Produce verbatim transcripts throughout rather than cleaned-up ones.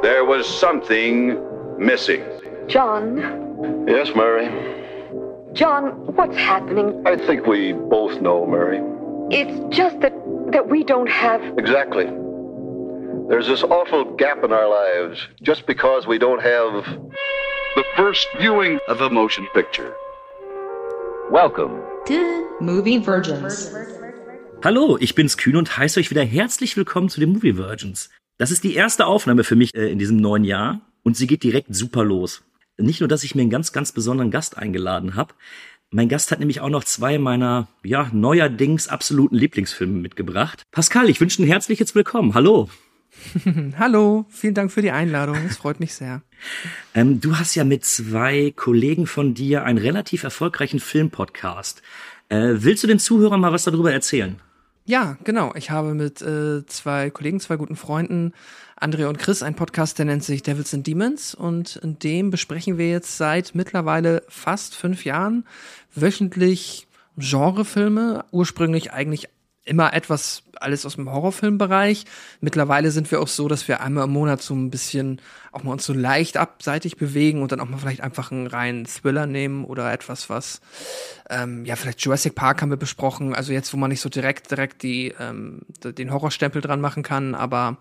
There was something missing. John? Yes, Mary? John, what's happening? I think we both know, Mary. It's just that, that we don't have... Exactly. There's this awful gap in our lives just because we don't have... The first viewing of a motion picture. Welcome to Movie Virgins. Hallo, ich bin's Kühn und heiße euch wieder herzlich willkommen zu den Movie Virgins. Das ist die erste Aufnahme für mich äh, in diesem neuen Jahr und sie geht direkt super los. Nicht nur, dass ich mir einen ganz, ganz besonderen Gast eingeladen habe. Mein Gast hat nämlich auch noch zwei meiner, ja, neuerdings absoluten Lieblingsfilme mitgebracht. Pascal, ich wünsche ein herzliches Willkommen. Hallo. Hallo, vielen Dank für die Einladung. Es freut mich sehr. Ähm, du hast ja mit zwei Kollegen von dir einen relativ erfolgreichen Filmpodcast. Äh, willst du den Zuhörern mal was darüber erzählen? Ja, genau. Ich habe mit äh, zwei Kollegen, zwei guten Freunden, André und Chris, einen Podcast, der nennt sich Devils and Demons. Und in dem besprechen wir jetzt seit mittlerweile fast fünf Jahren wöchentlich Genrefilme. Ursprünglich eigentlich immer etwas alles aus dem Horrorfilmbereich. Mittlerweile sind wir auch so, dass wir einmal im Monat so ein bisschen auch mal uns so leicht abseitig bewegen und dann auch mal vielleicht einfach einen reinen Thriller nehmen oder etwas, was ähm, ja, vielleicht Jurassic Park haben wir besprochen. Also jetzt, wo man nicht so direkt direkt die ähm, den Horrorstempel dran machen kann, aber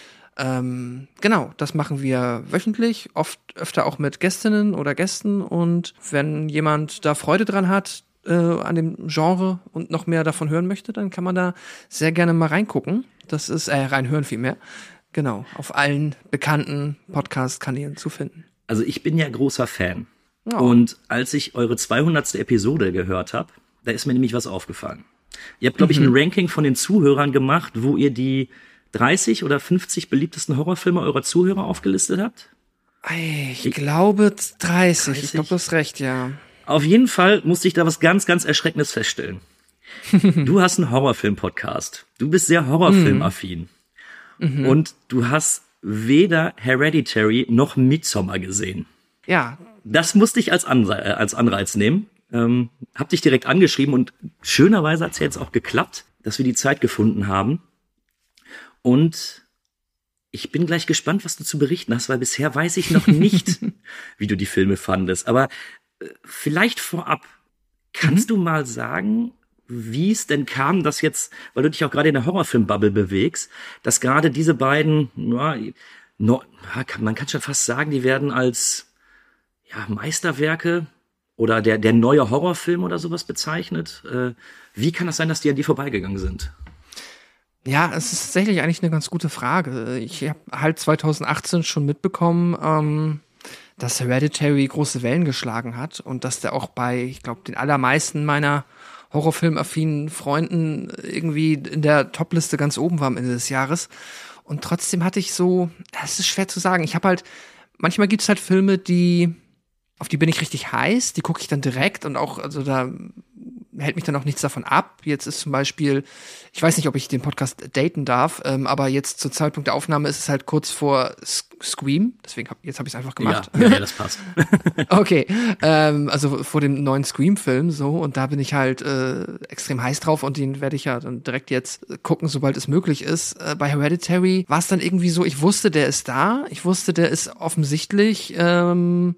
ähm, genau, das machen wir wöchentlich, oft öfter auch mit Gästinnen oder Gästen. Und wenn jemand da Freude dran hat, Äh, an dem Genre und noch mehr davon hören möchte, dann kann man da sehr gerne mal reingucken. Das ist, äh, reinhören vielmehr. Genau, auf allen bekannten Podcast-Kanälen zu finden. Also ich bin ja großer Fan. Oh. Und als ich eure zweihundertste Episode gehört habe, da ist mir nämlich was aufgefallen. Ihr habt, glaube ich, Mhm. ein Ranking von den Zuhörern gemacht, wo ihr die dreißig oder fünfzig beliebtesten Horrorfilme eurer Zuhörer aufgelistet habt. Ich, ich glaube dreißig. dreißig? Ich glaube, du hast recht, ja. Auf jeden Fall musste ich da was ganz, ganz Erschreckendes feststellen. Du hast einen Horrorfilm-Podcast. Du bist sehr Horrorfilm-affin. Mhm. Und du hast weder Hereditary noch Midsommar gesehen. Ja. Das musste ich als, Anre- äh, als Anreiz nehmen. Ähm, hab dich direkt angeschrieben und schönerweise hat's ja jetzt auch geklappt, dass wir die Zeit gefunden haben. Und ich bin gleich gespannt, was du zu berichten hast, weil bisher weiß ich noch nicht, wie du die Filme fandest. Aber vielleicht vorab, kannst mhm. du mal sagen, wie es denn kam, dass jetzt, weil du dich auch gerade in der Horrorfilm-Bubble bewegst, dass gerade diese beiden, ja, no, man kann schon fast sagen, die werden als ja, Meisterwerke oder der, der neue Horrorfilm oder sowas bezeichnet. Äh, wie kann das sein, dass die an dir vorbeigegangen sind? Ja, es ist tatsächlich eigentlich eine ganz gute Frage. Ich habe halt zwanzig achtzehn schon mitbekommen, ähm, dass Hereditary große Wellen geschlagen hat und dass der auch bei, ich glaube, den allermeisten meiner Horrorfilm-affinen Freunden irgendwie in der Topliste ganz oben war am Ende des Jahres. Und trotzdem hatte ich so, es ist schwer zu sagen, ich habe halt, manchmal gibt's halt Filme, die, auf die bin ich richtig heiß, die gucke ich dann direkt und auch, also da hält mich dann auch nichts davon ab. Jetzt ist zum Beispiel, ich weiß nicht, ob ich den Podcast daten darf, ähm, aber jetzt zur Zeitpunkt der Aufnahme ist es halt kurz vor S- Scream, deswegen hab, jetzt habe ich es einfach gemacht. Ja, ja, das passt. Okay, ähm, also vor dem neuen Scream-Film so, und da bin ich halt äh, extrem heiß drauf und den werde ich ja dann direkt jetzt gucken, sobald es möglich ist. Äh, bei Hereditary war es dann irgendwie so, ich wusste, der ist da, ich wusste, der ist offensichtlich, ähm,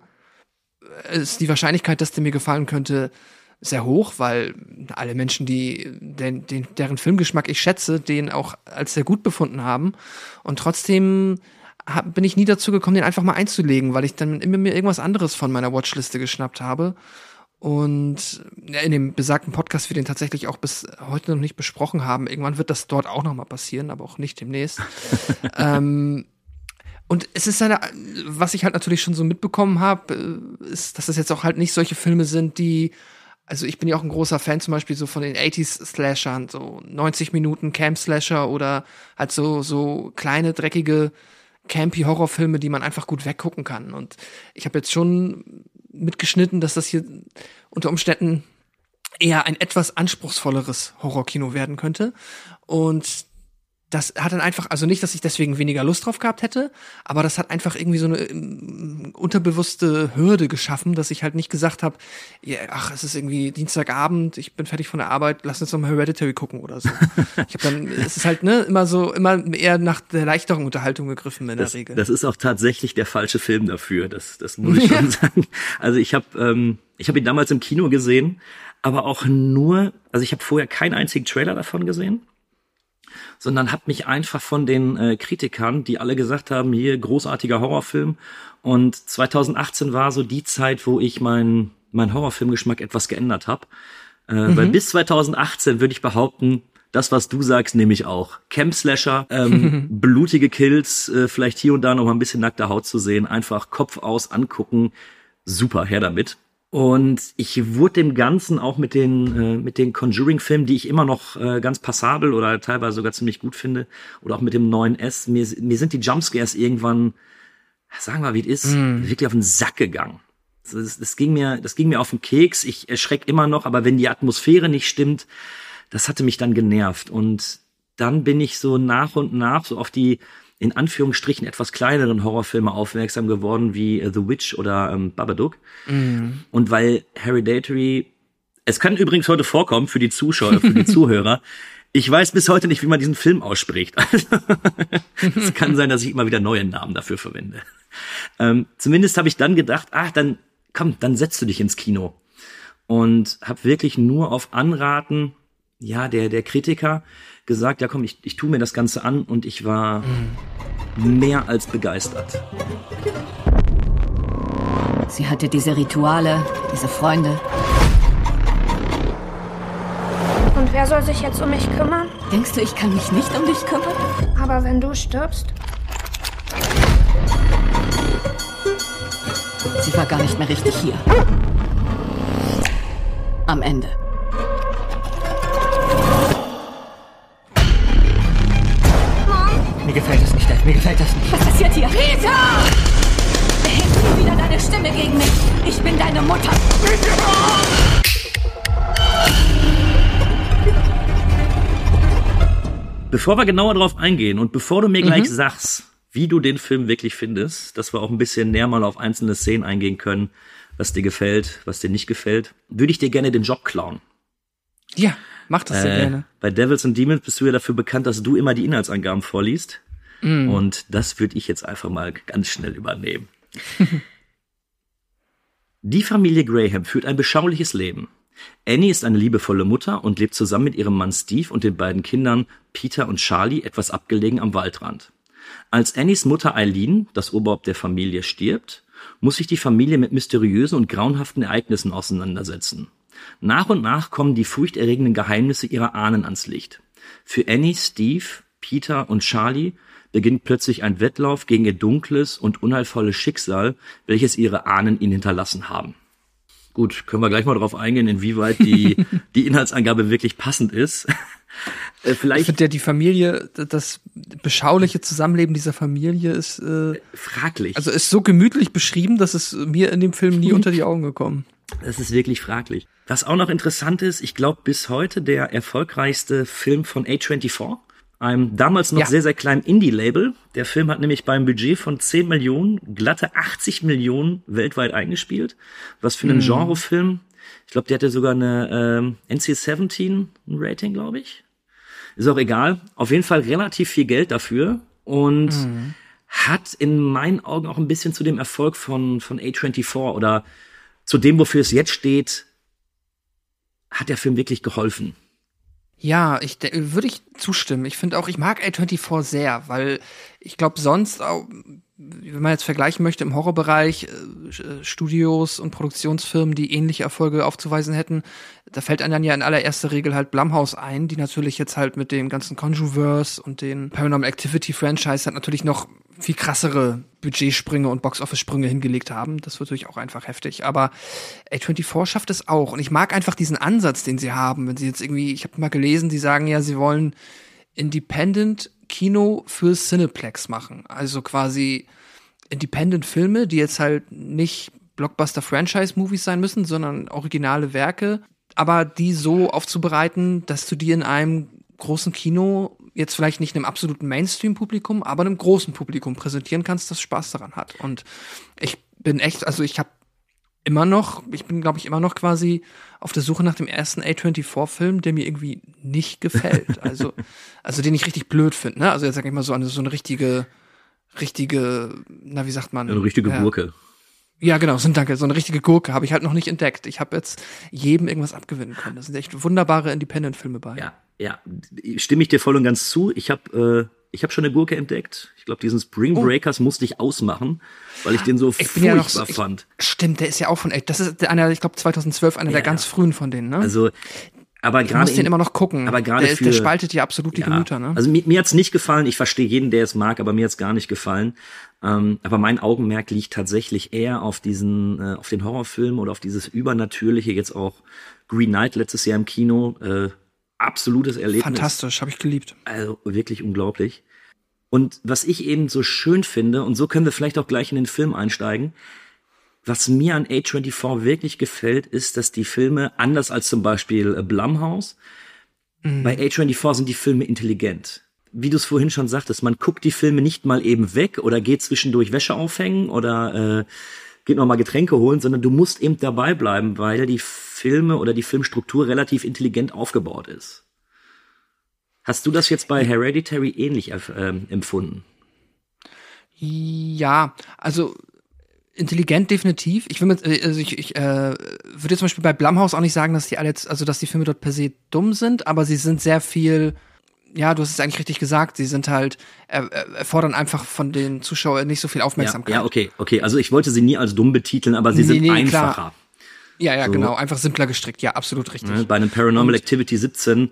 ist die Wahrscheinlichkeit, dass der mir gefallen könnte, sehr hoch, weil alle Menschen, die den, den, deren Filmgeschmack ich schätze, den auch als sehr gut befunden haben. Und trotzdem hab, bin ich nie dazu gekommen, den einfach mal einzulegen, weil ich dann immer mir irgendwas anderes von meiner Watchliste geschnappt habe. Und in dem besagten Podcast wir den tatsächlich auch bis heute noch nicht besprochen haben. Irgendwann wird das dort auch noch mal passieren, aber auch nicht demnächst. ähm, Und es ist eine, was ich halt natürlich schon so mitbekommen habe, ist, dass das jetzt auch halt nicht solche Filme sind, die, also ich bin ja auch ein großer Fan zum Beispiel so von den achtziger-Slashern, so neunzig Minuten Camp-Slasher oder halt so, so kleine, dreckige, campy Horrorfilme, die man einfach gut weggucken kann. Und ich habe jetzt schon mitgeschnitten, dass das hier unter Umständen eher ein etwas anspruchsvolleres Horrorkino werden könnte. Und das hat dann einfach, also nicht, dass ich deswegen weniger Lust drauf gehabt hätte, aber das hat einfach irgendwie so eine um, unterbewusste Hürde geschaffen, dass ich halt nicht gesagt habe, ja, ach, es ist irgendwie Dienstagabend, ich bin fertig von der Arbeit, lass uns noch mal Hereditary gucken oder so. Ich habe dann, es ist halt ne immer so, immer eher nach der leichteren Unterhaltung gegriffen in das, der Regel. Das ist auch tatsächlich der falsche Film dafür, das, das muss ich schon sagen. Also ich habe ähm, ich habe ihn damals im Kino gesehen, aber auch nur, also ich habe vorher keinen einzigen Trailer davon gesehen, sondern habe mich einfach von den äh, Kritikern, die alle gesagt haben, hier großartiger Horrorfilm. Und zwanzig achtzehn war so die Zeit, wo ich meinen mein Horrorfilmgeschmack etwas geändert habe. Äh, mhm. Weil bis zwanzig achtzehn würde ich behaupten, das, was du sagst, nehme ich auch. Camp-Slasher, ähm, blutige Kills, äh, vielleicht hier und da noch mal ein bisschen nackte Haut zu sehen, einfach Kopf aus angucken, super, her damit. Und ich wurde dem Ganzen auch mit den äh, mit den Conjuring-Filmen, die ich immer noch äh, ganz passabel oder teilweise sogar ziemlich gut finde, oder auch mit dem neuen S, mir, mir sind die Jumpscares irgendwann, sagen wir mal, wie es ist, mm. wirklich auf den Sack gegangen. Das, das ging mir, das ging mir auf den Keks. Ich erschrecke immer noch, aber wenn die Atmosphäre nicht stimmt, das hatte mich dann genervt. Und dann bin ich so nach und nach so auf die in Anführungsstrichen etwas kleineren Horrorfilme aufmerksam geworden, wie uh, The Witch oder ähm, Babadook. Mm. Und weil Hereditary, es kann übrigens heute vorkommen für die Zuschauer, für die Zuhörer, ich weiß bis heute nicht, wie man diesen Film ausspricht. Es kann sein, dass ich immer wieder neue Namen dafür verwende. Ähm, zumindest habe ich dann gedacht, ach, dann komm, dann setzt du dich ins Kino. Und habe wirklich nur auf Anraten, ja, der der Kritiker gesagt, ja komm, ich, ich tue mir das Ganze an, und ich war mm. mehr als begeistert. Sie hatte diese Rituale, diese Freunde. Und wer soll sich jetzt um mich kümmern? Denkst du, ich kann mich nicht um dich kümmern? Aber wenn du stirbst? Sie war gar nicht mehr richtig hier. Am Ende. Mir gefällt das nicht, Dad. Mir gefällt das nicht. Was passiert hier? Peter! Erhebst du wieder deine Stimme gegen mich? Ich bin deine Mutter. Bevor wir genauer drauf eingehen und bevor du mir mhm. gleich sagst, wie du den Film wirklich findest, dass wir auch ein bisschen näher mal auf einzelne Szenen eingehen können, was dir gefällt, was dir nicht gefällt, würde ich dir gerne den Job klauen. Ja, mach das sehr äh, gerne. Bei Devils and Demons bist du ja dafür bekannt, dass du immer die Inhaltsangaben vorliest. Mm. Und das würde ich jetzt einfach mal ganz schnell übernehmen. Die Familie Graham führt ein beschauliches Leben. Annie ist eine liebevolle Mutter und lebt zusammen mit ihrem Mann Steve und den beiden Kindern Peter und Charlie etwas abgelegen am Waldrand. Als Annies Mutter Eileen, das Oberhaupt der Familie, stirbt, muss sich die Familie mit mysteriösen und grauenhaften Ereignissen auseinandersetzen. Nach und nach kommen die furchterregenden Geheimnisse ihrer Ahnen ans Licht. Für Annie, Steve, Peter und Charlie beginnt plötzlich ein Wettlauf gegen ihr dunkles und unheilvolles Schicksal, welches ihre Ahnen ihnen hinterlassen haben. Gut, können wir gleich mal drauf eingehen, inwieweit die, die Inhaltsangabe wirklich passend ist. äh, vielleicht ich finde ja, die Familie, das beschauliche Zusammenleben dieser Familie ist äh, fraglich. Also ist so gemütlich beschrieben, dass es mir in dem Film nie unter die Augen gekommen. Das ist wirklich fraglich. Was auch noch interessant ist, ich glaube bis heute der erfolgreichste Film von A vierundzwanzig, einem damals noch ja. sehr, sehr kleinen Indie-Label. Der Film hat nämlich beim Budget von zehn Millionen glatte achtzig Millionen weltweit eingespielt. Was für einen mhm. Genrefilm. Ich glaube, der hatte sogar eine ähm, N C siebzehn Rating, glaube ich. Ist auch egal. Auf jeden Fall relativ viel Geld dafür. Und mhm. hat in meinen Augen auch ein bisschen zu dem Erfolg von, von A vierundzwanzig oder zu dem, wofür es jetzt steht, hat der Film wirklich geholfen. Ja, ich würde ich zustimmen. Ich finde auch, ich mag A vierundzwanzig sehr, weil ich glaube sonst, auch, wenn man jetzt vergleichen möchte im Horrorbereich, äh, Studios und Produktionsfirmen, die ähnliche Erfolge aufzuweisen hätten, da fällt einem dann ja in allererster Regel halt Blumhouse ein, die natürlich jetzt halt mit dem ganzen Conjureverse und den Paranormal Activity Franchise halt natürlich noch viel krassere Budgetsprünge und Box-Office-Sprünge hingelegt haben. Das wird natürlich auch einfach heftig. Aber A vierundzwanzig schafft es auch. Und ich mag einfach diesen Ansatz, den sie haben. Wenn sie jetzt irgendwie, ich habe mal gelesen, die sagen ja, sie wollen Independent-Kino für Cineplex machen. Also quasi Independent-Filme, die jetzt halt nicht Blockbuster-Franchise-Movies sein müssen, sondern originale Werke. Aber die so aufzubereiten, dass du die in einem großen Kino jetzt vielleicht nicht einem absoluten Mainstream-Publikum, aber einem großen Publikum präsentieren kannst, das Spaß daran hat. Und ich bin echt, also ich habe immer noch, ich bin, glaube ich, immer noch quasi auf der Suche nach dem ersten A vierundzwanzig-Film, der mir irgendwie nicht gefällt. Also, also den ich richtig blöd finde, ne? Also jetzt sag ich mal so eine, so eine richtige, richtige, na, wie sagt man? Eine richtige ja. Gurke. Ja, genau, so, danke. So eine richtige Gurke habe ich halt noch nicht entdeckt. Ich habe jetzt jedem irgendwas abgewinnen können. Da sind echt wunderbare Independent-Filme bei. Ja, ja, stimme ich dir voll und ganz zu. Ich habe äh, ich habe schon eine Gurke entdeckt. Ich glaube, diesen Spring Breakers oh. musste ich ausmachen, weil ich den so ich furchtbar ja noch so, fand. Ich, stimmt, der ist ja auch von echt. Das ist einer, ich glaube zweitausendzwölf, einer ja, der ganz frühen von denen, ne? Also, aber gerade ich muss den immer noch gucken. Aber gerade der, für, der spaltet ja absolut die ja, Gemüter, ne? Also mir, mir hat's nicht gefallen. Ich verstehe jeden, der es mag, aber mir hat's gar nicht gefallen. Ähm, aber mein Augenmerk liegt tatsächlich eher auf diesen, äh, auf den Horrorfilm oder auf dieses Übernatürliche. Jetzt auch Green Knight letztes Jahr im Kino. Äh, absolutes Erlebnis. Fantastisch, habe ich geliebt. Also wirklich unglaublich. Und was ich eben so schön finde, und so können wir vielleicht auch gleich in den Film einsteigen, was mir an A vierundzwanzig wirklich gefällt, ist, dass die Filme, anders als zum Beispiel Blumhouse, mhm. bei A vierundzwanzig sind die Filme intelligent. Wie du es vorhin schon sagtest, man guckt die Filme nicht mal eben weg oder geht zwischendurch Wäsche aufhängen oder äh, geht noch mal Getränke holen, sondern du musst eben dabei bleiben, weil die Filme oder die Filmstruktur relativ intelligent aufgebaut ist. Hast du das jetzt bei Hereditary ähnlich äh, empfunden? Ja, also intelligent definitiv. Ich will mit, also ich, ich äh, würde zum Beispiel bei Blumhouse auch nicht sagen, dass die alle jetzt, also dass die Filme dort per se dumm sind, aber sie sind sehr viel, ja, du hast es eigentlich richtig gesagt, sie sind halt, äh, erfordern einfach von den Zuschauern nicht so viel Aufmerksamkeit. Ja, ja, okay, okay. Also ich wollte sie nie als dumm betiteln, aber sie nee, sind nee, einfacher. Klar. Ja, ja, so. Genau, einfach simpler gestrickt. Ja, absolut richtig. Ja, bei einem Paranormal Und, Activity siebzehn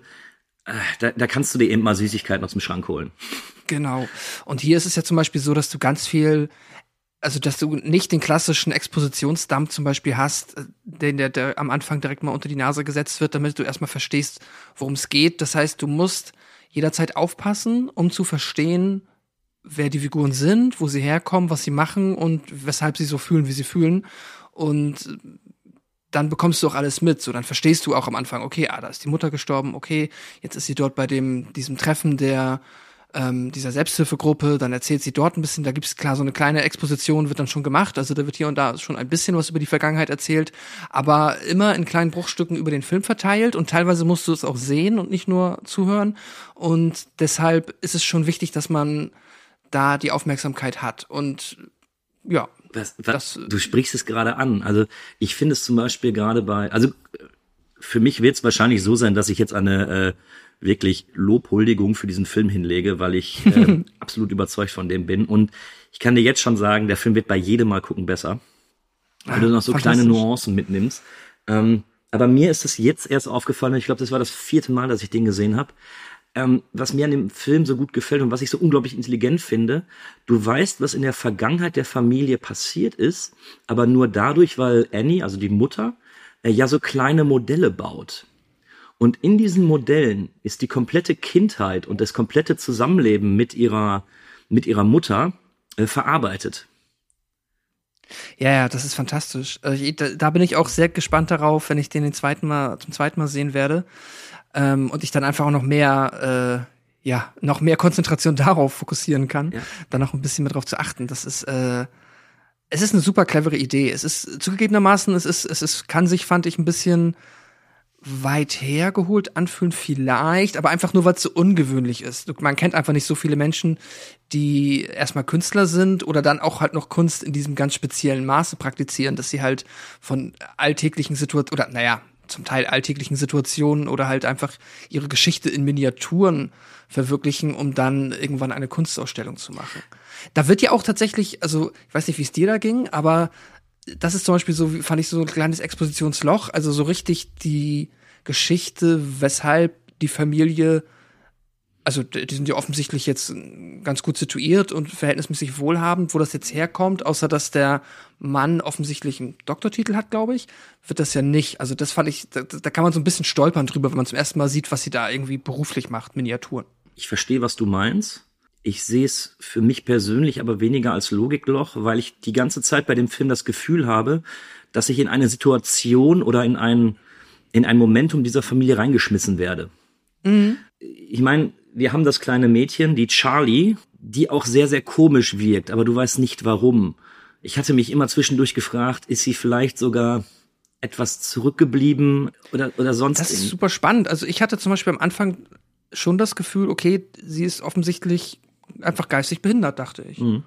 Da, da kannst du dir eben mal Süßigkeiten aus dem Schrank holen. Genau. Und hier ist es ja zum Beispiel so, dass du ganz viel, also dass du nicht den klassischen Expositionsdump zum Beispiel hast, den der, der am Anfang direkt mal unter die Nase gesetzt wird, damit du erstmal verstehst, worum es geht. Das heißt, du musst jederzeit aufpassen, um zu verstehen, wer die Figuren sind, wo sie herkommen, was sie machen und weshalb sie so fühlen, wie sie fühlen. Und dann bekommst du auch alles mit. So, dann verstehst du auch am Anfang, okay, ah, da ist die Mutter gestorben, okay, jetzt ist sie dort bei dem diesem Treffen der ähm, dieser Selbsthilfegruppe, dann erzählt sie dort ein bisschen, da gibt's klar so eine kleine Exposition, wird dann schon gemacht, also da wird hier und da schon ein bisschen was über die Vergangenheit erzählt, aber immer in kleinen Bruchstücken über den Film verteilt und teilweise musst du es auch sehen und nicht nur zuhören und deshalb ist es schon wichtig, dass man da die Aufmerksamkeit hat und ja, Was, was, du sprichst es gerade an. Also ich finde es zum Beispiel gerade bei, also für mich wird es wahrscheinlich so sein, dass ich jetzt eine äh, wirklich Lobhuldigung für diesen Film hinlege, weil ich äh, absolut überzeugt von dem bin. Und ich kann dir jetzt schon sagen, der Film wird bei jedem Mal gucken besser, weil ah, du noch so kleine Nuancen mitnimmst. Ähm, aber mir ist es jetzt erst aufgefallen, ich glaube, das war das vierte Mal, dass ich den gesehen habe. Ähm, was mir an dem Film so gut gefällt und was ich so unglaublich intelligent finde, du weißt, was in der Vergangenheit der Familie passiert ist, aber nur dadurch, weil Annie, also die Mutter, äh, ja so kleine Modelle baut. Und in diesen Modellen ist die komplette Kindheit und das komplette Zusammenleben mit ihrer, mit ihrer Mutter äh, verarbeitet. Ja, ja, das ist fantastisch. Also ich, da, da bin ich auch sehr gespannt darauf, wenn ich den, den zweiten Mal, zum zweiten Mal sehen werde. Ähm, und ich dann einfach auch noch mehr, äh, ja, noch mehr Konzentration darauf fokussieren kann, ja. Dann noch ein bisschen mehr drauf zu achten. Das ist, äh, es ist eine super clevere Idee. Es ist zugegebenermaßen, es ist, es ist, kann sich, fand ich, ein bisschen weit hergeholt anfühlen, vielleicht, aber einfach nur, weil es so ungewöhnlich ist. Man kennt einfach nicht so viele Menschen, die erstmal Künstler sind oder dann auch halt noch Kunst in diesem ganz speziellen Maße praktizieren, dass sie halt von alltäglichen Situationen, oder naja, zum Teil alltäglichen Situationen oder halt einfach ihre Geschichte in Miniaturen verwirklichen, um dann irgendwann eine Kunstausstellung zu machen. Da wird ja auch tatsächlich, also ich weiß nicht, wie es dir da ging, aber das ist zum Beispiel so, fand ich so ein kleines Expositionsloch, also so richtig die Geschichte, weshalb die Familie, also die sind ja offensichtlich jetzt ganz gut situiert und verhältnismäßig wohlhabend, wo das jetzt herkommt, außer dass der Mann offensichtlich einen Doktortitel hat, glaube ich, wird das ja nicht. Also das fand ich, da, da kann man so ein bisschen stolpern drüber, wenn man zum ersten Mal sieht, was sie da irgendwie beruflich macht, Miniaturen. Ich verstehe, was du meinst. Ich sehe es für mich persönlich aber weniger als Logikloch, weil ich die ganze Zeit bei dem Film das Gefühl habe, dass ich in eine Situation oder in ein, in ein Momentum dieser Familie reingeschmissen werde. Mhm. Ich meine, wir haben das kleine Mädchen, die Charlie, die auch sehr, sehr komisch wirkt, aber du weißt nicht warum. Ich hatte mich immer zwischendurch gefragt, ist sie vielleicht sogar etwas zurückgeblieben oder, oder sonst Das ist in- super spannend. Also ich hatte zum Beispiel am Anfang schon das Gefühl, okay, sie ist offensichtlich einfach geistig behindert, dachte ich. Mhm.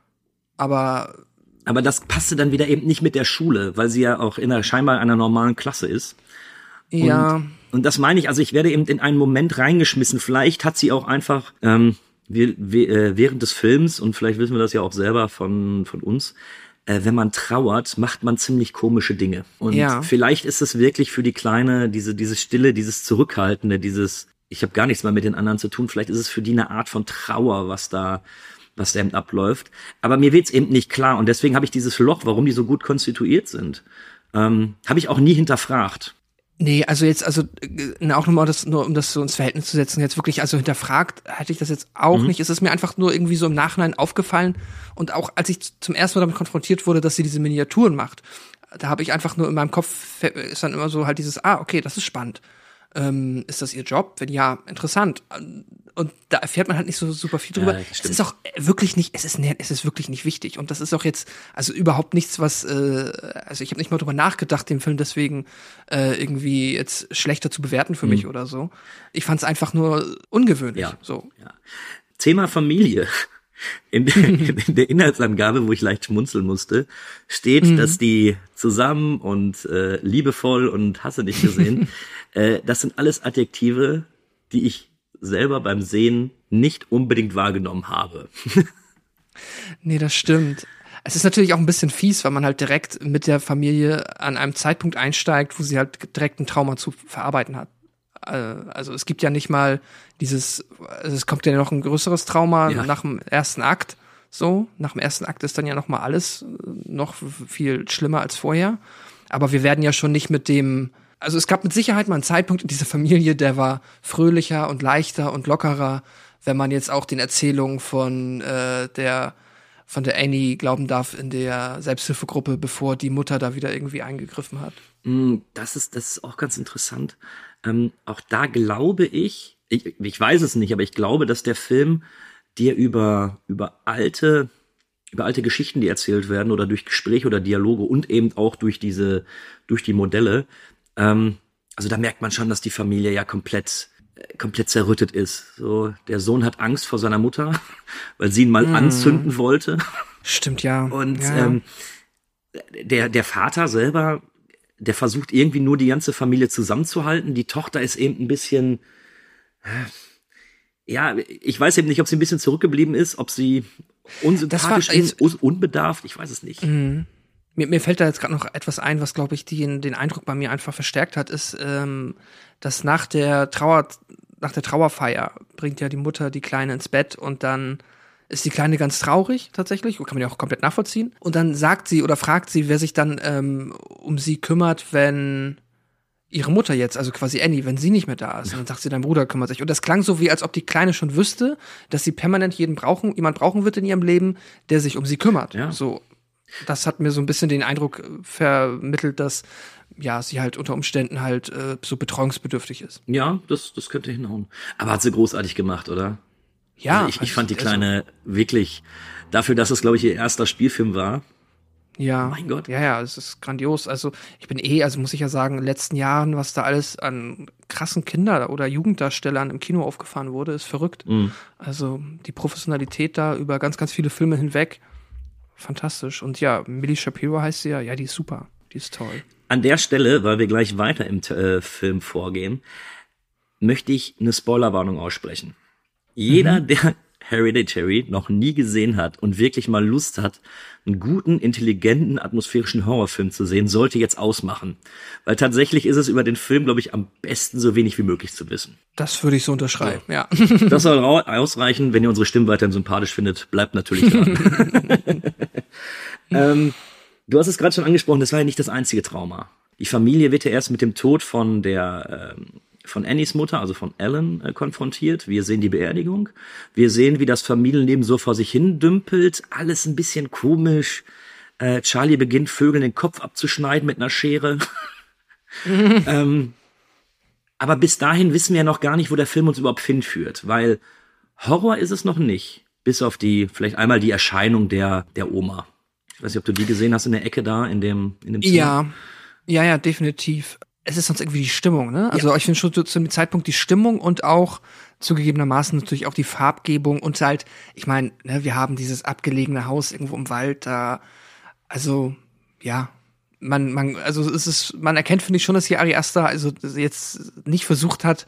Aber Aber das passte dann wieder eben nicht mit der Schule, weil sie ja auch in einer, scheinbar einer normalen Klasse ist. ja, Und, und das meine ich, also ich werde eben in einen Moment reingeschmissen. Vielleicht hat sie auch einfach ähm, wir, wir, äh, während des Films, und vielleicht wissen wir das ja auch selber von, von uns, äh, wenn man trauert, macht man ziemlich komische Dinge. Und Ja. vielleicht ist es wirklich für die Kleine, diese, diese Stille, dieses Zurückhaltende, dieses, ich habe gar nichts mehr mit den anderen zu tun, vielleicht ist es für die eine Art von Trauer, was da was da eben abläuft. Aber mir wird's eben nicht klar. Und deswegen habe ich dieses Loch, warum die so gut konstituiert sind, ähm, habe ich auch nie hinterfragt. nee, also jetzt, also äh, auch nochmal das, nur um das so ins Verhältnis zu setzen, jetzt wirklich, also hinterfragt hätte ich das jetzt auch Mhm. nicht. Es ist mir einfach nur irgendwie so im Nachhinein aufgefallen. Und auch als ich zum ersten Mal damit konfrontiert wurde, dass sie diese Miniaturen macht, da habe ich einfach nur in meinem Kopf, ist dann immer so halt dieses, ah, okay, das ist spannend. Ähm, ist das ihr Job? Wenn ja, interessant. Und da erfährt man halt nicht so super viel drüber. Ja, das es stimmt. ist auch wirklich nicht, es ist, ne- es ist wirklich nicht wichtig. Und das ist auch jetzt, also überhaupt nichts, was, äh, also ich habe nicht mal drüber nachgedacht, den Film deswegen äh, irgendwie jetzt schlechter zu bewerten für mich oder so. Ich fand es einfach nur ungewöhnlich. Ja. So. Ja. Thema Familie. In der, in der Inhaltsangabe, wo ich leicht schmunzeln musste, steht, Mhm. dass die zusammen und äh, liebevoll und hasse nicht gesehen, äh, das sind alles Adjektive, die ich selber beim Sehen nicht unbedingt wahrgenommen habe. Nee, das stimmt. Es ist natürlich auch ein bisschen fies, weil man halt direkt mit der Familie an einem Zeitpunkt einsteigt, wo sie halt direkt ein Trauma zu verarbeiten hat. Äh, Also es gibt ja nicht mal dieses, also es kommt ja noch ein größeres Trauma Ja. nach dem ersten Akt. So, nach dem ersten Akt ist dann ja noch mal alles äh, noch viel schlimmer als vorher. Aber wir werden ja schon nicht mit dem, also es gab mit Sicherheit mal einen Zeitpunkt in dieser Familie, der war fröhlicher und leichter und lockerer, wenn man jetzt auch den Erzählungen von äh, der von der Annie glauben darf in der Selbsthilfegruppe, bevor die Mutter da wieder irgendwie eingegriffen hat. Mm, Das ist, das ist auch ganz interessant. Ähm, auch da glaube ich, ich, ich weiß es nicht, aber ich glaube, dass der Film dir über, über alte, über alte Geschichten, die erzählt werden, oder durch Gespräche oder Dialoge und eben auch durch diese, durch die Modelle, ähm, also da merkt man schon, dass die Familie ja komplett, äh, komplett zerrüttet ist. So, der Sohn hat Angst vor seiner Mutter, weil sie ihn mal Mhm. anzünden wollte. Stimmt, ja. Und ja, ja. ähm, der, der Vater selber, der versucht irgendwie nur die ganze Familie zusammenzuhalten. Die Tochter ist eben ein bisschen, äh, ja, ich weiß eben nicht, ob sie ein bisschen zurückgeblieben ist, ob sie unsympathisch Das war ist, un- unbedarft, ich weiß es nicht. Mhm. Mir, mir fällt da jetzt gerade noch etwas ein, was, glaube ich, den, den Eindruck bei mir einfach verstärkt hat, ist, ähm, dass nach der Trauer, nach der Trauerfeier bringt ja die Mutter die Kleine ins Bett und dann ist die Kleine ganz traurig, tatsächlich, kann man ja auch komplett nachvollziehen. Und dann sagt sie oder fragt sie, wer sich dann ähm, um sie kümmert, wenn ihre Mutter jetzt, also quasi Annie, wenn sie nicht mehr da ist. Und dann sagt sie, dein Bruder kümmert sich. Und das klang so, wie als ob die Kleine schon wüsste, dass sie permanent jeden brauchen, jemand brauchen wird in ihrem Leben, der sich um sie kümmert. Ja. So, das hat mir so ein bisschen den Eindruck vermittelt, dass ja sie halt unter Umständen halt äh, so betreuungsbedürftig ist. Ja, das, das könnte hinhauen. Aber hat sie großartig gemacht, oder? Ja, Also ich, ich fand die also- Kleine wirklich, dafür, dass es, glaube ich, ihr erster Spielfilm war. Ja. Mein Gott. Ja, ja, es ist grandios. Also ich bin eh, also muss ich ja sagen, in den letzten Jahren, was da alles an krassen Kinder- oder Jugenddarstellern im Kino aufgefahren wurde, ist verrückt. Mhm. Also die Professionalität da über ganz, ganz viele Filme hinweg, fantastisch. Und ja, Millie Shapiro heißt sie ja, ja, die ist super, die ist toll. An der Stelle, weil wir gleich weiter im äh, Film vorgehen, möchte ich eine Spoilerwarnung aussprechen. Jeder, Mhm. der Hereditary noch nie gesehen hat und wirklich mal Lust hat, einen guten, intelligenten, atmosphärischen Horrorfilm zu sehen, sollte jetzt ausmachen. Weil tatsächlich ist es über den Film, glaube ich, am besten so wenig wie möglich zu wissen. Das würde ich so unterschreiben, ja. Das soll rau- ausreichen. Wenn ihr unsere Stimmen weiterhin sympathisch findet, bleibt natürlich dran. ähm, du hast es gerade schon angesprochen, das war ja nicht das einzige Trauma. Die Familie wird ja erst mit dem Tod von der ähm, von Annies Mutter, also von Ellen, äh, konfrontiert. Wir sehen die Beerdigung. Wir sehen, wie das Familienleben so vor sich hin dümpelt. Alles ein bisschen komisch. Äh, Charlie beginnt, Vögeln den Kopf abzuschneiden mit einer Schere. ähm, Aber bis dahin wissen wir ja noch gar nicht, wo der Film uns überhaupt hinführt, weil Horror ist es noch nicht. Bis auf die, vielleicht einmal die Erscheinung der, der Oma. Ich weiß nicht, ob du die gesehen hast in der Ecke da, in dem, in dem Zimmer. Ja, ja, ja, definitiv. Es ist sonst irgendwie die Stimmung, ne? Also ja. Ich finde schon zu, zu dem Zeitpunkt die Stimmung und auch zugegebenermaßen natürlich auch die Farbgebung und halt, ich meine, ne, wir haben dieses abgelegene Haus irgendwo im Wald da, also, ja, man, man, also es ist, man erkennt, finde ich schon, dass hier Ari Aster also jetzt nicht versucht hat,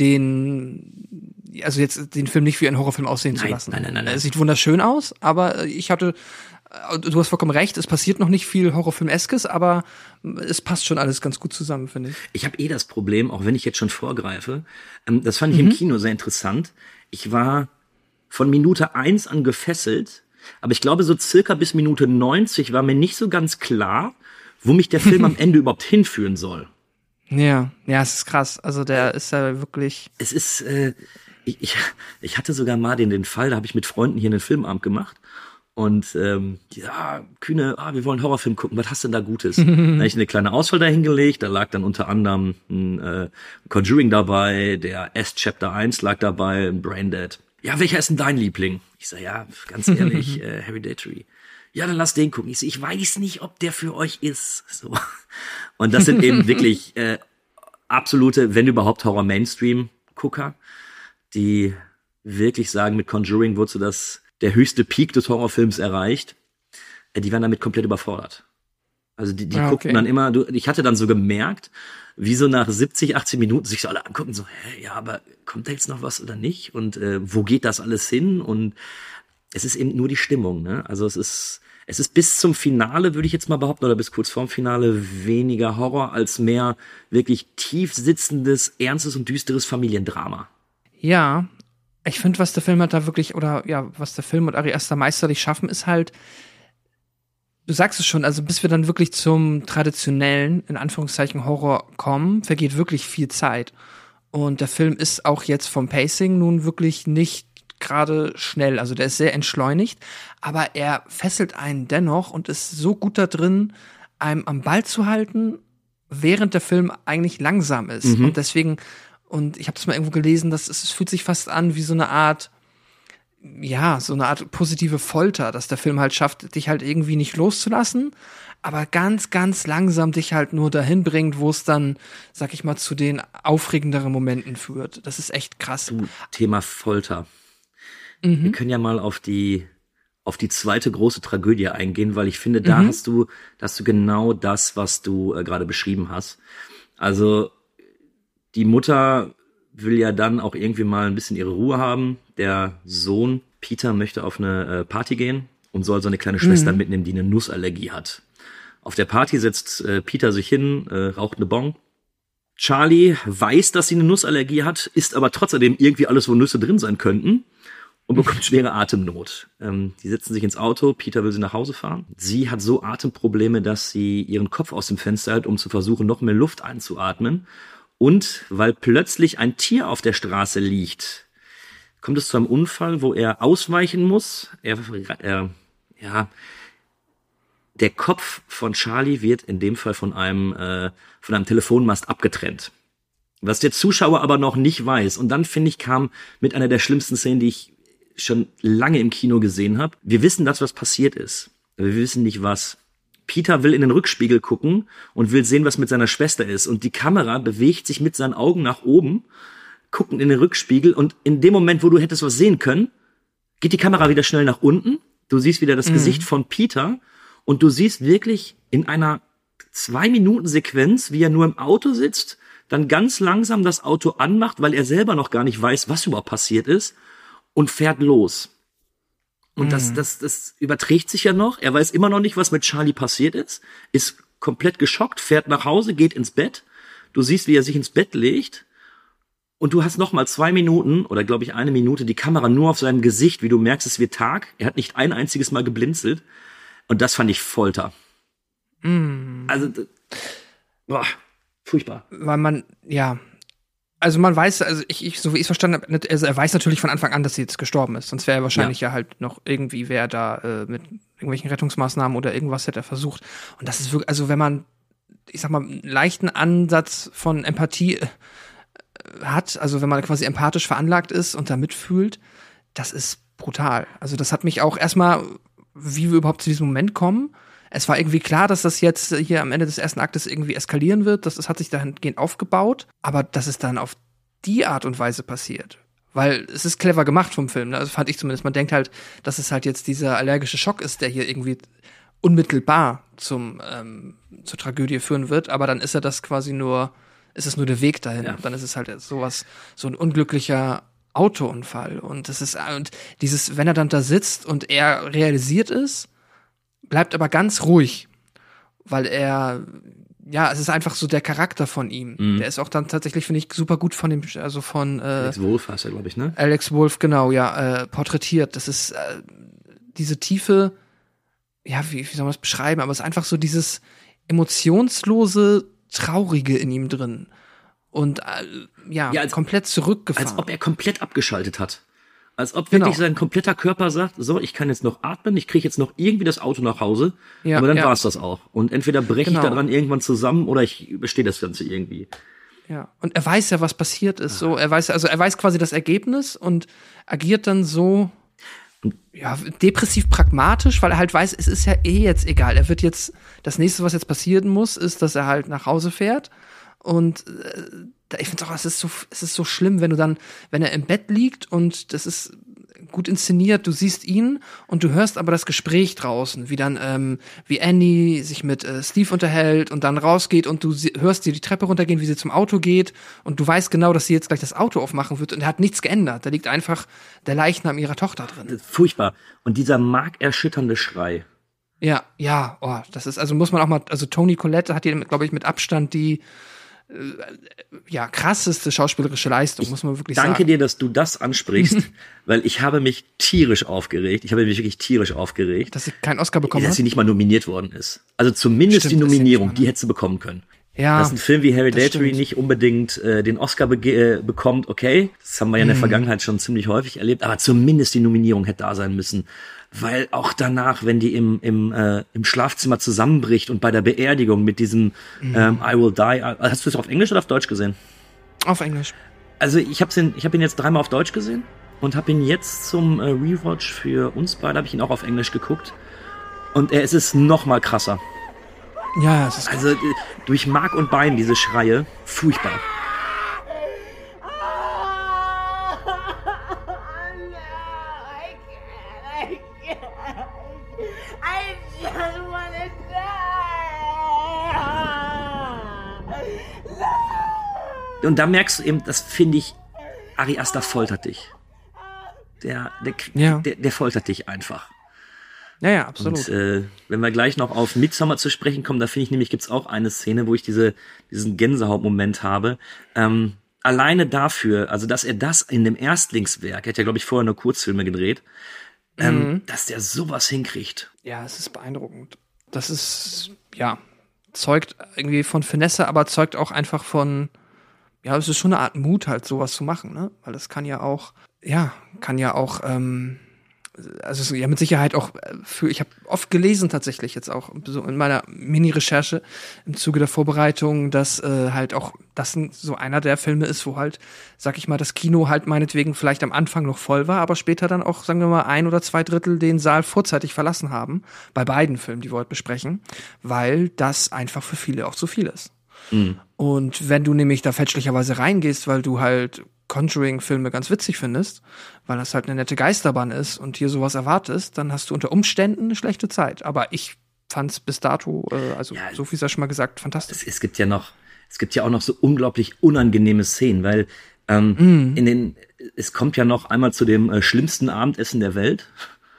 den, also jetzt den Film nicht wie ein Horrorfilm aussehen nein, zu lassen. Nein, nein, nein, nein. Es sieht wunderschön aus, aber ich hatte, du hast vollkommen recht, es passiert noch nicht viel Horrorfilmeskes, aber es passt schon alles ganz gut zusammen, finde ich. Ich habe eh das Problem, auch wenn ich jetzt schon vorgreife, ähm, das fand ich mhm. im Kino sehr interessant. Ich war von Minute eins an gefesselt, aber ich glaube, so circa bis Minute neunzig war mir nicht so ganz klar, wo mich der Film am Ende überhaupt hinführen soll. Ja, ja, es ist krass. Also der ist ja wirklich... Es ist, äh, ich, ich, ich hatte sogar mal den, den Fall, da habe ich mit Freunden hier einen Filmabend gemacht und ähm, ja, Kühne, ah, wir wollen einen Horrorfilm gucken, was hast du denn da Gutes? Da habe ich eine kleine Auswahl dahingelegt, da lag dann unter anderem ein äh, Conjuring dabei, der S-Chapter eins lag dabei, ein Braindead. Ja, welcher ist denn dein Liebling? Ich sag, ja, ganz ehrlich, äh, Hereditary. Ja, dann lass den gucken. Ich so, ich weiß nicht, ob der für euch ist. So. Und das sind eben wirklich äh, absolute, wenn überhaupt, Horror-Mainstream-Gucker, die wirklich sagen, mit Conjuring wurde so das, der höchste Peak des Horrorfilms erreicht. Äh, die waren damit komplett überfordert. Also die, die ah, okay. guckten dann immer, du, ich hatte dann so gemerkt, wie so nach siebzig, achtzig Minuten sich so alle angucken, so, hä, ja, aber kommt da jetzt noch was oder nicht? Und äh, wo geht das alles hin? Und es ist eben nur die Stimmung, ne? Also es ist, es ist bis zum Finale, würde ich jetzt mal behaupten, oder bis kurz vorm Finale weniger Horror als mehr wirklich tief sitzendes, ernstes und düsteres Familiendrama. Ja, ich finde, was der Film hat da wirklich, oder ja, was der Film und Ari Aster meisterlich schaffen, ist halt, du sagst es schon, also bis wir dann wirklich zum traditionellen, in Anführungszeichen, Horror kommen, vergeht wirklich viel Zeit. Und der Film ist auch jetzt vom Pacing nun wirklich nicht gerade schnell, also der ist sehr entschleunigt, aber er fesselt einen dennoch und ist so gut da drin, einem am Ball zu halten, während der Film eigentlich langsam ist. Mhm. Und deswegen, und ich habe das mal irgendwo gelesen, dass es, es fühlt sich fast an wie so eine Art, ja, so eine Art positive Folter, dass der Film halt schafft, dich halt irgendwie nicht loszulassen, aber ganz, ganz langsam dich halt nur dahin bringt, wo es dann, sag ich mal, zu den aufregenderen Momenten führt. Das ist echt krass. Du, Thema Folter. Mhm. Wir können ja mal auf die auf die zweite große Tragödie eingehen, weil ich finde, da mhm. hast du da hast du genau das, was du äh, gerade beschrieben hast. Also die Mutter will ja dann auch irgendwie mal ein bisschen ihre Ruhe haben. Der Sohn Peter möchte auf eine äh, Party gehen und soll seine kleine Schwester mhm. mitnehmen, die eine Nussallergie hat. Auf der Party setzt äh, Peter sich hin, äh, raucht eine Bong. Charlie weiß, dass sie eine Nussallergie hat, isst aber trotzdem irgendwie alles, wo Nüsse drin sein könnten. Und bekommt schwere Atemnot. Ähm, die setzen sich ins Auto, Peter will sie nach Hause fahren. Sie hat so Atemprobleme, dass sie ihren Kopf aus dem Fenster hält, um zu versuchen, noch mehr Luft einzuatmen. Und weil plötzlich ein Tier auf der Straße liegt, kommt es zu einem Unfall, wo er ausweichen muss. Er, er, ja, der Kopf von Charlie wird in dem Fall von einem, äh, von einem Telefonmast abgetrennt. Was der Zuschauer aber noch nicht weiß. Und dann, finde ich, kam mit einer der schlimmsten Szenen, die ich schon lange im Kino gesehen habe. Wir wissen, dass was passiert ist. Aber wir wissen nicht, was. Peter will in den Rückspiegel gucken und will sehen, was mit seiner Schwester ist. Und die Kamera bewegt sich mit seinen Augen nach oben, gucken in den Rückspiegel. Und in dem Moment, wo du hättest was sehen können, geht die Kamera wieder schnell nach unten. Du siehst wieder das mhm. Gesicht von Peter. Und du siehst wirklich in einer Zwei-Minuten-Sequenz, wie er nur im Auto sitzt, dann ganz langsam das Auto anmacht, weil er selber noch gar nicht weiß, was überhaupt passiert ist. Und fährt los. Und mm. das, das, das überträgt sich ja noch. Er weiß immer noch nicht, was mit Charlie passiert ist. Ist komplett geschockt, fährt nach Hause, geht ins Bett. Du siehst, wie er sich ins Bett legt. Und du hast noch mal zwei Minuten, oder glaube ich eine Minute, die Kamera nur auf seinem Gesicht, wie du merkst, es wird Tag. Er hat nicht ein einziges Mal geblinzelt. Und das fand ich Folter. Mm. Also, boah, furchtbar. Weil man, ja... Also man weiß, also ich, ich so wie ich es verstanden habe, also er weiß natürlich von Anfang an, dass sie jetzt gestorben ist. Sonst wäre er wahrscheinlich ja. ja halt noch irgendwie, wer da äh, mit irgendwelchen Rettungsmaßnahmen oder irgendwas hätte er versucht. Und das ist wirklich, also wenn man, ich sag mal, einen leichten Ansatz von Empathie hat, also wenn man quasi empathisch veranlagt ist und da mitfühlt, das ist brutal. Also das hat mich auch erstmal, wie wir überhaupt zu diesem Moment kommen. Es war irgendwie klar, dass das jetzt hier am Ende des ersten Aktes irgendwie eskalieren wird. Das, das hat sich dahingehend aufgebaut. Aber dass es dann auf die Art und Weise passiert. Weil es ist clever gemacht vom Film. Ne? Also fand ich zumindest. Man denkt halt, dass es halt jetzt dieser allergische Schock ist, der hier irgendwie unmittelbar zum ähm, zur Tragödie führen wird. Aber dann ist er das quasi nur, ist es nur der Weg dahin. Ja. Und dann ist es halt sowas, so ein unglücklicher Autounfall. Und das ist, und dieses, wenn er dann da sitzt und er realisiert ist, bleibt aber ganz ruhig, weil er, ja, es ist einfach so der Charakter von ihm. Mhm. Der ist auch dann tatsächlich, finde ich, super gut von dem, also von äh, Alex Wolff heißt er, glaube ich, ne? Alex Wolff, genau, ja, äh, porträtiert. Das ist äh, diese tiefe, ja, wie, wie soll man das beschreiben? Aber es ist einfach so dieses emotionslose, Traurige in ihm drin. Und äh, ja, ja als, komplett zurückgefahren. Als ob er komplett abgeschaltet hat. Als ob genau. wirklich sein kompletter Körper sagt, so, ich kann jetzt noch atmen, ich kriege jetzt noch irgendwie das Auto nach Hause, ja, aber dann ja. war's das auch. Und entweder breche genau. ich daran irgendwann zusammen oder ich überstehe das Ganze irgendwie. Ja, und er weiß ja, was passiert ist. So, er weiß, also er weiß quasi das Ergebnis und agiert dann so, ja, depressiv pragmatisch, weil er halt weiß, es ist ja eh jetzt egal. Er wird jetzt, das nächste, was jetzt passieren muss, ist, dass er halt nach Hause fährt. Und äh, ich finde auch, es ist so, es ist so schlimm, wenn du dann, wenn er im Bett liegt und das ist gut inszeniert, du siehst ihn und du hörst aber das Gespräch draußen, wie dann, ähm, wie Annie sich mit äh, Steve unterhält und dann rausgeht und du sie, hörst sie die Treppe runtergehen, wie sie zum Auto geht und du weißt genau, dass sie jetzt gleich das Auto aufmachen wird und er hat nichts geändert. Da liegt einfach der Leichnam ihrer Tochter drin. Furchtbar. Und dieser markerschütternde Schrei. Ja, ja, oh, das ist, also muss man auch mal, also Toni Collette hat hier, glaube ich, mit Abstand die ja, krasseste schauspielerische Leistung, ich muss man wirklich danke sagen. Danke dir, dass du das ansprichst, weil ich habe mich tierisch aufgeregt. Ich habe mich wirklich tierisch aufgeregt. Dass sie keinen Oscar bekommen dass hat? sie nicht mal nominiert worden ist. Also zumindest Stimmt, die Nominierung, die hätte sie bekommen können. Ja, dass ein Film wie Hereditary nicht unbedingt äh, den Oscar be- äh, bekommt, okay. Das haben wir ja in der Vergangenheit schon ziemlich häufig erlebt. Aber zumindest die Nominierung hätte da sein müssen. Weil auch danach, wenn die im im äh, im Schlafzimmer zusammenbricht und bei der Beerdigung mit diesem mhm. ähm, I Will Die, hast du es auf Englisch oder auf Deutsch gesehen? Auf Englisch. Also ich habe ihn, ich habe ihn jetzt dreimal auf Deutsch gesehen und habe ihn jetzt zum äh, Rewatch für uns beide, habe ich ihn auch auf Englisch geguckt und er ist es noch mal krasser. Ja, es ist also äh, durch Mark und Bein diese Schreie, furchtbar. Und da merkst du eben, das finde ich, Ari Aster foltert dich. Der, der, ja. der, der foltert dich einfach. Ja, ja, absolut. Und äh, wenn wir gleich noch auf Midsommar zu sprechen kommen, da finde ich nämlich, gibt's auch eine Szene, wo ich diese diesen Gänsehautmoment habe. Ähm, alleine dafür, also dass er das in dem Erstlingswerk, er hat ja, glaube ich, vorher nur Kurzfilme gedreht, ähm, mhm. dass der sowas hinkriegt. Ja, es ist beeindruckend. Das ist, ja, zeugt irgendwie von Finesse, aber zeugt auch einfach von, ja, es ist schon eine Art Mut, halt sowas zu machen, ne? Weil das kann ja auch, ja, kann ja auch, ähm, also ja, mit Sicherheit auch für, ich habe oft gelesen tatsächlich jetzt auch so in meiner Mini-Recherche im Zuge der Vorbereitung, dass äh, halt auch das so einer der Filme ist, wo halt, sag ich mal, das Kino halt meinetwegen vielleicht am Anfang noch voll war, aber später dann auch, sagen wir mal, ein oder zwei Drittel den Saal vorzeitig verlassen haben, bei beiden Filmen, die wir heute besprechen, weil das einfach für viele auch zu viel ist. Mhm. Und wenn du nämlich da fälschlicherweise reingehst, weil du halt Conjuring-Filme ganz witzig findest, weil das halt eine nette Geisterbahn ist und hier sowas erwartest, dann hast du unter Umständen eine schlechte Zeit. Aber ich fand's bis dato, äh, also ja, so viel sei schon mal gesagt, fantastisch. Es, es gibt ja noch, es gibt ja auch noch so unglaublich unangenehme Szenen, weil ähm, mm. in den, es kommt ja noch einmal zu dem äh, schlimmsten Abendessen der Welt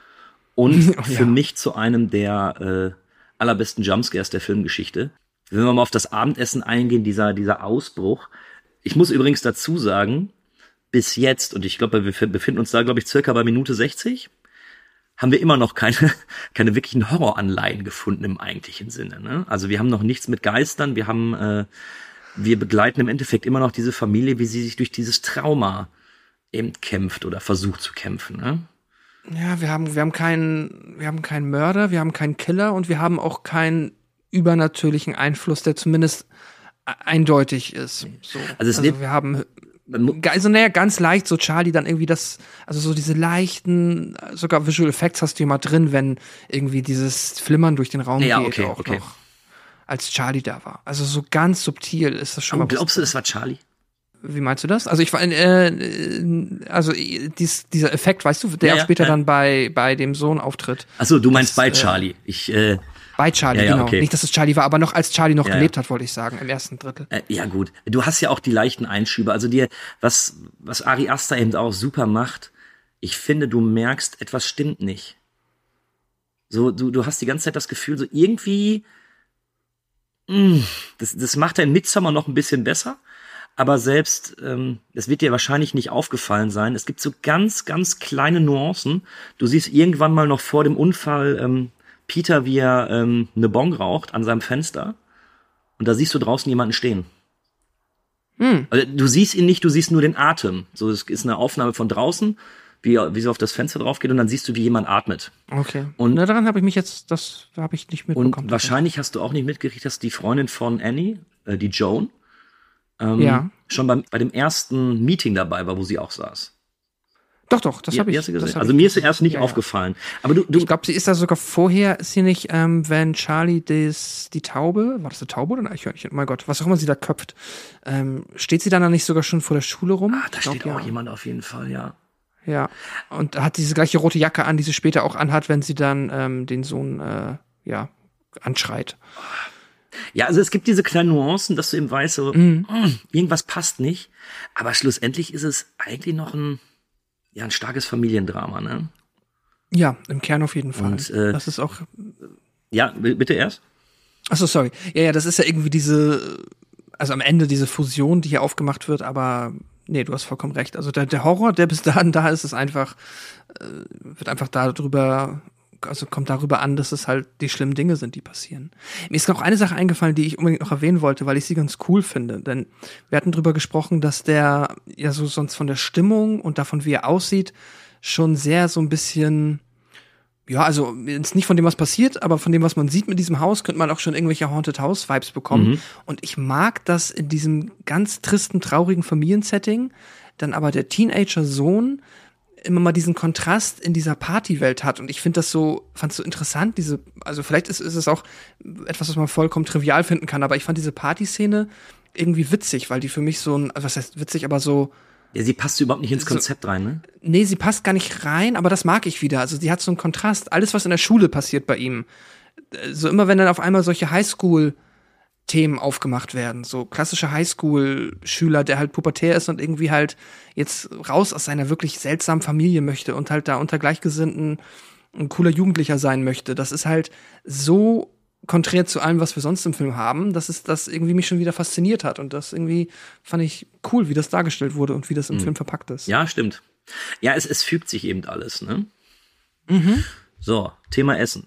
und oh, für ja. mich zu einem der äh, allerbesten Jumpscares der Filmgeschichte. Wenn wir mal auf das Abendessen eingehen, dieser dieser Ausbruch. Ich muss übrigens dazu sagen, bis jetzt, und ich glaube, wir befinden uns da, glaube ich, circa bei Minute sechzig, haben wir immer noch keine, keine wirklichen Horroranleihen gefunden im eigentlichen Sinne. Ne? Also wir haben noch nichts mit Geistern, wir haben, äh, wir begleiten im Endeffekt immer noch diese Familie, wie sie sich durch dieses Trauma eben kämpft oder versucht zu kämpfen. Ne? Ja, wir haben, wir haben keinen, wir haben keinen Mörder, wir haben keinen Killer und wir haben auch keinen übernatürlichen Einfluss, der zumindest eindeutig ist. So. Also, es also wir haben Also naja, ganz leicht so Charlie dann irgendwie das, also so diese leichten, sogar Visual Effects hast du immer drin, wenn irgendwie dieses Flimmern durch den Raum ja, geht, okay, auch okay. noch, als Charlie da war. Also so ganz subtil ist das schon Aber mal. glaubst du, das war Charlie? Wie meinst du das? Also ich war, äh, also dies, dieser Effekt, weißt du, der ja, auch später ja. dann bei bei dem Sohn auftritt. Ach so, du meinst das, bei äh, Charlie. Ich äh, Bei Charlie, ja, ja, genau. okay. Nicht, dass es Charlie war, aber noch als Charlie noch ja, gelebt ja. hat, wollte ich sagen, im ersten Drittel. Äh, ja gut, du hast ja auch die leichten Einschübe. Also dir, was was Ari Aster eben auch super macht, ich finde, du merkst, etwas stimmt nicht. So, du du hast die ganze Zeit das Gefühl, so irgendwie, mh, das das macht er in Midsommar noch ein bisschen besser. Aber selbst, ähm, das wird dir wahrscheinlich nicht aufgefallen sein, es gibt so ganz, ganz kleine Nuancen. Du siehst irgendwann mal noch vor dem Unfall ähm, Peter, wie er ähm, eine Bong raucht an seinem Fenster. Und da siehst du draußen jemanden stehen. Hm. Also, du siehst ihn nicht, du siehst nur den Atem. So, es ist eine Aufnahme von draußen, wie, wie sie auf das Fenster drauf geht, und dann siehst du, wie jemand atmet. Okay. Und Na, daran habe ich mich jetzt, das habe ich nicht mitbekommen. Und wahrscheinlich hast du auch nicht mitgekriegt, dass die Freundin von Annie, äh, die Joan, ähm, ja. schon beim, bei dem ersten Meeting dabei war, wo sie auch saß. Doch, doch, das Ja, habe ich. hast du gesehen? Das hab Also ich mir ist erst nicht ja, aufgefallen. Aber du, du ich glaube, sie ist da sogar vorher, ist sie nicht, ähm, wenn Charlie das, die Taube, war das eine Taube oder ein Eichhörnchen? Oh mein Gott, was auch immer sie da köpft, ähm, steht sie dann da nicht sogar schon vor der Schule rum? Ah, da ich glaub, steht ja. auch jemand auf jeden Fall, ja. Ja, und hat diese gleiche rote Jacke an, die sie später auch anhat, wenn sie dann ähm, den Sohn, äh, ja, anschreit. Ja, also es gibt diese kleinen Nuancen, dass du eben weißt, so, Mhm. mh, irgendwas passt nicht. Aber schlussendlich ist es eigentlich noch ein, ja, ein starkes Familiendrama, ne? Ja, im Kern auf jeden Fall. Und, äh, das ist auch. Ja, bitte erst? Achso, sorry. Ja, ja, das ist ja irgendwie diese, also am Ende diese Fusion, die hier aufgemacht wird, aber nee, du hast vollkommen recht. Also der, der Horror, der bis dahin da ist, ist einfach, äh, wird einfach darüber, also kommt darüber an, dass es halt die schlimmen Dinge sind, die passieren. Mir ist noch eine Sache eingefallen, die ich unbedingt noch erwähnen wollte, weil ich sie ganz cool finde. Denn wir hatten drüber gesprochen, dass der ja so sonst von der Stimmung und davon, wie er aussieht, schon sehr so ein bisschen, ja, also jetzt nicht von dem, was passiert, aber von dem, was man sieht mit diesem Haus, könnte man auch schon irgendwelche Haunted House Vibes bekommen. Mhm. Und ich mag das in diesem ganz tristen, traurigen Familiensetting, dann aber der Teenager-Sohn immer mal diesen Kontrast in dieser Partywelt hat. Und ich finde das so, fand's so interessant, diese, also vielleicht ist, ist es auch etwas, was man vollkommen trivial finden kann, aber ich fand diese Partyszene irgendwie witzig, weil die für mich so ein, was heißt witzig, aber so. Ja, sie passt überhaupt nicht ins Konzept rein, ne? Nee, sie passt gar nicht rein, aber das mag ich wieder. Also sie hat so einen Kontrast. Alles, was in der Schule passiert bei ihm. So immer, wenn dann auf einmal solche Highschool Themen aufgemacht werden, so klassische Highschool-Schüler, der halt pubertär ist und irgendwie halt jetzt raus aus seiner wirklich seltsamen Familie möchte und halt da unter Gleichgesinnten ein cooler Jugendlicher sein möchte. Das ist halt so konträr zu allem, was wir sonst im Film haben, dass es das irgendwie mich schon wieder fasziniert hat. Und das irgendwie fand ich cool, wie das dargestellt wurde und wie das im mhm. Film verpackt ist. Ja, stimmt. Ja, es, es fügt sich eben alles, ne? Mhm. So, Thema Essen.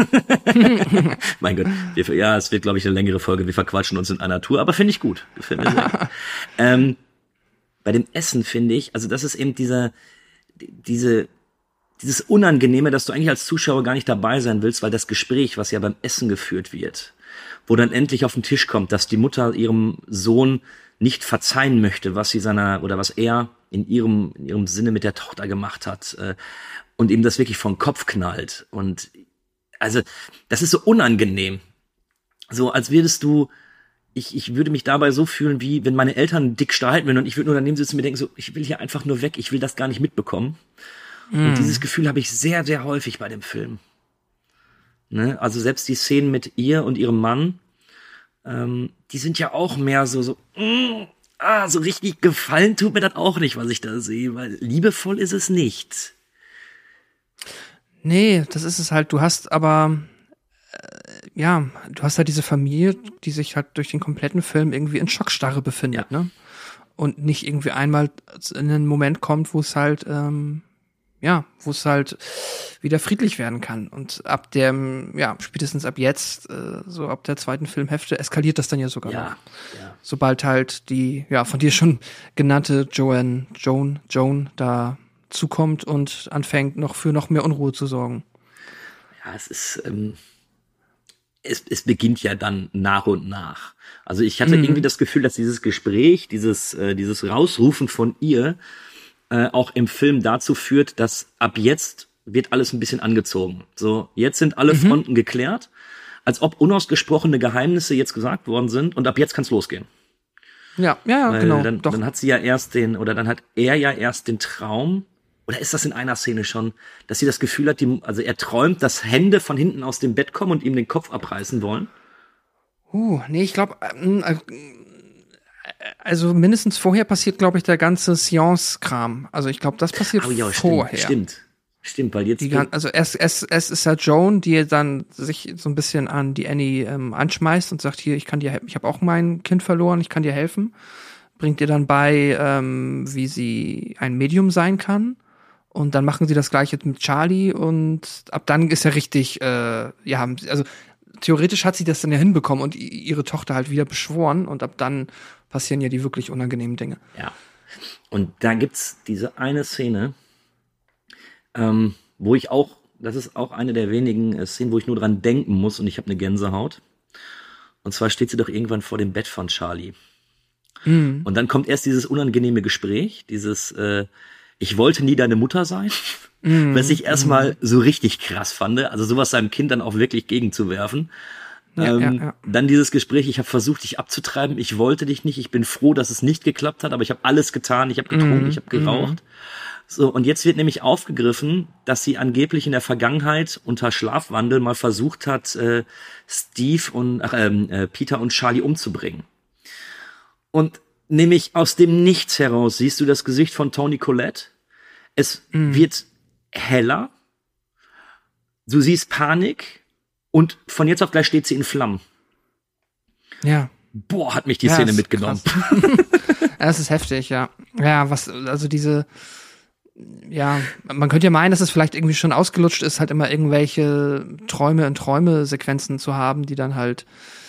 Mein Gott, wir, ja, es wird, glaube ich, eine längere Folge. Wir verquatschen uns in einer Tour, aber finde ich gut. Gefällt mir sehr. ähm, bei dem Essen finde ich, also das ist eben dieser, diese, dieses Unangenehme, dass du eigentlich als Zuschauer gar nicht dabei sein willst, weil das Gespräch, was ja beim Essen geführt wird, wo dann endlich auf den Tisch kommt, dass die Mutter ihrem Sohn nicht verzeihen möchte, was sie seiner, oder was er in ihrem, in ihrem Sinne mit der Tochter gemacht hat, äh, und ihm das wirklich vom Kopf knallt. Und also, das ist so unangenehm. So, als würdest du, ich, ich würde mich dabei so fühlen, wie wenn meine Eltern dick streiten würden und ich würde nur daneben sitzen und mir denken, so, ich will hier einfach nur weg, ich will das gar nicht mitbekommen. Mm. Und dieses Gefühl habe ich sehr, sehr häufig bei dem Film. Ne? Also selbst die Szenen mit ihr und ihrem Mann, ähm, die sind ja auch mehr so, so, mm, ah, so richtig gefallen tut mir das auch nicht, was ich da sehe, weil liebevoll ist es nicht. Nee, das ist es halt. Du hast aber, äh, ja, du hast halt diese Familie, die sich halt durch den kompletten Film irgendwie in Schockstarre befindet, ja. ne? Und nicht irgendwie einmal in einen Moment kommt, wo es halt, ähm, ja, wo es halt wieder friedlich werden kann. Und ab dem, ja, spätestens ab jetzt, äh, so ab der zweiten Filmhälfte, eskaliert das dann ja sogar ja, noch. Ja. Sobald halt die, ja, von dir schon genannte Joanne, Joan, Joan da zukommt und anfängt, noch für noch mehr Unruhe zu sorgen. Ja, es ist, ähm, es, es beginnt ja dann nach und nach. Also ich hatte Mhm. irgendwie das Gefühl, dass dieses Gespräch, dieses, äh, dieses Rausrufen von ihr äh, auch im Film dazu führt, dass ab jetzt wird alles ein bisschen angezogen. So, jetzt sind alle Mhm. Fronten geklärt, als ob unausgesprochene Geheimnisse jetzt gesagt worden sind und ab jetzt kann's losgehen. Ja, ja, ja, Weil genau. dann, Doch. dann hat sie ja erst den, oder dann hat er ja erst den Traum, oder ist das in einer Szene schon, dass sie das Gefühl hat, die, also er träumt, dass Hände von hinten aus dem Bett kommen und ihm den Kopf abreißen wollen? Uh, nee, ich glaube, also mindestens vorher passiert, glaube ich, der ganze Seance-Kram. Also ich glaube, das passiert Oh ja, vorher. stimmt, stimmt. Stimmt, weil jetzt... Die, gan- also es, es, es ist ja Joan, die dann sich so ein bisschen an die Annie ähm, anschmeißt und sagt, hier, ich kann dir, hel- ich habe auch mein Kind verloren, ich kann dir helfen. Bringt ihr dann bei, ähm, wie sie ein Medium sein kann. Und dann machen sie das Gleiche mit Charlie und ab dann ist er richtig, äh, ja, also theoretisch hat sie das dann ja hinbekommen und i- ihre Tochter halt wieder beschworen und ab dann passieren ja die wirklich unangenehmen Dinge. Ja. Und da gibt's diese eine Szene, ähm, wo ich auch, das ist auch eine der wenigen äh, Szenen, wo ich nur dran denken muss und ich habe eine Gänsehaut. Und zwar steht sie doch irgendwann vor dem Bett von Charlie. Mhm. Und dann kommt erst dieses unangenehme Gespräch, dieses äh, ich wollte nie deine Mutter sein, Mhm. was ich erstmal so richtig krass fand, also sowas seinem Kind dann auch wirklich gegenzuwerfen. Ja, ähm, ja, ja. Dann dieses Gespräch, ich habe versucht, dich abzutreiben, ich wollte dich nicht, ich bin froh, dass es nicht geklappt hat, aber ich habe alles getan, ich habe getrunken, Mhm. ich habe geraucht. So, und jetzt wird nämlich aufgegriffen, dass sie angeblich in der Vergangenheit unter Schlafwandel mal versucht hat, äh, Steve und ach, ähm, äh, Peter und Charlie umzubringen. Und nämlich aus dem Nichts heraus siehst du das Gesicht von Toni Collette. Es Mhm. wird heller. Du siehst Panik und von jetzt auf gleich steht sie in Flammen. Ja. Boah, hat mich die Ja, Szene ist mitgenommen. Das ist heftig, ja. Ja, was, also diese, ja, man könnte ja meinen, dass es vielleicht irgendwie schon ausgelutscht ist, halt immer irgendwelche Träume und Träume-Sequenzen zu haben, die dann halt,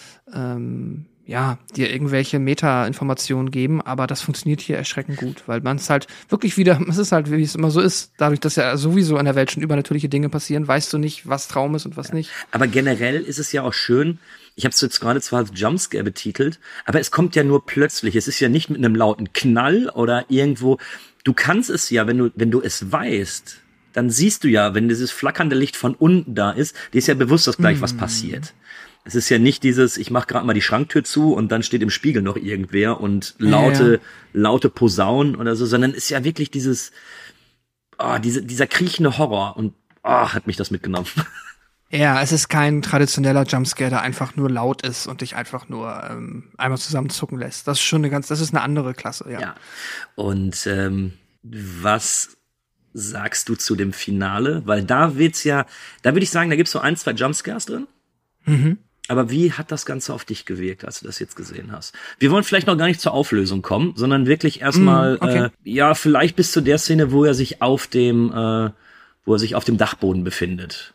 ähm, ja, dir irgendwelche Meta-Informationen geben, aber das funktioniert hier erschreckend gut, weil man es halt wirklich wieder, es ist halt, wie es immer so ist, dadurch, dass ja sowieso in der Welt schon übernatürliche Dinge passieren, weißt du nicht, was Traum ist und was nicht. Aber generell ist es ja auch schön, ich habe es jetzt gerade zwar als Jumpscare betitelt, aber es kommt ja nur plötzlich. Es ist ja nicht mit einem lauten Knall oder irgendwo. Du kannst es ja, wenn du, wenn du es weißt, dann siehst du ja, wenn dieses flackernde Licht von unten da ist, dir ist ja bewusst, dass gleich was passiert. Es ist ja nicht dieses, ich mach gerade mal die Schranktür zu und dann steht im Spiegel noch irgendwer und laute, Ja, ja. laute Posaunen oder so, sondern es ist ja wirklich dieses, oh, diese, dieser kriechende Horror und oh, hat mich das mitgenommen. Ja, es ist kein traditioneller Jumpscare, der einfach nur laut ist und dich einfach nur ähm, einmal zusammenzucken lässt. Das ist schon eine ganz, das ist eine andere Klasse, ja. Ja. Und ähm, was sagst du zu dem Finale? Weil da wird's ja, da würde ich sagen, da gibt's so ein, zwei Jumpscares drin. Mhm. Aber wie hat das Ganze auf dich gewirkt, als du das jetzt gesehen hast? Wir wollen vielleicht noch gar nicht zur Auflösung kommen, sondern wirklich erstmal, Mm, okay. äh, ja, vielleicht bis zu der Szene, wo er sich auf dem, äh, wo er sich auf dem Dachboden befindet.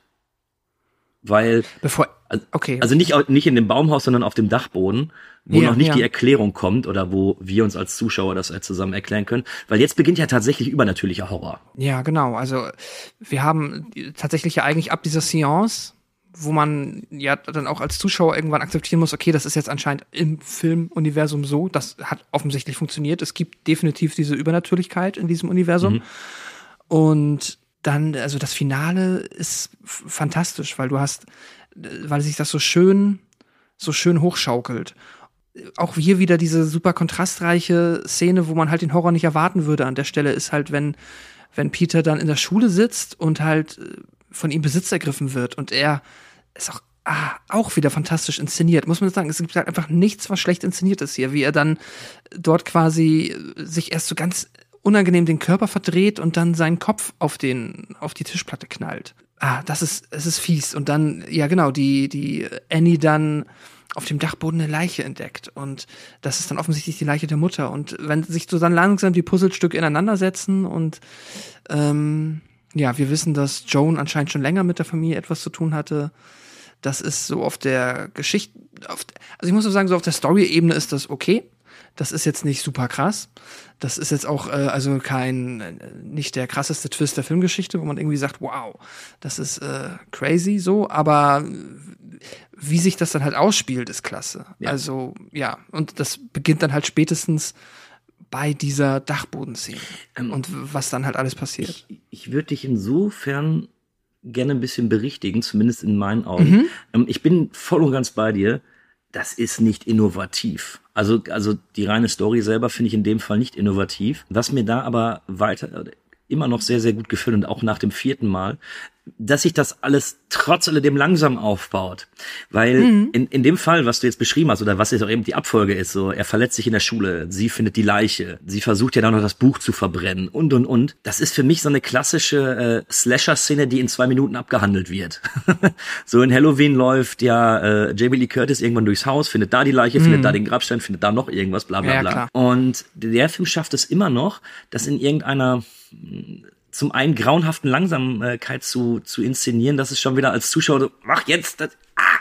Weil, Bevor, also, okay. also nicht, au- nicht in dem Baumhaus, sondern auf dem Dachboden, wo Ja, noch nicht ja. die Erklärung kommt oder wo wir uns als Zuschauer das zusammen erklären können. Weil jetzt beginnt ja tatsächlich übernatürlicher Horror. Ja, genau. Also wir haben tatsächlich ja eigentlich ab dieser Seance, wo man ja dann auch als Zuschauer irgendwann akzeptieren muss, okay, das ist jetzt anscheinend im Filmuniversum so, das hat offensichtlich funktioniert. Es gibt definitiv diese Übernatürlichkeit in diesem Universum. Mhm. Und dann, also das Finale ist f- fantastisch, weil du hast, weil sich das so schön, so schön hochschaukelt. Auch hier wieder diese super kontrastreiche Szene, wo man halt den Horror nicht erwarten würde an der Stelle, ist halt, wenn, wenn Peter dann in der Schule sitzt und halt äh, von ihm Besitz ergriffen wird und er ist auch, ah, auch wieder fantastisch inszeniert, muss man sagen. Es gibt halt einfach nichts, was schlecht inszeniert ist hier, wie er dann dort quasi sich erst so ganz unangenehm den Körper verdreht und dann seinen Kopf auf den, auf die Tischplatte knallt. Ah, das ist, es ist fies. Und dann, ja genau, die, die Annie dann auf dem Dachboden eine Leiche entdeckt. Und das ist dann offensichtlich die Leiche der Mutter. Und wenn sich so dann langsam die Puzzlestücke ineinander setzen und, ähm, ja, wir wissen, dass Joan anscheinend schon länger mit der Familie etwas zu tun hatte. Das ist so auf der Geschichte, auf, also ich muss so sagen, so auf der Story-Ebene ist das okay. Das ist jetzt nicht super krass. Das ist jetzt auch äh, also kein, äh, nicht der krasseste Twist der Filmgeschichte, wo man irgendwie sagt, wow, das ist äh, crazy so. Aber wie sich das dann halt ausspielt, ist klasse. Ja. Also, ja, und das beginnt dann halt spätestens bei dieser Dachbodenszene. Ähm, und was dann halt alles passiert. Ich, ich würde dich insofern gerne ein bisschen berichtigen, zumindest in meinen Augen. Mhm. Ähm, ich bin voll und ganz bei dir. Das ist nicht innovativ. Also, also die reine Story selber finde ich in dem Fall nicht innovativ. Was mir da aber weiter immer noch sehr, sehr gut gefällt und auch nach dem vierten Mal, dass sich das alles trotz alledem langsam aufbaut. Weil mhm. in, in dem Fall, was du jetzt beschrieben hast, oder was jetzt auch eben die Abfolge ist, so, er verletzt sich in der Schule, sie findet die Leiche, sie versucht ja dann noch das Buch zu verbrennen und, und, und. Das ist für mich so eine klassische äh, Slasher-Szene, die in zwei Minuten abgehandelt wird. So in Halloween läuft ja äh, Jamie Lee Curtis irgendwann durchs Haus, findet da die Leiche, mhm. findet da den Grabstein, findet da noch irgendwas, bla, bla, ja, bla. Klar. Und der Film schafft es immer noch, dass in irgendeiner zum einen grauenhaften Langsamkeit zu, zu inszenieren, dass es schon wieder als Zuschauer so, mach jetzt das,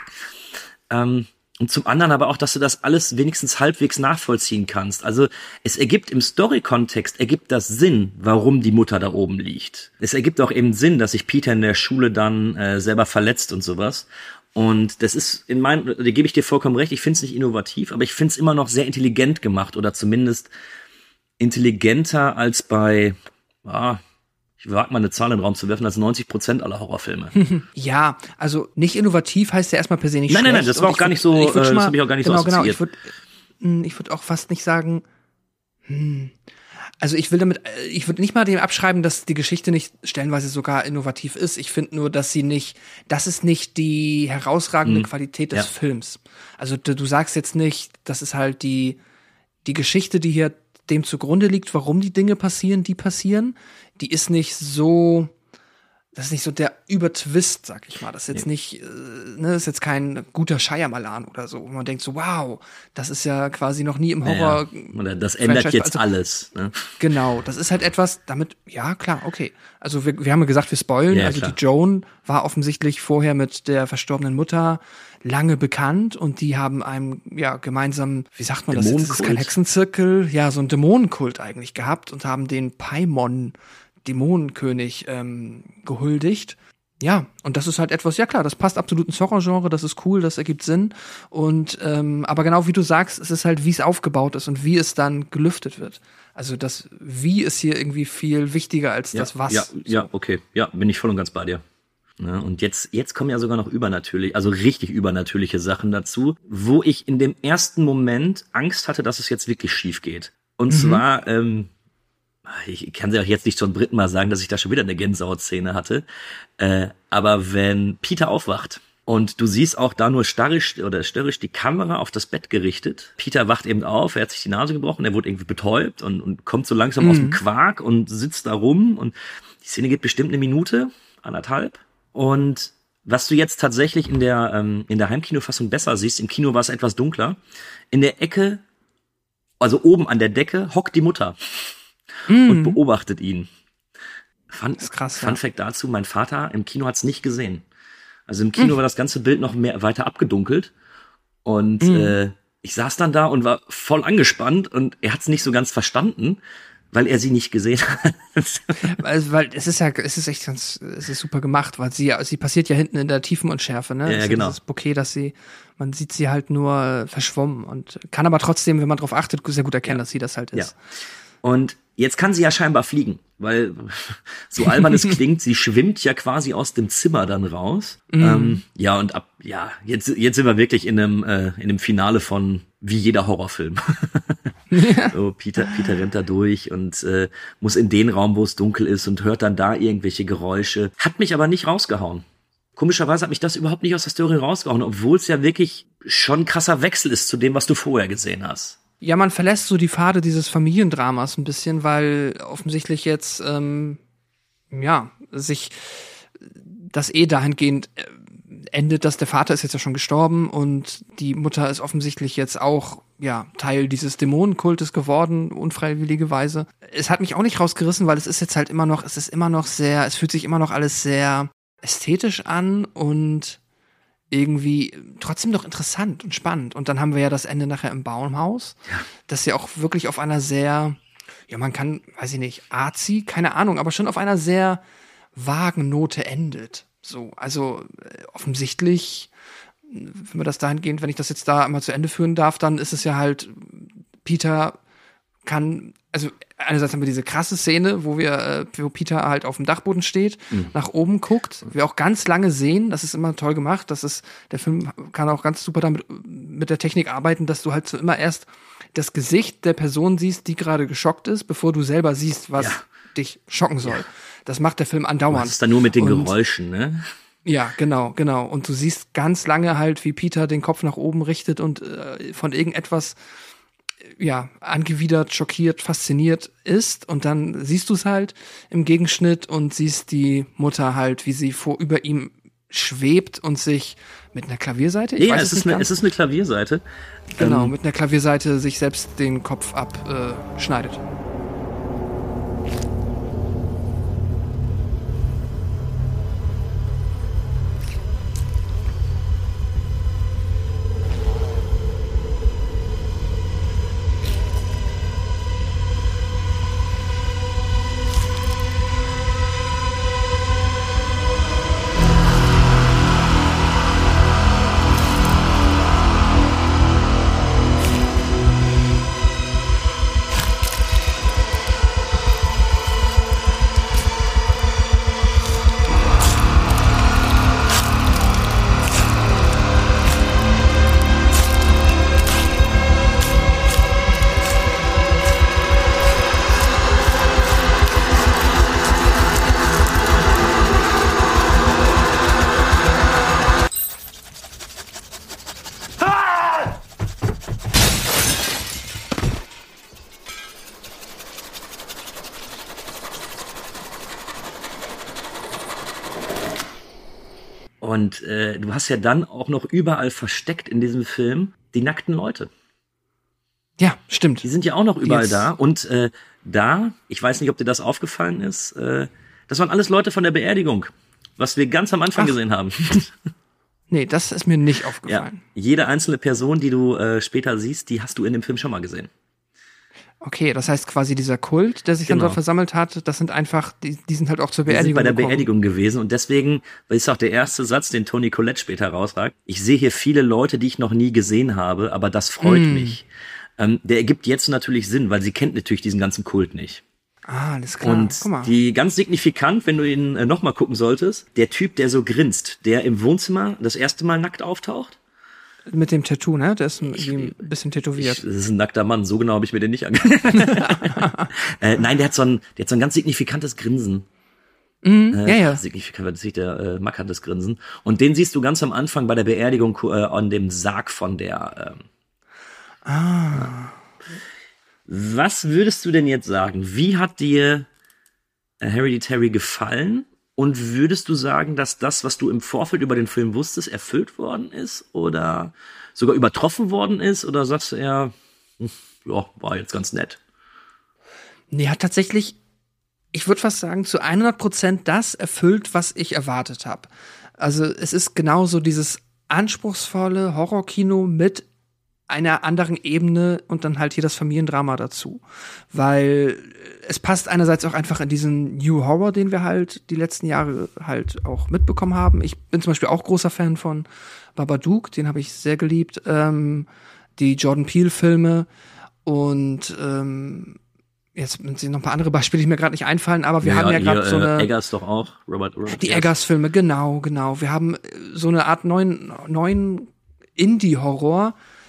ah! ähm, und zum anderen aber auch, dass du das alles wenigstens halbwegs nachvollziehen kannst. Also es ergibt im Story-Kontext, ergibt das Sinn, warum die Mutter da oben liegt. Es ergibt auch eben Sinn, dass sich Peter in der Schule dann äh, selber verletzt und sowas. Und das ist in meinem, da gebe ich dir vollkommen recht, ich finde es nicht innovativ, aber ich finde es immer noch sehr intelligent gemacht oder zumindest intelligenter als bei, ah, ich wage mal eine Zahl in den Raum zu werfen, als neunzig Prozent aller Horrorfilme. Ja, also nicht innovativ heißt ja erstmal per se nicht nein, schlecht. Nein, nein, das war auch gar nicht so, äh, das habe ich auch gar nicht genau, so assoziiert. Genau, ich würde ich würd auch fast nicht sagen, hm, also ich will damit, ich würde nicht mal dem abschreiben, dass die Geschichte nicht stellenweise sogar innovativ ist. Ich finde nur, dass sie nicht, das ist nicht die herausragende hm. Qualität des ja. Films. Also du, du sagst jetzt nicht, das ist halt die, die Geschichte, die hier dem zugrunde liegt, warum die Dinge passieren, die passieren, die ist nicht so, das ist nicht so der Übertwist, sag ich mal. Das ist jetzt ja. nicht, äh, ne, das ist jetzt kein guter Shyamalan oder so, wo man denkt so, wow, das ist ja quasi noch nie im Horror. Ja, das ändert Franchise. Jetzt also, alles. Ne? Genau, das ist halt etwas, damit, ja klar, okay. Also wir, wir haben ja gesagt, wir spoilen. Ja, also klar. Die Joan war offensichtlich vorher mit der verstorbenen Mutter lange bekannt und die haben einen, ja, gemeinsam, wie sagt man das jetzt? Das ist kein Hexenzirkel, ja, so einen Dämonenkult eigentlich gehabt und haben den Paimon, Dämonenkönig, ähm, gehuldigt. Ja, und das ist halt etwas, ja klar, das passt absolut ins Horrorgenre, das ist cool, das ergibt Sinn. Und ähm, aber genau wie du sagst, es ist halt, wie es aufgebaut ist und wie es dann gelüftet wird. Also das Wie ist hier irgendwie viel wichtiger als ja, das Was. Ja, so. ja, okay. Ja, bin ich voll und ganz bei dir. Ja, und jetzt, jetzt kommen ja sogar noch übernatürlich, also richtig übernatürliche Sachen dazu, wo ich in dem ersten Moment Angst hatte, dass es jetzt wirklich schief geht. Und mhm. zwar, ähm, ich kann ja auch jetzt nicht zum dritten Mal sagen, dass ich da schon wieder eine Gänsehaut-Szene hatte, äh, aber wenn Peter aufwacht und du siehst auch da nur starrisch oder störrisch die Kamera auf das Bett gerichtet. Peter wacht eben auf, er hat sich die Nase gebrochen, er wurde irgendwie betäubt und, und kommt so langsam mhm. aus dem Quark und sitzt da rum und die Szene geht bestimmt eine Minute, anderthalb. Und was du jetzt tatsächlich in der ähm, in der Heimkinofassung besser siehst, im Kino war es etwas dunkler, in der Ecke, also oben an der Decke, hockt die Mutter mm. und beobachtet ihn. Fun, das ist krass, Fun ja. Fact dazu, mein Vater im Kino hat es nicht gesehen. Also im Kino mm. war das ganze Bild noch mehr weiter abgedunkelt und mm. äh, ich saß dann da und war voll angespannt und er hat es nicht so ganz verstanden, weil er sie nicht gesehen hat. Also, weil es ist ja, es ist echt ganz, es ist super gemacht, weil sie, sie passiert ja hinten in der Tiefenunschärfe, ne? Ja, das genau. Das Bouquet, dass sie, man sieht sie halt nur verschwommen und kann aber trotzdem, wenn man drauf achtet, sehr gut erkennen, ja. dass sie das halt ist. Ja. Und jetzt kann sie ja scheinbar fliegen, weil so albern es klingt, sie schwimmt ja quasi aus dem Zimmer dann raus. Mm. Ähm, ja, und ab, ja, jetzt, jetzt sind wir wirklich in einem, äh, in einem Finale von wie jeder Horrorfilm. Ja. So, Peter, Peter rennt da durch und äh, muss in den Raum, wo es dunkel ist und hört dann da irgendwelche Geräusche. Hat mich aber nicht rausgehauen. Komischerweise hat mich das überhaupt nicht aus der Story rausgehauen, obwohl es ja wirklich schon ein krasser Wechsel ist zu dem, was du vorher gesehen hast. Ja, man verlässt so die Pfade dieses Familiendramas ein bisschen, weil offensichtlich jetzt, ähm, ja, sich das eh dahingehend endet, dass der Vater ist jetzt ja schon gestorben und die Mutter ist offensichtlich jetzt auch, ja, Teil dieses Dämonenkultes geworden, unfreiwilligerweise. Es hat mich auch nicht rausgerissen, weil es ist jetzt halt immer noch, es ist immer noch sehr, es fühlt sich immer noch alles sehr ästhetisch an und irgendwie trotzdem doch interessant und spannend. Und dann haben wir ja das Ende nachher im Baumhaus, ja. das ja auch wirklich auf einer sehr, ja, man kann, weiß ich nicht, arzi, keine Ahnung, aber schon auf einer sehr vagen Note endet. So, also äh, offensichtlich wenn wir das dahingehend, wenn ich das jetzt da einmal zu Ende führen darf, dann ist es ja halt, Peter kann, also einerseits haben wir diese krasse Szene, wo wir, äh, wo Peter halt auf dem Dachboden steht, mhm. nach oben guckt, wir auch ganz lange sehen, das ist immer toll gemacht, das ist, der Film kann auch ganz super damit, mit der Technik arbeiten, dass du halt so immer erst das Gesicht der Person siehst, die gerade geschockt ist, bevor du selber siehst, was ja. dich schocken soll. Ja. Das macht der Film andauernd. Das ist dann nur mit den Und, Geräuschen, ne? Ja, genau, genau. Und du siehst ganz lange halt, wie Peter den Kopf nach oben richtet und äh, von irgendetwas ja, angewidert, schockiert, fasziniert ist. Und dann siehst du es halt im Gegenschnitt und siehst die Mutter halt, wie sie vor über ihm schwebt und sich mit einer Klavierseite, ich ja, weiß es, es, ist nicht eine, es ist eine Klavierseite. Genau, ähm, mit einer Klavierseite sich selbst den Kopf abschneidet. Äh, Und äh, du hast ja dann auch noch überall versteckt in diesem Film die nackten Leute. Ja, stimmt. Die sind ja auch noch überall Jetzt. da. Und äh, da, ich weiß nicht, ob dir das aufgefallen ist, äh, das waren alles Leute von der Beerdigung, was wir ganz am Anfang Ach. gesehen haben. Nee, das ist mir nicht aufgefallen. Ja, jede einzelne Person, die du äh, später siehst, die hast du in dem Film schon mal gesehen. Okay, das heißt quasi dieser Kult, der sich genau. dann dort versammelt hat, das sind einfach, die, die sind halt auch zur Beerdigung gekommen. Die sind bei der gekommen. Beerdigung gewesen und deswegen, weil ist auch der erste Satz, den Toni Collette später rausragt. Ich sehe hier viele Leute, die ich noch nie gesehen habe, aber das freut mm. mich. Ähm, der ergibt jetzt natürlich Sinn, weil sie kennt natürlich diesen ganzen Kult nicht. Ah, alles klar. Und Guck mal. Die ganz signifikant, wenn du ihn äh, nochmal gucken solltest, der Typ, der so grinst, der im Wohnzimmer das erste Mal nackt auftaucht. Mit dem Tattoo, ne? Der ist ich, ein bisschen tätowiert. Ich, das ist ein nackter Mann, so genau habe ich mir den nicht angeguckt. äh, nein, der hat so ein, der hat so ein ganz signifikantes Grinsen. Mm, äh, ja, ja. Signifikant, das sieht der äh, markantes Grinsen. Und den siehst du ganz am Anfang bei der Beerdigung äh, an dem Sarg von der. Ähm, ah. Ja. Was würdest du denn jetzt sagen? Wie hat dir äh, Hereditary gefallen? Und würdest du sagen, dass das, was du im Vorfeld über den Film wusstest, erfüllt worden ist oder sogar übertroffen worden ist? Oder sagst du eher, ja, war jetzt ganz nett? Nee, hat tatsächlich, ich würde fast sagen, zu hundert Prozent das erfüllt, was ich erwartet habe. Also es ist genauso dieses anspruchsvolle Horrorkino mit einer anderen Ebene und dann halt hier das Familiendrama dazu. Weil es passt einerseits auch einfach in diesen New Horror, den wir halt die letzten Jahre halt auch mitbekommen haben. Ich bin zum Beispiel auch großer Fan von Babadook, den habe ich sehr geliebt. Ähm, die Jordan Peele-Filme und ähm, jetzt sind noch ein paar andere Beispiele, die mir gerade nicht einfallen, aber wir ja, haben ja gerade so eine... Eggers doch auch, Robert, Robert Die Eggers-Filme, genau, genau. Wir haben so eine Art neuen, neuen Indie-Horror,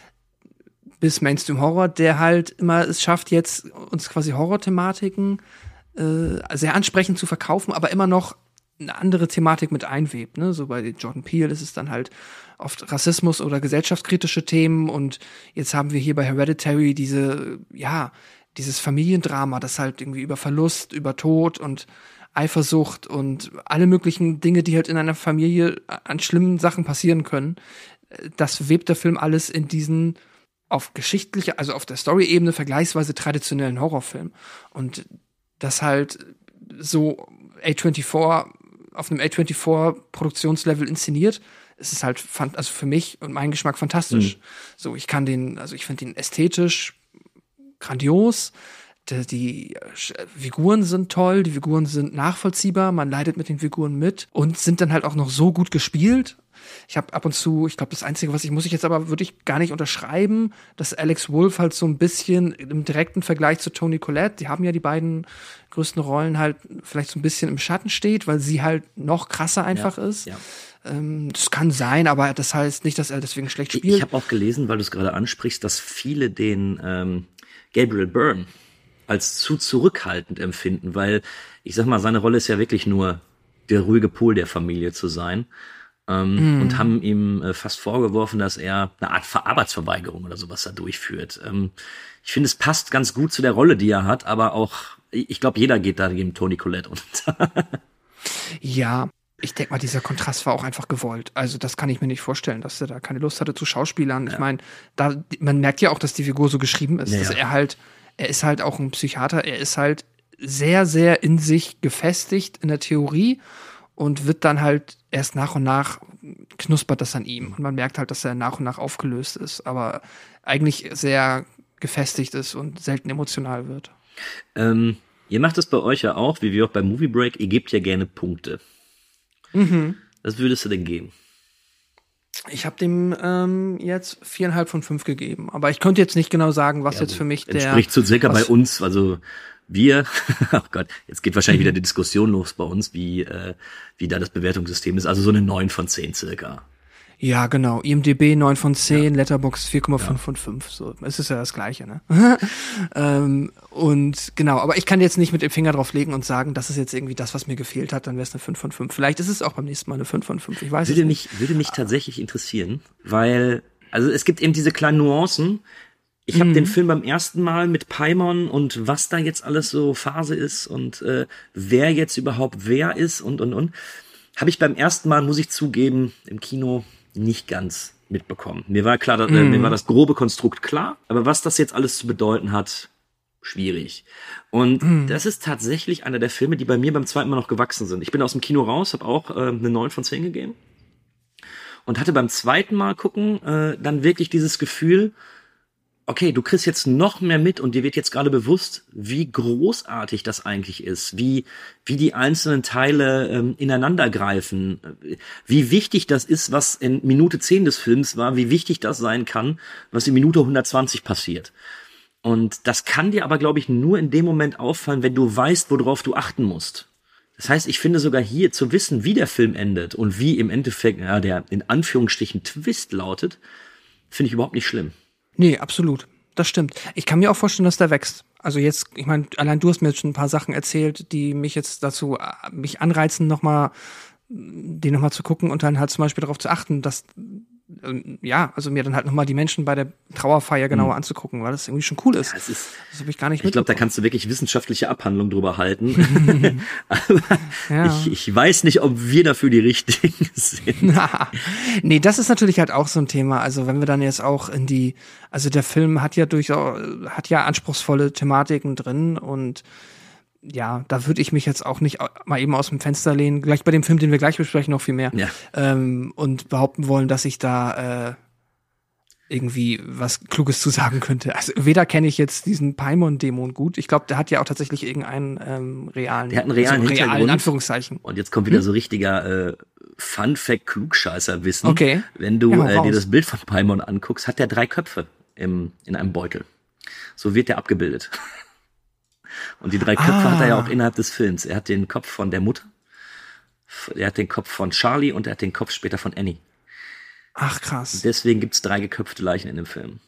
bis Mainstream-Horror, der halt immer es schafft, jetzt uns quasi Horror-Thematiken äh, sehr ansprechend zu verkaufen, aber immer noch eine andere Thematik mit einwebt. Ne? So bei Jordan Peele ist es dann halt oft Rassismus oder gesellschaftskritische Themen und jetzt haben wir hier bei Hereditary diese, ja, dieses Familiendrama, das halt irgendwie über Verlust, über Tod und Eifersucht und alle möglichen Dinge, die halt in einer Familie an schlimmen Sachen passieren können, das webt der Film alles in diesen auf geschichtlicher, also auf der Story-Ebene vergleichsweise traditionellen Horrorfilm. Und das halt so A vierundzwanzig, auf einem A vierundzwanzig-Produktionslevel inszeniert, es ist halt, also für mich und meinen Geschmack fantastisch. Mhm. So, ich kann den, also ich finde den ästhetisch grandios, die, die Figuren sind toll, die Figuren sind nachvollziehbar, man leidet mit den Figuren mit und sind dann halt auch noch so gut gespielt. ich habe ab und zu, ich glaube, das Einzige, was ich, muss ich jetzt aber wirklich gar nicht unterschreiben, dass Alex Wolff halt so ein bisschen im direkten Vergleich zu Toni Collette, die haben ja die beiden größten Rollen halt vielleicht so ein bisschen im Schatten steht, weil sie halt noch krasser einfach ja, ist. Ja. Ähm, das kann sein, aber das heißt nicht, dass er deswegen schlecht spielt. Ich habe auch gelesen, weil du es gerade ansprichst, dass viele den ähm, Gabriel Byrne als zu zurückhaltend empfinden, weil, ich sag mal, seine Rolle ist ja wirklich nur der ruhige Pol der Familie zu sein. Ähm, mm. Und haben ihm äh, fast vorgeworfen, dass er eine Art Arbeitsverweigerung oder sowas da durchführt. Ähm, ich finde, es passt ganz gut zu der Rolle, die er hat, aber auch, ich glaube, jeder geht da gegen Toni Collette unter. Ja, ich denke mal, dieser Kontrast war auch einfach gewollt. Also das kann ich mir nicht vorstellen, dass er da keine Lust hatte zu Schauspielern. Ja. Ich meine, da man merkt ja auch, dass die Figur so geschrieben ist, ja, dass er halt, er ist halt auch ein Psychiater, er ist halt sehr, sehr in sich gefestigt in der Theorie und wird dann halt erst nach und nach knuspert das an ihm. Und man merkt halt, dass er nach und nach aufgelöst ist, aber eigentlich sehr gefestigt ist und selten emotional wird. Ähm, ihr macht es bei euch ja auch, wie wir auch beim Movie Break, ihr gebt ja gerne Punkte. Mhm. Was würdest du denn geben? Ich habe dem ähm, jetzt viereinhalb von fünf gegeben, aber ich könnte jetzt nicht genau sagen, was ja, jetzt für mich der... Entspricht so circa bei uns, also wir, oh Gott, jetzt geht wahrscheinlich wieder die Diskussion los bei uns, wie äh, wie da das Bewertungssystem ist, also so eine neun von zehn circa. Ja, genau. I M D B neun von zehn, ja. Letterboxd vier Komma fünf ja. von fünf. So, es ist ja das Gleiche, ne? ähm, und genau, aber ich kann jetzt nicht mit dem Finger drauf legen und sagen, das ist jetzt irgendwie das, was mir gefehlt hat, dann wäre es eine fünf von fünf. Vielleicht ist es auch beim nächsten Mal eine fünf von fünf. Ich weiß würde es mich, nicht. Würde mich tatsächlich interessieren, weil, also es gibt eben diese kleinen Nuancen. Ich habe mhm. den Film beim ersten Mal mit Paimon und was da jetzt alles so Phase ist und äh, wer jetzt überhaupt wer ist und, und, und, habe ich beim ersten Mal, muss ich zugeben, im Kino nicht ganz mitbekommen. Mir war klar, dass, mm. äh, mir war das grobe Konstrukt klar, aber was das jetzt alles zu bedeuten hat, schwierig. Und mm. das ist tatsächlich einer der Filme, die bei mir beim zweiten Mal noch gewachsen sind. Ich bin aus dem Kino raus, habe auch äh, eine neun von zehn gegeben und hatte beim zweiten Mal gucken äh, dann wirklich dieses Gefühl, okay, du kriegst jetzt noch mehr mit und dir wird jetzt gerade bewusst, wie großartig das eigentlich ist, wie wie die einzelnen Teile ähm, ineinander greifen, wie wichtig das ist, was in Minute zehn des Films war, wie wichtig das sein kann, was in Minute hundertzwanzig passiert. Und das kann dir aber, glaube ich, nur in dem Moment auffallen, wenn du weißt, worauf du achten musst. Das heißt, ich finde sogar hier zu wissen, wie der Film endet und wie im Endeffekt ja, der in Anführungsstrichen Twist lautet, finde ich überhaupt nicht schlimm. Nee, absolut. Das stimmt. Ich kann mir auch vorstellen, dass der wächst. Also jetzt, ich meine, allein du hast mir jetzt schon ein paar Sachen erzählt, die mich jetzt dazu, mich anreizen, nochmal, den nochmal zu gucken und dann halt zum Beispiel darauf zu achten, dass, äh, ja, also mir dann halt nochmal die Menschen bei der Trauerfeier genauer mhm. anzugucken, weil das irgendwie schon cool ist. Ja, es ist das habe ich gar nicht Ich glaube, da kannst du wirklich wissenschaftliche Abhandlungen drüber halten. Aber ja. ich, ich weiß nicht, ob wir dafür die Richtigen sind. Na, nee, das ist natürlich halt auch so ein Thema. Also wenn wir dann jetzt auch in die, also der Film hat ja durchaus, hat ja anspruchsvolle Thematiken drin und ja, da würde ich mich jetzt auch nicht mal eben aus dem Fenster lehnen, gleich bei dem Film, den wir gleich besprechen, noch viel mehr, ja. ähm, und behaupten wollen, dass ich da äh, irgendwie was Kluges zu sagen könnte. Also weder kenne ich jetzt diesen Paimon-Dämon gut. Ich glaube, der hat ja auch tatsächlich irgendeinen ähm, realen, der hat einen realen also Hintergrund. Realen, Anführungszeichen. Und jetzt kommt wieder hm? so richtiger äh, Fun-Fact-Klugscheißer-Wissen. Okay. Wenn du ja, äh, dir das Bild von Paimon anguckst, hat der drei Köpfe im, in einem Beutel. So wird der abgebildet. Und die drei Köpfe ah. hat er ja auch innerhalb des Films. Er hat den Kopf von der Mutter, er hat den Kopf von Charlie und er hat den Kopf später von Annie. Ach, krass. Und deswegen gibt's drei geköpfte Leichen in dem Film.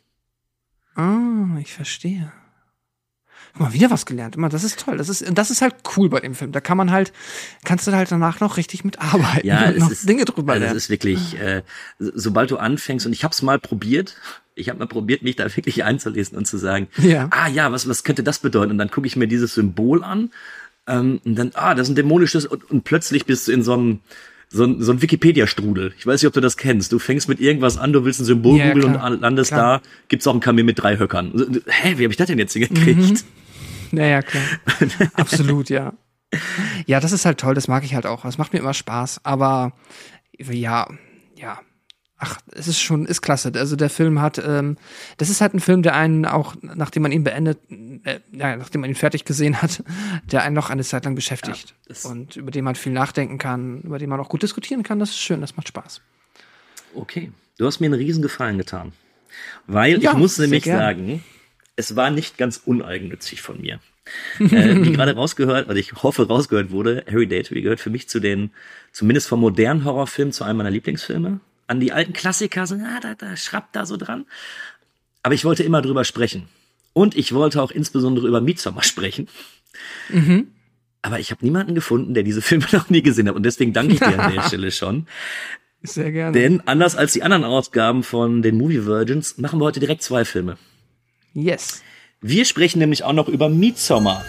Ah, ich verstehe. Mal wieder was gelernt. Immer, das ist toll. Das ist, das ist halt cool bei dem Film. Da kann man halt, kannst du halt danach noch richtig mitarbeiten ja, und noch ist, Dinge drüber also lernen. Das ist wirklich, äh, sobald du anfängst, und ich hab's mal probiert, ich habe mal probiert, mich da wirklich einzulesen und zu sagen, ja. ah ja, was, was könnte das bedeuten? Und dann gucke ich mir dieses Symbol an ähm, und dann, ah, das ist ein dämonisches, und, und plötzlich bist du in so einem So ein, so ein Wikipedia-Strudel. Ich weiß nicht, ob du das kennst. Du fängst mit irgendwas an, du willst ein Symbol ja, googeln klar. und landest klar. da, gibt's auch ein Kamel mit drei Höckern. Hä, wie habe ich das denn jetzt hingekriegt? Mhm. Naja, klar. Absolut, ja. Ja, das ist halt toll, das mag ich halt auch. Das macht mir immer Spaß. Aber ja, ja. ach, es ist schon, ist klasse. Also der Film hat, ähm, das ist halt ein Film, der einen auch, nachdem man ihn beendet, äh, ja, nachdem man ihn fertig gesehen hat, der einen noch eine Zeit lang beschäftigt. Ja, und über den man viel nachdenken kann, über den man auch gut diskutieren kann. Das ist schön, das macht Spaß. Okay, du hast mir einen riesen Gefallen getan. Weil ja, ich muss nämlich sagen, es war nicht ganz uneigennützig von mir. äh, wie gerade rausgehört, also ich hoffe rausgehört wurde, Hereditary gehört für mich zu den, zumindest vom modernen Horrorfilm, zu einem meiner Lieblingsfilme. An die alten Klassiker, so, na, da, da schrappt da so dran. Aber ich wollte immer drüber sprechen. Und ich wollte auch insbesondere über Midsommar sprechen. Mhm. Aber ich habe niemanden gefunden, der diese Filme noch nie gesehen hat. Und deswegen danke ich dir an der Stelle schon. Sehr gerne. Denn anders als die anderen Ausgaben von den Movie Virgins machen wir heute direkt zwei Filme. Yes. Wir sprechen nämlich auch noch über Midsommar.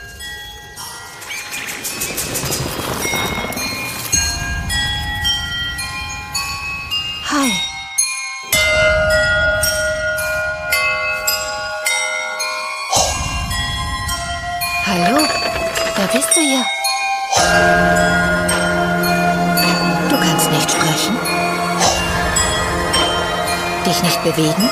Hi. Hallo, da bist du ja. Du kannst nicht sprechen, dich nicht bewegen.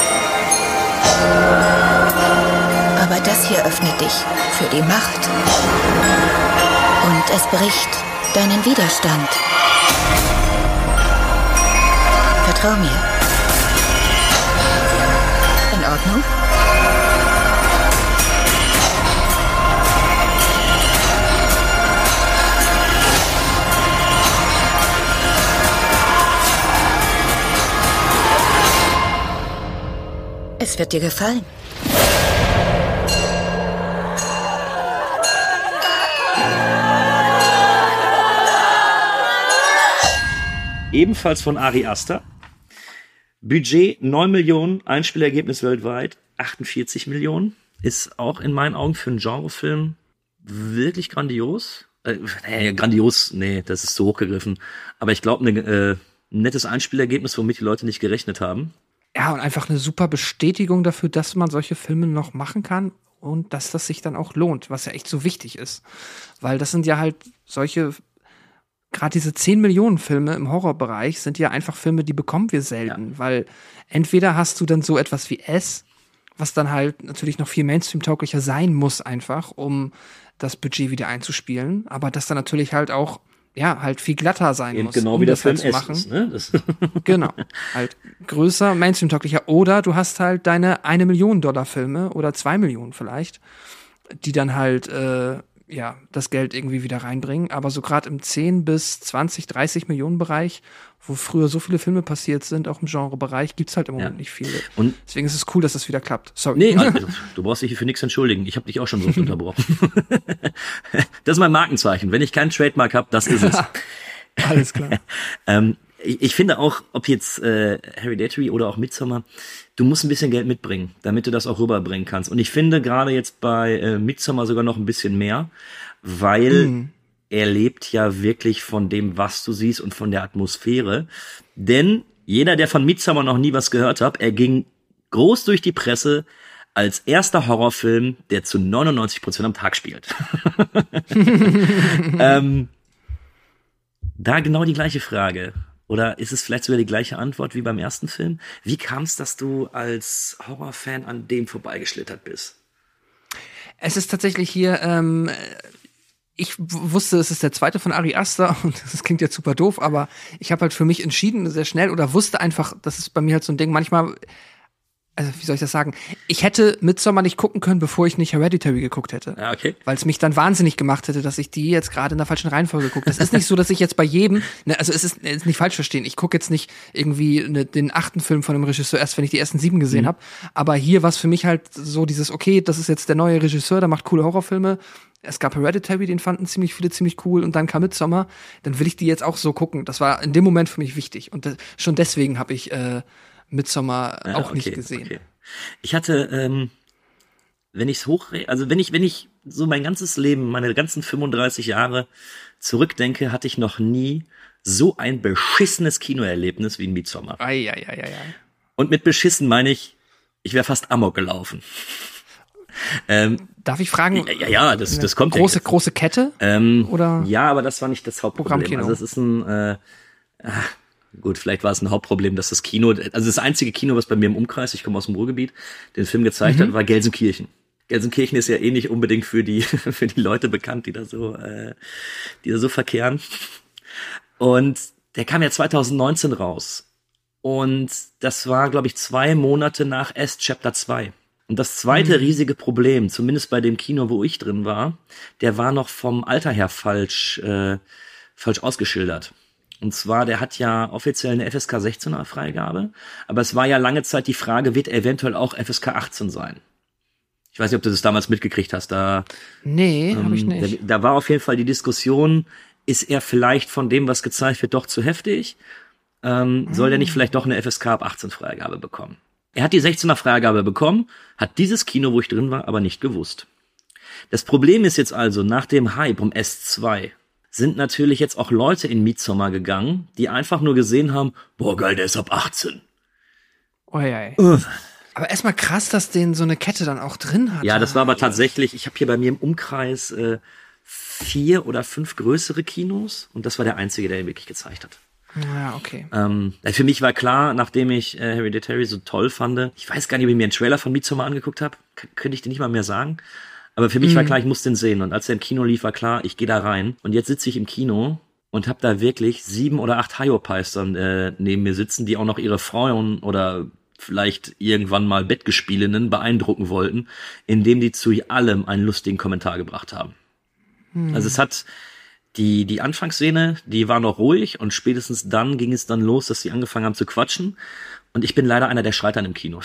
Aber das hier öffnet dich für die Macht. Und es bricht deinen Widerstand. Vertrau mir. In Ordnung? Es wird dir gefallen. Ebenfalls von Ari Aster. Budget neun Millionen, Einspielergebnis weltweit achtundvierzig Millionen. Ist auch in meinen Augen für einen Genrefilm wirklich grandios. Äh, nee, grandios, nee, das ist zu hochgegriffen. Aber ich glaube, ne, äh, ein nettes Einspielergebnis, womit die Leute nicht gerechnet haben. Ja, und einfach eine super Bestätigung dafür, dass man solche Filme noch machen kann und dass das sich dann auch lohnt, was ja echt so wichtig ist. Weil das sind ja halt solche, gerade diese zehn Millionen Filme im Horrorbereich sind ja einfach Filme, die bekommen wir selten. Ja. Weil entweder hast du dann so etwas wie S, was dann halt natürlich noch viel Mainstream-tauglicher sein muss einfach, um das Budget wieder einzuspielen. Aber das dann natürlich halt auch ja, halt viel glatter sein Eben muss, genau um wie der das halt Film zu S machen. ist, ne? Das Genau. Halt größer, Mainstream-tauglicher. Oder du hast halt deine eine Million Dollar Filme oder zwei Millionen vielleicht, die dann halt, äh, ja, das Geld irgendwie wieder reinbringen. Aber so gerade im zehn bis zwanzig, dreißig Millionen Bereich, wo früher so viele Filme passiert sind, auch im Genrebereich, gibt's halt im Moment ja. nicht viele. Und deswegen ist es cool, dass das wieder klappt. Sorry. Nee, also, du brauchst dich hier für nichts entschuldigen. Ich habe dich auch schon so oft unterbrochen. Das ist mein Markenzeichen. Wenn ich keinen Trademark habe, das ist es. Alles klar. ähm, ich, ich finde auch, ob jetzt äh, Hereditary oder auch Midsommar, du musst ein bisschen Geld mitbringen, damit du das auch rüberbringen kannst. Und ich finde gerade jetzt bei äh, Midsommar sogar noch ein bisschen mehr, weil mhm. er lebt ja wirklich von dem, was du siehst und von der Atmosphäre. Denn jeder, der von Midsommar noch nie was gehört hat, er ging groß durch die Presse als erster Horrorfilm, der zu neunundneunzig Prozent am Tag spielt. ähm, Da genau die gleiche Frage. Oder ist es vielleicht sogar die gleiche Antwort wie beim ersten Film? Wie kam es, dass du als Horrorfan an dem vorbeigeschlittert bist? Es ist tatsächlich hier, ähm, ich w- wusste, es ist der zweite von Ari Aster und das klingt jetzt super doof, aber ich habe halt für mich entschieden, sehr schnell, oder wusste einfach, das ist bei mir halt so ein Ding, manchmal, also wie soll ich das sagen? Ich hätte Midsommar nicht gucken können, bevor ich nicht Hereditary geguckt hätte. Ja, okay. Weil es mich dann wahnsinnig gemacht hätte, dass ich die jetzt gerade in der falschen Reihenfolge gucke. Es ist nicht so, dass ich jetzt bei jedem, ne, also es ist, es ist nicht falsch verstehen, ich gucke jetzt nicht irgendwie ne, den achten Film von einem Regisseur erst, wenn ich die ersten sieben gesehen mhm. habe. Aber hier war es für mich halt so dieses, okay, das ist jetzt der neue Regisseur, der macht coole Horrorfilme. Es gab Hereditary, den fanden ziemlich viele ziemlich cool, und dann kam Midsommar. Dann will ich die jetzt auch so gucken. Das war in dem Moment für mich wichtig. Und das, schon deswegen habe ich äh, Midsommar ja, auch okay, nicht gesehen. Okay. Ich hatte, ähm, wenn ich's hoch, also wenn ich, wenn ich so mein ganzes Leben, meine ganzen fünfunddreißig Jahre zurückdenke, hatte ich noch nie so ein beschissenes Kinoerlebnis wie in Midsommar. Ei, ei, ei, ei, ei. Und mit beschissen meine ich, ich wäre fast amok gelaufen. ähm, Darf ich fragen? Ja, ja, das, das kommt große, ja große Kette? Ähm, oder? Ja, aber das war nicht das Hauptproblem. Programmkino. Also es ist ein, äh, gut, vielleicht war es ein Hauptproblem, dass das Kino, also das einzige Kino, was bei mir im Umkreis, ich komme aus dem Ruhrgebiet, den Film gezeigt mhm. hat, war Gelsenkirchen. Gelsenkirchen ist ja eh nicht unbedingt für die für die Leute bekannt, die da so äh, die da so verkehren. Und der kam ja zwanzig neunzehn raus. Und das war, glaube ich, zwei Monate nach S Chapter zwei. Und das zweite mhm. riesige Problem, zumindest bei dem Kino, wo ich drin war, der war noch vom Alter her falsch äh, falsch ausgeschildert. Und zwar, der hat ja offiziell eine F S K sechzehner Freigabe, aber es war ja lange Zeit die Frage, wird er eventuell auch F S K achtzehn sein? Ich weiß nicht, ob du das damals mitgekriegt hast. Da, nee, ähm, habe ich nicht. Da, da war auf jeden Fall die Diskussion, ist er vielleicht von dem, was gezeigt wird, doch zu heftig? Ähm, mhm. Soll der nicht vielleicht doch eine F S K ab achtzehn Freigabe bekommen? Er hat die sechzehner Freigabe bekommen, hat dieses Kino, wo ich drin war, aber nicht gewusst. Das Problem ist jetzt also, nach dem Hype um S zwei sind natürlich jetzt auch Leute in Midsommar gegangen, die einfach nur gesehen haben, boah geil, der ist ab achtzehn. Oh ja. Uh. Aber erstmal krass, dass den so eine Kette dann auch drin hat. Ja, das war aber tatsächlich, ich habe hier bei mir im Umkreis äh, vier oder fünf größere Kinos und das war der einzige, der ihn wirklich gezeigt hat. Ja, okay. Ähm, für mich war klar, nachdem ich äh, Hereditary so toll fand, ich weiß gar nicht, wie ich mir einen Trailer von Midsommar angeguckt habe, k- könnte ich dir nicht mal mehr sagen, aber für mich mhm. war klar, ich muss den sehen und als er im Kino lief, war klar, ich gehe da rein und jetzt sitze ich im Kino und habe da wirklich sieben oder acht Hyopies dann äh, neben mir sitzen, die auch noch ihre Frauen oder vielleicht irgendwann mal Bettgespielinnen beeindrucken wollten, indem die zu allem einen lustigen Kommentar gebracht haben. Hm. Also es hat die die Anfangsszene, die war noch ruhig und spätestens dann ging es dann los, dass sie angefangen haben zu quatschen und ich bin leider einer der Schreitern im Kino.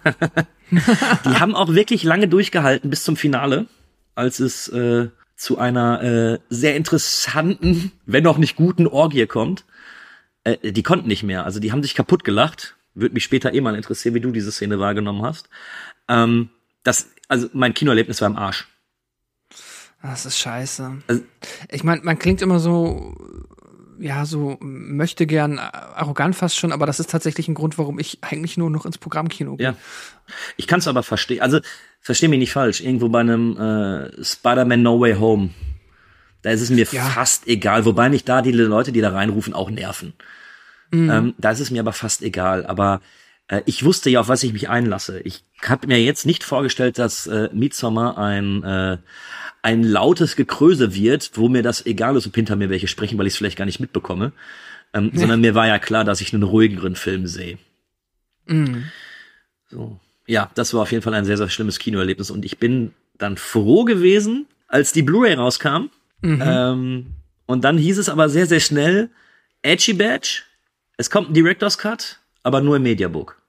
Die haben auch wirklich lange durchgehalten bis zum Finale, als es äh, zu einer äh, sehr interessanten, wenn auch nicht guten Orgie kommt. Äh, die konnten nicht mehr, also die haben sich kaputt gelacht. Würde mich später eh mal interessieren, wie du diese Szene wahrgenommen hast. Ähm, das, also mein Kinoerlebnis war im Arsch. Das ist scheiße. Also, ich meine, man klingt immer so, ja, so möchte gern arrogant fast schon, aber das ist tatsächlich ein Grund, warum ich eigentlich nur noch ins Programmkino gehe. Ja, ich kann es aber verstehen. Also versteh mich nicht falsch. Irgendwo bei einem äh, Spider-Man No Way Home, da ist es mir ja. fast egal. Wobei mich da die Leute, die da reinrufen, auch nerven. Mhm. Ähm, da ist es mir aber fast egal. Aber äh, ich wusste ja, auf was ich mich einlasse. Ich habe mir jetzt nicht vorgestellt, dass äh, Midsommar ein äh, ein lautes Gekröse wird, wo mir das egal ist, ob hinter mir welche sprechen, weil ich es vielleicht gar nicht mitbekomme. Ähm, ja. Sondern mir war ja klar, dass ich einen ruhigeren Film sehe. Mhm. So. Ja, das war auf jeden Fall ein sehr, sehr schlimmes Kinoerlebnis. Und ich bin dann froh gewesen, als die Blu-ray rauskam. Mhm. Ähm, und dann hieß es aber sehr, sehr schnell, Edgy Badge, es kommt ein Director's Cut, aber nur im Mediabook.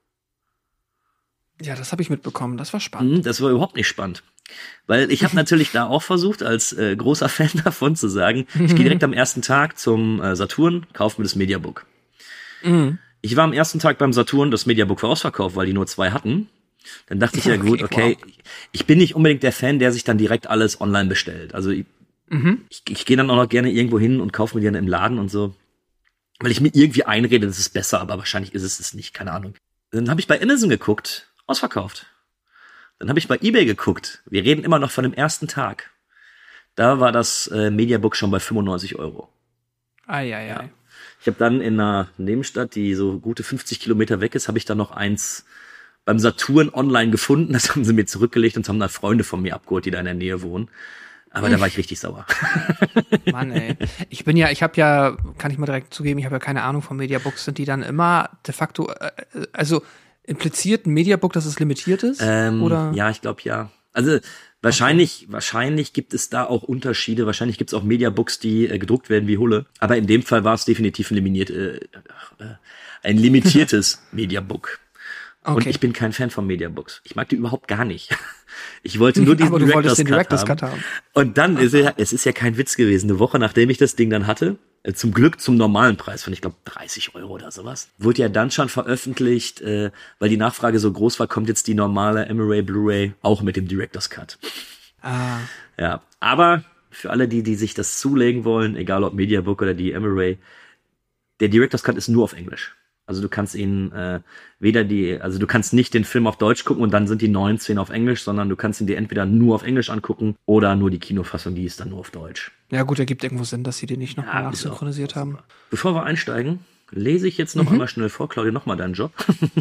Ja, das habe ich mitbekommen. Das war spannend. Das war überhaupt nicht spannend. Weil ich habe natürlich da auch versucht, als äh, großer Fan davon zu sagen, ich gehe direkt am ersten Tag zum äh, Saturn, kaufe mir das Mediabook. Mhm. Ich war am ersten Tag beim Saturn, das Mediabook war ausverkauft, weil die nur zwei hatten. Dann dachte ich ja, gut, okay, wow. Ich bin nicht unbedingt der Fan, der sich dann direkt alles online bestellt. Also ich, mhm. ich, ich gehe dann auch noch gerne irgendwo hin und kaufe mir die dann im Laden und so. Weil ich mir irgendwie einrede, das ist besser, aber wahrscheinlich ist es es nicht, keine Ahnung. Dann habe ich bei Amazon geguckt, ausverkauft. Dann habe ich bei eBay geguckt. Wir reden immer noch von dem ersten Tag. Da war das äh, Mediabook schon bei fünfundneunzig Euro. Ei, ei, ja. ei. Ich habe dann in einer Nebenstadt, die so gute fünfzig Kilometer weg ist, habe ich dann noch eins beim Saturn online gefunden. Das haben sie mir zurückgelegt und haben dann Freunde von mir abgeholt, die da in der Nähe wohnen. Aber da war ich richtig sauer. Mann, ey. Ich bin ja, ich habe ja, kann ich mal direkt zugeben, ich habe ja keine Ahnung von Mediabooks. Sind die dann immer de facto, äh, also impliziert ein Mediabook, dass es limitiert ist? Ähm, oder? Ja, ich glaube ja. Also wahrscheinlich, okay. wahrscheinlich gibt es da auch Unterschiede. Wahrscheinlich gibt es auch Mediabooks, die äh, gedruckt werden wie Hulle. Aber in dem Fall war es definitiv ein, limitiert, äh, äh, ein limitiertes Mediabook. Okay. Und ich bin kein Fan von Mediabooks. Ich mag die überhaupt gar nicht. Ich wollte nur diesen Director's, den Director's Cut, Cut haben. Und dann ist ja, es ist ja kein Witz gewesen. Eine Woche nachdem ich das Ding dann hatte, äh, zum Glück zum normalen Preis von, ich glaube, dreißig Euro oder sowas, wurde ja dann schon veröffentlicht, äh, weil die Nachfrage so groß war, kommt jetzt die normale Emery Blu-ray auch mit dem Director's Cut. Ah. Ja, aber für alle, die, die sich das zulegen wollen, egal ob Mediabook oder die Emery, der Director's Cut ist nur auf Englisch. Also du kannst ihn äh, weder die, also du kannst nicht den Film auf Deutsch gucken und dann sind die neuen Szenen auf Englisch, sondern du kannst ihn dir entweder nur auf Englisch angucken oder nur die Kinofassung, die ist dann nur auf Deutsch. Ja gut, ergibt irgendwo Sinn, dass sie den nicht noch ja, nachsynchronisiert haben. Bevor wir einsteigen, lese ich jetzt noch mhm. einmal schnell vor. Claudia, noch mal deinen Job.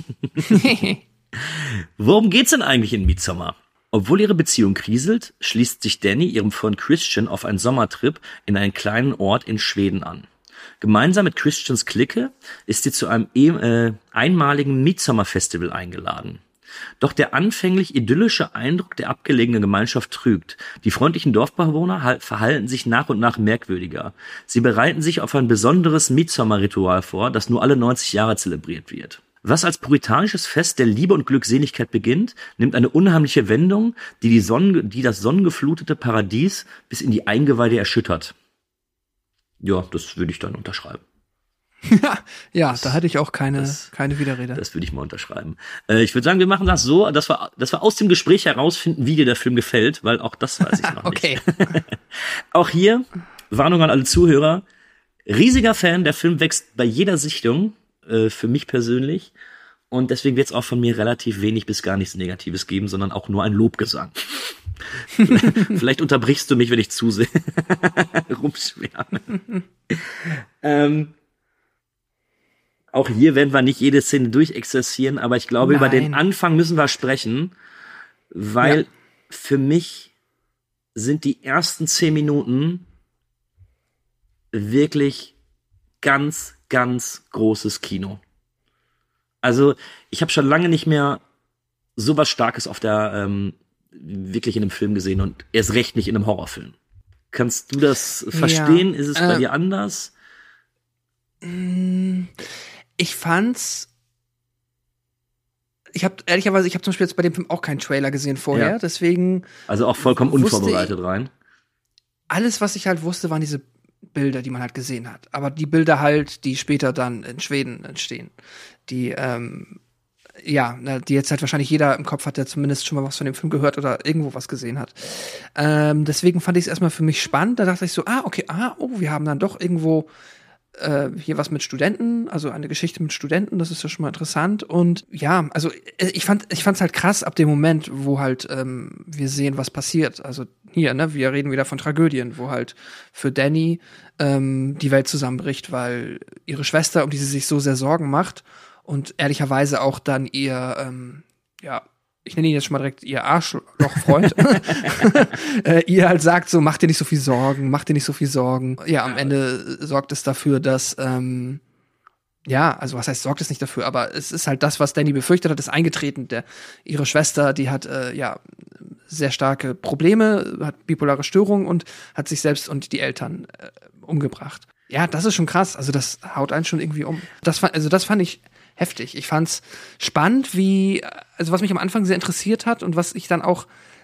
Worum geht's denn eigentlich in Midsommar? Obwohl ihre Beziehung kriselt, schließt sich Danny ihrem Freund Christian auf einen Sommertrip in einen kleinen Ort in Schweden an. Gemeinsam mit Christians Clique ist sie zu einem äh, einmaligen Midsommar-Festival eingeladen. Doch der anfänglich idyllische Eindruck der abgelegenen Gemeinschaft trügt. Die freundlichen Dorfbewohner verhalten sich nach und nach merkwürdiger. Sie bereiten sich auf ein besonderes Midsommar-Ritual vor, das nur alle neunzig Jahre zelebriert wird. Was als puritanisches Fest der Liebe und Glückseligkeit beginnt, nimmt eine unheimliche Wendung, die, die, Sonnen, die das sonnengeflutete Paradies bis in die Eingeweide erschüttert. Ja, das würde ich dann unterschreiben. ja, das, da hatte ich auch keine, das, keine Widerrede. Das würde ich mal unterschreiben. Äh, ich würde sagen, wir machen das so, dass wir, dass wir aus dem Gespräch herausfinden, wie dir der Film gefällt, weil auch das weiß ich noch okay. nicht. Auch hier, Warnung an alle Zuhörer, riesiger Fan, der Film wächst bei jeder Sichtung, äh, für mich persönlich. Und deswegen wird es auch von mir relativ wenig bis gar nichts Negatives geben, sondern auch nur ein Lobgesang. Vielleicht unterbrichst du mich, wenn ich zusehe. Rumschwärmen. ähm, auch hier werden wir nicht jede Szene durchexerzieren, aber ich glaube, Nein. über den Anfang müssen wir sprechen, weil ja. für mich sind die ersten zehn Minuten wirklich ganz, ganz großes Kino. Also ich habe schon lange nicht mehr so was Starkes auf der ähm, wirklich in einem Film gesehen und erst recht nicht in einem Horrorfilm. Kannst du das verstehen? Ja, Ist es äh, bei dir anders? Ich fand's ich habe ehrlicherweise, ich habe zum Beispiel jetzt bei dem Film auch keinen Trailer gesehen vorher, ja. deswegen also auch vollkommen unvorbereitet ich, rein. Alles, was ich halt wusste, waren diese Bilder, die man halt gesehen hat. Aber die Bilder halt, die später dann in Schweden entstehen. Die, ähm, ja, die jetzt halt wahrscheinlich jeder im Kopf hat, der zumindest schon mal was von dem Film gehört oder irgendwo was gesehen hat. Ähm, deswegen fand ich es erstmal für mich spannend. Da dachte ich so, ah, okay, ah, oh, wir haben dann doch irgendwo äh, hier was mit Studenten, also eine Geschichte mit Studenten, das ist ja schon mal interessant. Und ja, also ich fand ich fand's halt krass ab dem Moment, wo halt ähm, wir sehen, was passiert. Also hier, ne, wir reden wieder von Tragödien, wo halt für Danny ähm, die Welt zusammenbricht, weil ihre Schwester, um die sie sich so sehr Sorgen macht und ehrlicherweise auch dann ihr, ähm, ja, ich nenne ihn jetzt schon mal direkt ihr Arschlochfreund, äh, ihr halt sagt so, mach dir nicht so viel Sorgen, mach dir nicht so viel Sorgen. Ja, am Ende sorgt es dafür, dass, ähm, ja, also was heißt, sorgt es nicht dafür, aber es ist halt das, was Danny befürchtet hat, ist eingetreten. Der, ihre Schwester, die hat, äh, ja, sehr starke Probleme, hat bipolare Störungen und hat sich selbst und die Eltern äh, umgebracht. Ja, das ist schon krass. Also das haut einen schon irgendwie um. Das fand, also das fand ich heftig. Ich fand's spannend, wie, also was mich am Anfang sehr interessiert hat und was ich dann auch,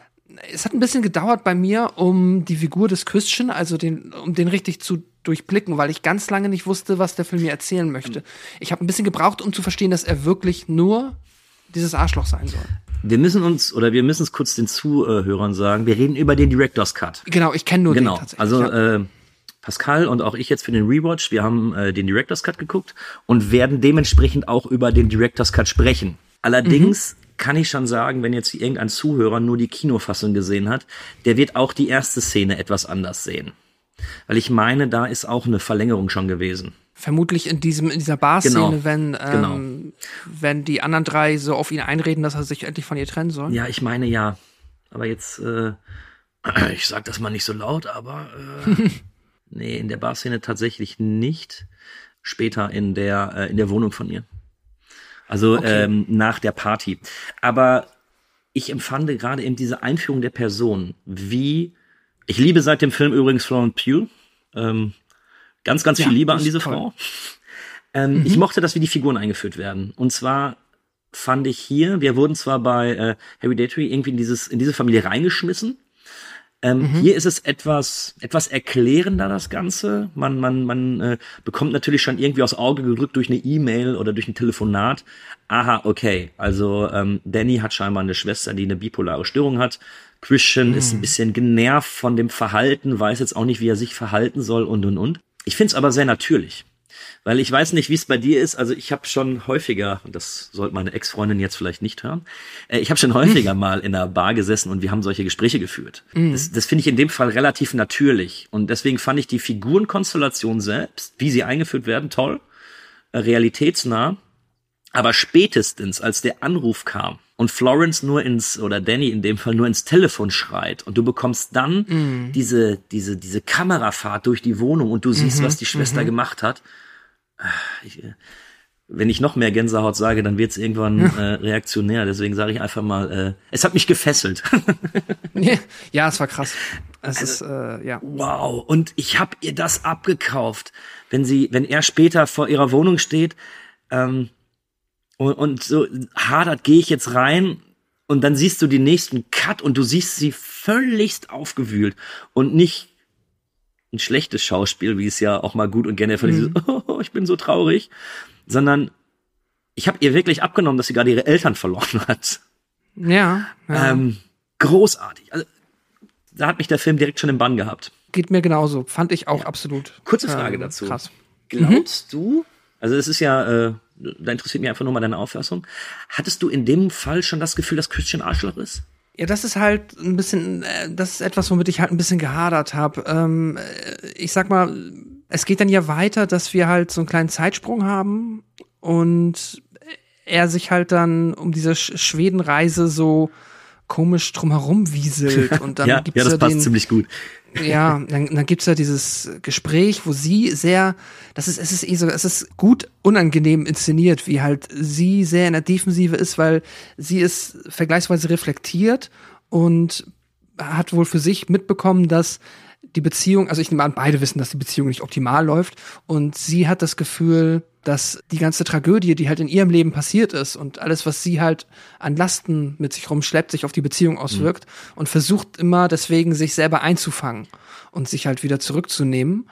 es hat ein bisschen gedauert bei mir, um die Figur des Christian, also den, um den richtig zu durchblicken, weil ich ganz lange nicht wusste, was der Film mir erzählen möchte. Ich habe ein bisschen gebraucht, um zu verstehen, dass er wirklich nur dieses Arschloch sein soll. Wir müssen uns, oder wir müssen es kurz den Zuhörern sagen, wir reden über den Director's Cut. Genau, ich kenne nur genau. den tatsächlich. Also, ja. äh, Pascal und auch ich jetzt für den Rewatch, wir haben äh, den Director's Cut geguckt und werden dementsprechend auch über den Director's Cut sprechen. Allerdings mhm. kann ich schon sagen, wenn jetzt irgendein Zuhörer nur die Kinofassung gesehen hat, der wird auch die erste Szene etwas anders sehen. Weil ich meine, da ist auch eine Verlängerung schon gewesen. Vermutlich in diesem in dieser Bar-Szene, genau. wenn ähm, genau. wenn die anderen drei so auf ihn einreden, dass er sich endlich von ihr trennen soll. Ja, ich meine ja. Aber jetzt, äh, ich sag das mal nicht so laut, aber äh, nee, in der Bar-Szene tatsächlich nicht. Später in der äh, in der Wohnung von ihr. Also okay. ähm, nach der Party. Aber ich empfand gerade eben diese Einführung der Person, wie ich liebe seit dem Film übrigens Florence Pugh. Ähm, ganz, ganz viel ja, Liebe an diese toll. Frau. Ähm, mhm. Ich mochte, dass wie die Figuren eingeführt werden. Und zwar fand ich hier, wir wurden zwar bei äh, Hereditary irgendwie in dieses in diese Familie reingeschmissen. Ähm, mhm. Hier ist es etwas etwas erklärender, das Ganze. Man man man äh, bekommt natürlich schon irgendwie aufs Auge gedrückt durch eine E-Mail oder durch ein Telefonat. Aha, okay. Also ähm, Danny hat scheinbar eine Schwester, die eine bipolare Störung hat. Christian mhm. ist ein bisschen genervt von dem Verhalten, weiß jetzt auch nicht, wie er sich verhalten soll und und und. Ich find's aber sehr natürlich. Weil ich weiß nicht, wie es bei dir ist. Also ich habe schon häufiger, und das sollte meine Ex-Freundin jetzt vielleicht nicht hören, äh, ich habe schon häufiger mal in einer Bar gesessen und wir haben solche Gespräche geführt. Mm. Das, das finde ich in dem Fall relativ natürlich. Und deswegen fand ich die Figurenkonstellation selbst, wie sie eingeführt werden, toll. realitätsnah. Aber spätestens, als der Anruf kam und Florence nur ins, oder Danny in dem Fall nur ins Telefon schreit und du bekommst dann mm. diese, diese, diese Kamerafahrt durch die Wohnung und du siehst, mm-hmm, was die Schwester mm-hmm. gemacht hat. Ich, wenn ich noch mehr Gänsehaut sage, dann wird's irgendwann äh, reaktionär. Deswegen sage ich einfach mal, äh, es hat mich gefesselt. Ja, es war krass. Es also, ist, äh, ja. Wow. Und ich habe ihr das abgekauft. Wenn sie, wenn er später vor ihrer Wohnung steht, ähm, Und, und so hadert, gehe ich jetzt rein und dann siehst du den nächsten Cut und du siehst sie völligst aufgewühlt und nicht ein schlechtes Schauspiel, wie es ja auch mal gut und gerne von mhm. dieses, oh, ich bin so traurig, sondern ich habe ihr wirklich abgenommen, dass sie gerade ihre Eltern verloren hat. Ja. ja. Ähm, großartig. Also, da hat mich der Film direkt schon im Bann gehabt. Geht mir genauso. Fand ich auch ja. absolut. Kurze Frage ähm, dazu. Krass. Glaubst mhm. du, also es ist ja, äh, da interessiert mich einfach nur mal deine Auffassung. Hattest du in dem Fall schon das Gefühl, dass Christian Arschloch ist? Ja, das ist halt ein bisschen, das ist etwas, womit ich halt ein bisschen gehadert habe. Ähm, ich sag mal, es geht dann ja weiter, dass wir halt so einen kleinen Zeitsprung haben und er sich halt dann um diese Sch- Schwedenreise so komisch drumherum wieselt. Und dann ja, gibt's ja, das ja passt den, ziemlich gut. Ja, dann, dann gibt's ja dieses Gespräch, wo sie sehr, das ist, es ist eh so, es ist gut unangenehm inszeniert, wie halt sie sehr in der Defensive ist, weil sie ist vergleichsweise reflektiert und hat wohl für sich mitbekommen, dass die Beziehung, also ich nehme an, beide wissen, dass die Beziehung nicht optimal läuft und sie hat das Gefühl, dass die ganze Tragödie, die halt in ihrem Leben passiert ist und alles, was sie halt an Lasten mit sich rumschleppt, sich auf die Beziehung auswirkt mhm. und versucht immer deswegen, sich selber einzufangen und sich halt wieder zurückzunehmen.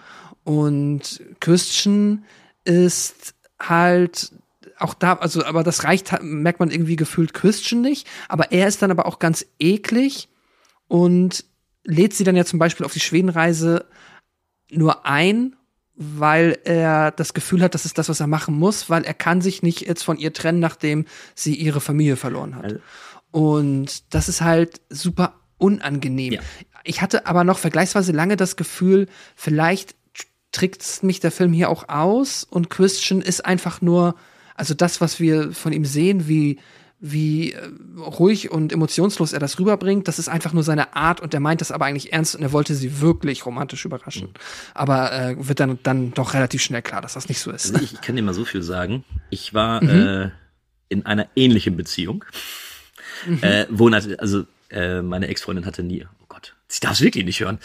Und Christian ist halt auch da, also, aber das reicht, merkt man irgendwie gefühlt Christian nicht, aber er ist dann aber auch ganz eklig und lädt sie dann ja zum Beispiel auf die Schwedenreise nur ein, weil er das Gefühl hat, das ist das, was er machen muss, weil er kann sich nicht jetzt von ihr trennen, nachdem sie ihre Familie verloren hat. Also. Und das ist halt super unangenehm. Ja. Ich hatte aber noch vergleichsweise lange das Gefühl, vielleicht trickst mich der Film hier auch aus und Christian ist einfach nur, also das, was wir von ihm sehen, wie wie ruhig und emotionslos er das rüberbringt, das ist einfach nur seine Art und er meint das aber eigentlich ernst und er wollte sie wirklich romantisch überraschen. Mhm. Aber äh, wird dann dann doch relativ schnell klar, dass das nicht so ist. Also ich, ich kann dir mal so viel sagen. Ich war mhm. äh, in einer ähnlichen Beziehung, mhm. äh, wo natürlich, also äh, meine Ex-Freundin hatte nie, oh Gott, ich darf es wirklich nicht hören.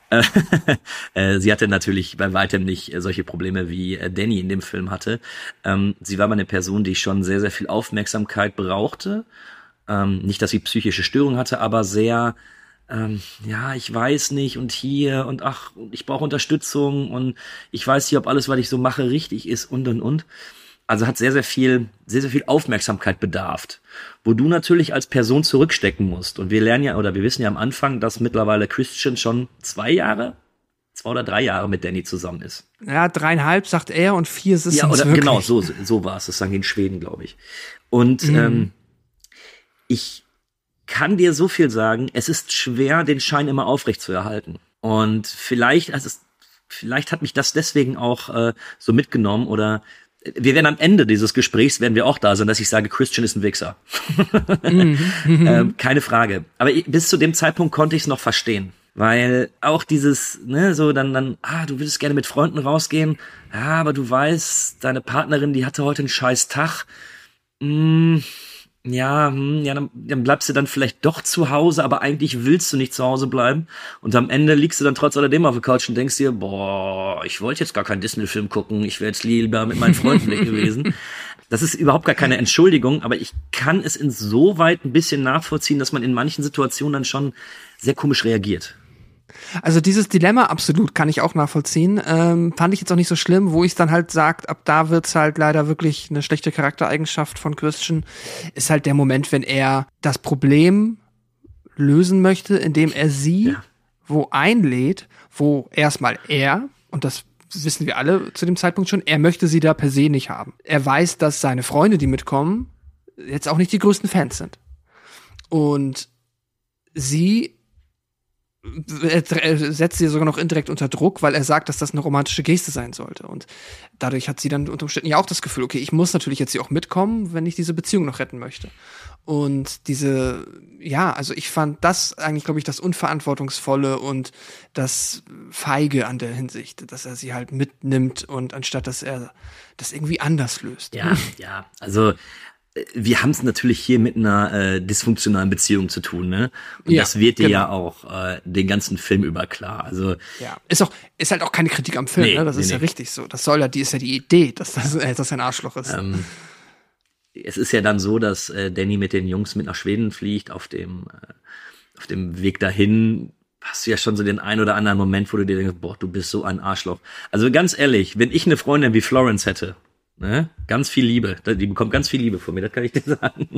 äh, sie hatte natürlich bei weitem nicht äh, solche Probleme wie äh, Danny in dem Film hatte. Ähm, sie war mal eine Person, die schon sehr, sehr viel Aufmerksamkeit brauchte. Ähm, nicht, dass sie psychische Störungen hatte, aber sehr, ähm, ja, ich weiß nicht und hier und ach, ich brauche Unterstützung und ich weiß nicht, ob alles, was ich so mache, richtig ist und und und. Also hat sehr, sehr viel, sehr, sehr viel Aufmerksamkeit bedarf, wo du natürlich als Person zurückstecken musst. Und wir lernen ja, oder wir wissen ja am Anfang, dass mittlerweile Christian schon zwei Jahre, zwei oder drei Jahre mit Danny zusammen ist. Ja, dreieinhalb, sagt er, und vier ist es ja, oder wirklich. Genau, so, so war es. Das sagen die in Schweden, glaube ich. Und mhm. ähm, ich kann dir so viel sagen, es ist schwer, den Schein immer aufrecht zu erhalten. Und vielleicht, also es, vielleicht hat mich das deswegen auch äh, so mitgenommen oder wir werden am Ende dieses Gesprächs, werden wir auch da sein, dass ich sage, Christian ist ein Wichser. mhm. ähm, keine Frage. Aber ich, bis zu dem Zeitpunkt konnte ich es noch verstehen. Weil auch dieses, ne, so dann, dann, ah, du würdest gerne mit Freunden rausgehen. Ja, aber du weißt, deine Partnerin, die hatte heute einen scheiß Tag. Mm, ja, hm, ja, dann, dann bleibst du dann vielleicht doch zu Hause, aber eigentlich willst du nicht zu Hause bleiben. Und am Ende liegst du dann trotz alledem auf der Couch und denkst dir, boah, ich wollte jetzt gar keinen Disney-Film gucken, ich wäre jetzt lieber mit meinen Freunden weg gewesen. Das ist überhaupt gar keine Entschuldigung, aber ich kann es insoweit ein bisschen nachvollziehen, dass man in manchen Situationen dann schon sehr komisch reagiert. Also dieses Dilemma absolut kann ich auch nachvollziehen. Ähm, fand ich jetzt auch nicht so schlimm, wo ich dann halt sagt, ab da wird's halt leider wirklich eine schlechte Charaktereigenschaft von Christian, ist halt der Moment, wenn er das Problem lösen möchte, indem er sie ja. wo einlädt, wo erstmal er, und das wissen wir alle zu dem Zeitpunkt schon, er möchte sie da per se nicht haben. Er weiß, dass seine Freunde, die mitkommen, jetzt auch nicht die größten Fans sind. Und sie er setzt sie sogar noch indirekt unter Druck, weil er sagt, dass das eine romantische Geste sein sollte. Und dadurch hat sie dann unter Umständen ja auch das Gefühl, okay, ich muss natürlich jetzt hier auch mitkommen, wenn ich diese Beziehung noch retten möchte. Und diese, ja, also ich fand das eigentlich, glaube ich, das Unverantwortungsvolle und das Feige an der Hinsicht, dass er sie halt mitnimmt und anstatt, dass er das irgendwie anders löst. Ja, ja, also wir haben es natürlich hier mit einer äh, dysfunktionalen Beziehung zu tun, ne? Und ja, das wird dir genau. ja auch äh, den ganzen Film über klar. Also ja, ist auch ist halt auch keine Kritik am Film, nee, ne? Das nee, ist ja nee. richtig so. Das soll ja, die ist ja die Idee, dass das, äh, dass ein Arschloch ist. Ähm, es ist ja dann so, dass äh, Danny mit den Jungs mit nach Schweden fliegt. Auf dem äh, auf dem Weg dahin hast du ja schon so den ein oder anderen Moment, wo du dir denkst, boah, du bist so ein Arschloch. Also ganz ehrlich, wenn ich eine Freundin wie Florence hätte, ne? Ganz viel Liebe. Die bekommt ganz viel Liebe von mir, das kann ich dir sagen.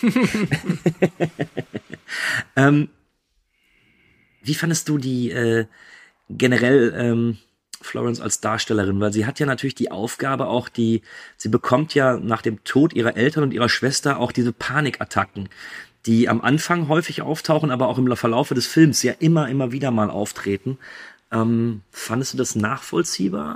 ähm, wie fandest du die äh, generell ähm, Florence als Darstellerin? Weil sie hat ja natürlich die Aufgabe auch, die sie bekommt ja nach dem Tod ihrer Eltern und ihrer Schwester auch diese Panikattacken, die am Anfang häufig auftauchen, aber auch im Verlaufe des Films ja immer, immer wieder mal auftreten. Ähm, fandest du das nachvollziehbar?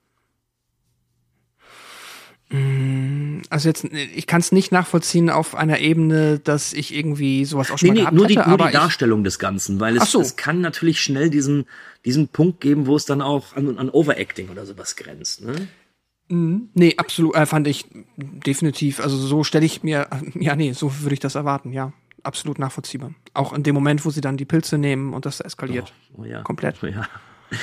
Also jetzt, ich kann es nicht nachvollziehen auf einer Ebene, dass ich irgendwie sowas auch schon nee, mal nee, gehabt nur hatte. Die, nur aber die Darstellung des Ganzen, weil es, so. es kann natürlich schnell diesen diesen Punkt geben, wo es dann auch an, an Overacting oder sowas grenzt. Ne? Mhm. Nee, absolut, äh, fand ich definitiv. Also so stelle ich mir, ja nee, so würde ich das erwarten, ja. Absolut nachvollziehbar. Auch in dem Moment, wo sie dann die Pilze nehmen und das eskaliert. Oh, oh ja. Komplett. Oh ja.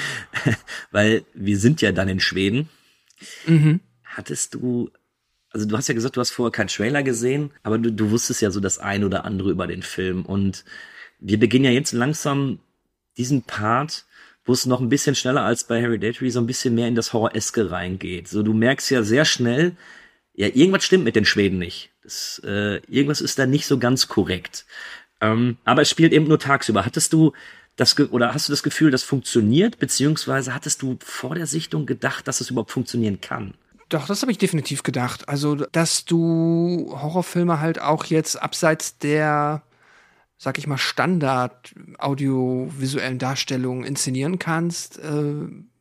Weil wir sind ja dann in Schweden. Mhm. Hattest du, also du hast ja gesagt, du hast vorher keinen Trailer gesehen, aber du, du wusstest ja so das ein oder andere über den Film. Und wir beginnen ja jetzt langsam diesen Part, wo es noch ein bisschen schneller als bei Hereditary so ein bisschen mehr in das Horror-eske reingeht. So, du merkst ja sehr schnell, ja, irgendwas stimmt mit den Schweden nicht. Das, äh, irgendwas ist da nicht so ganz korrekt. Ähm, aber es spielt eben nur tagsüber. Hattest du das, oder hast du das Gefühl, das funktioniert? Beziehungsweise hattest du vor der Sichtung gedacht, dass es überhaupt funktionieren kann? Doch, das habe ich definitiv gedacht. Also, dass du Horrorfilme halt auch jetzt abseits der, sag ich mal, Standard-audiovisuellen Darstellungen inszenieren kannst, äh,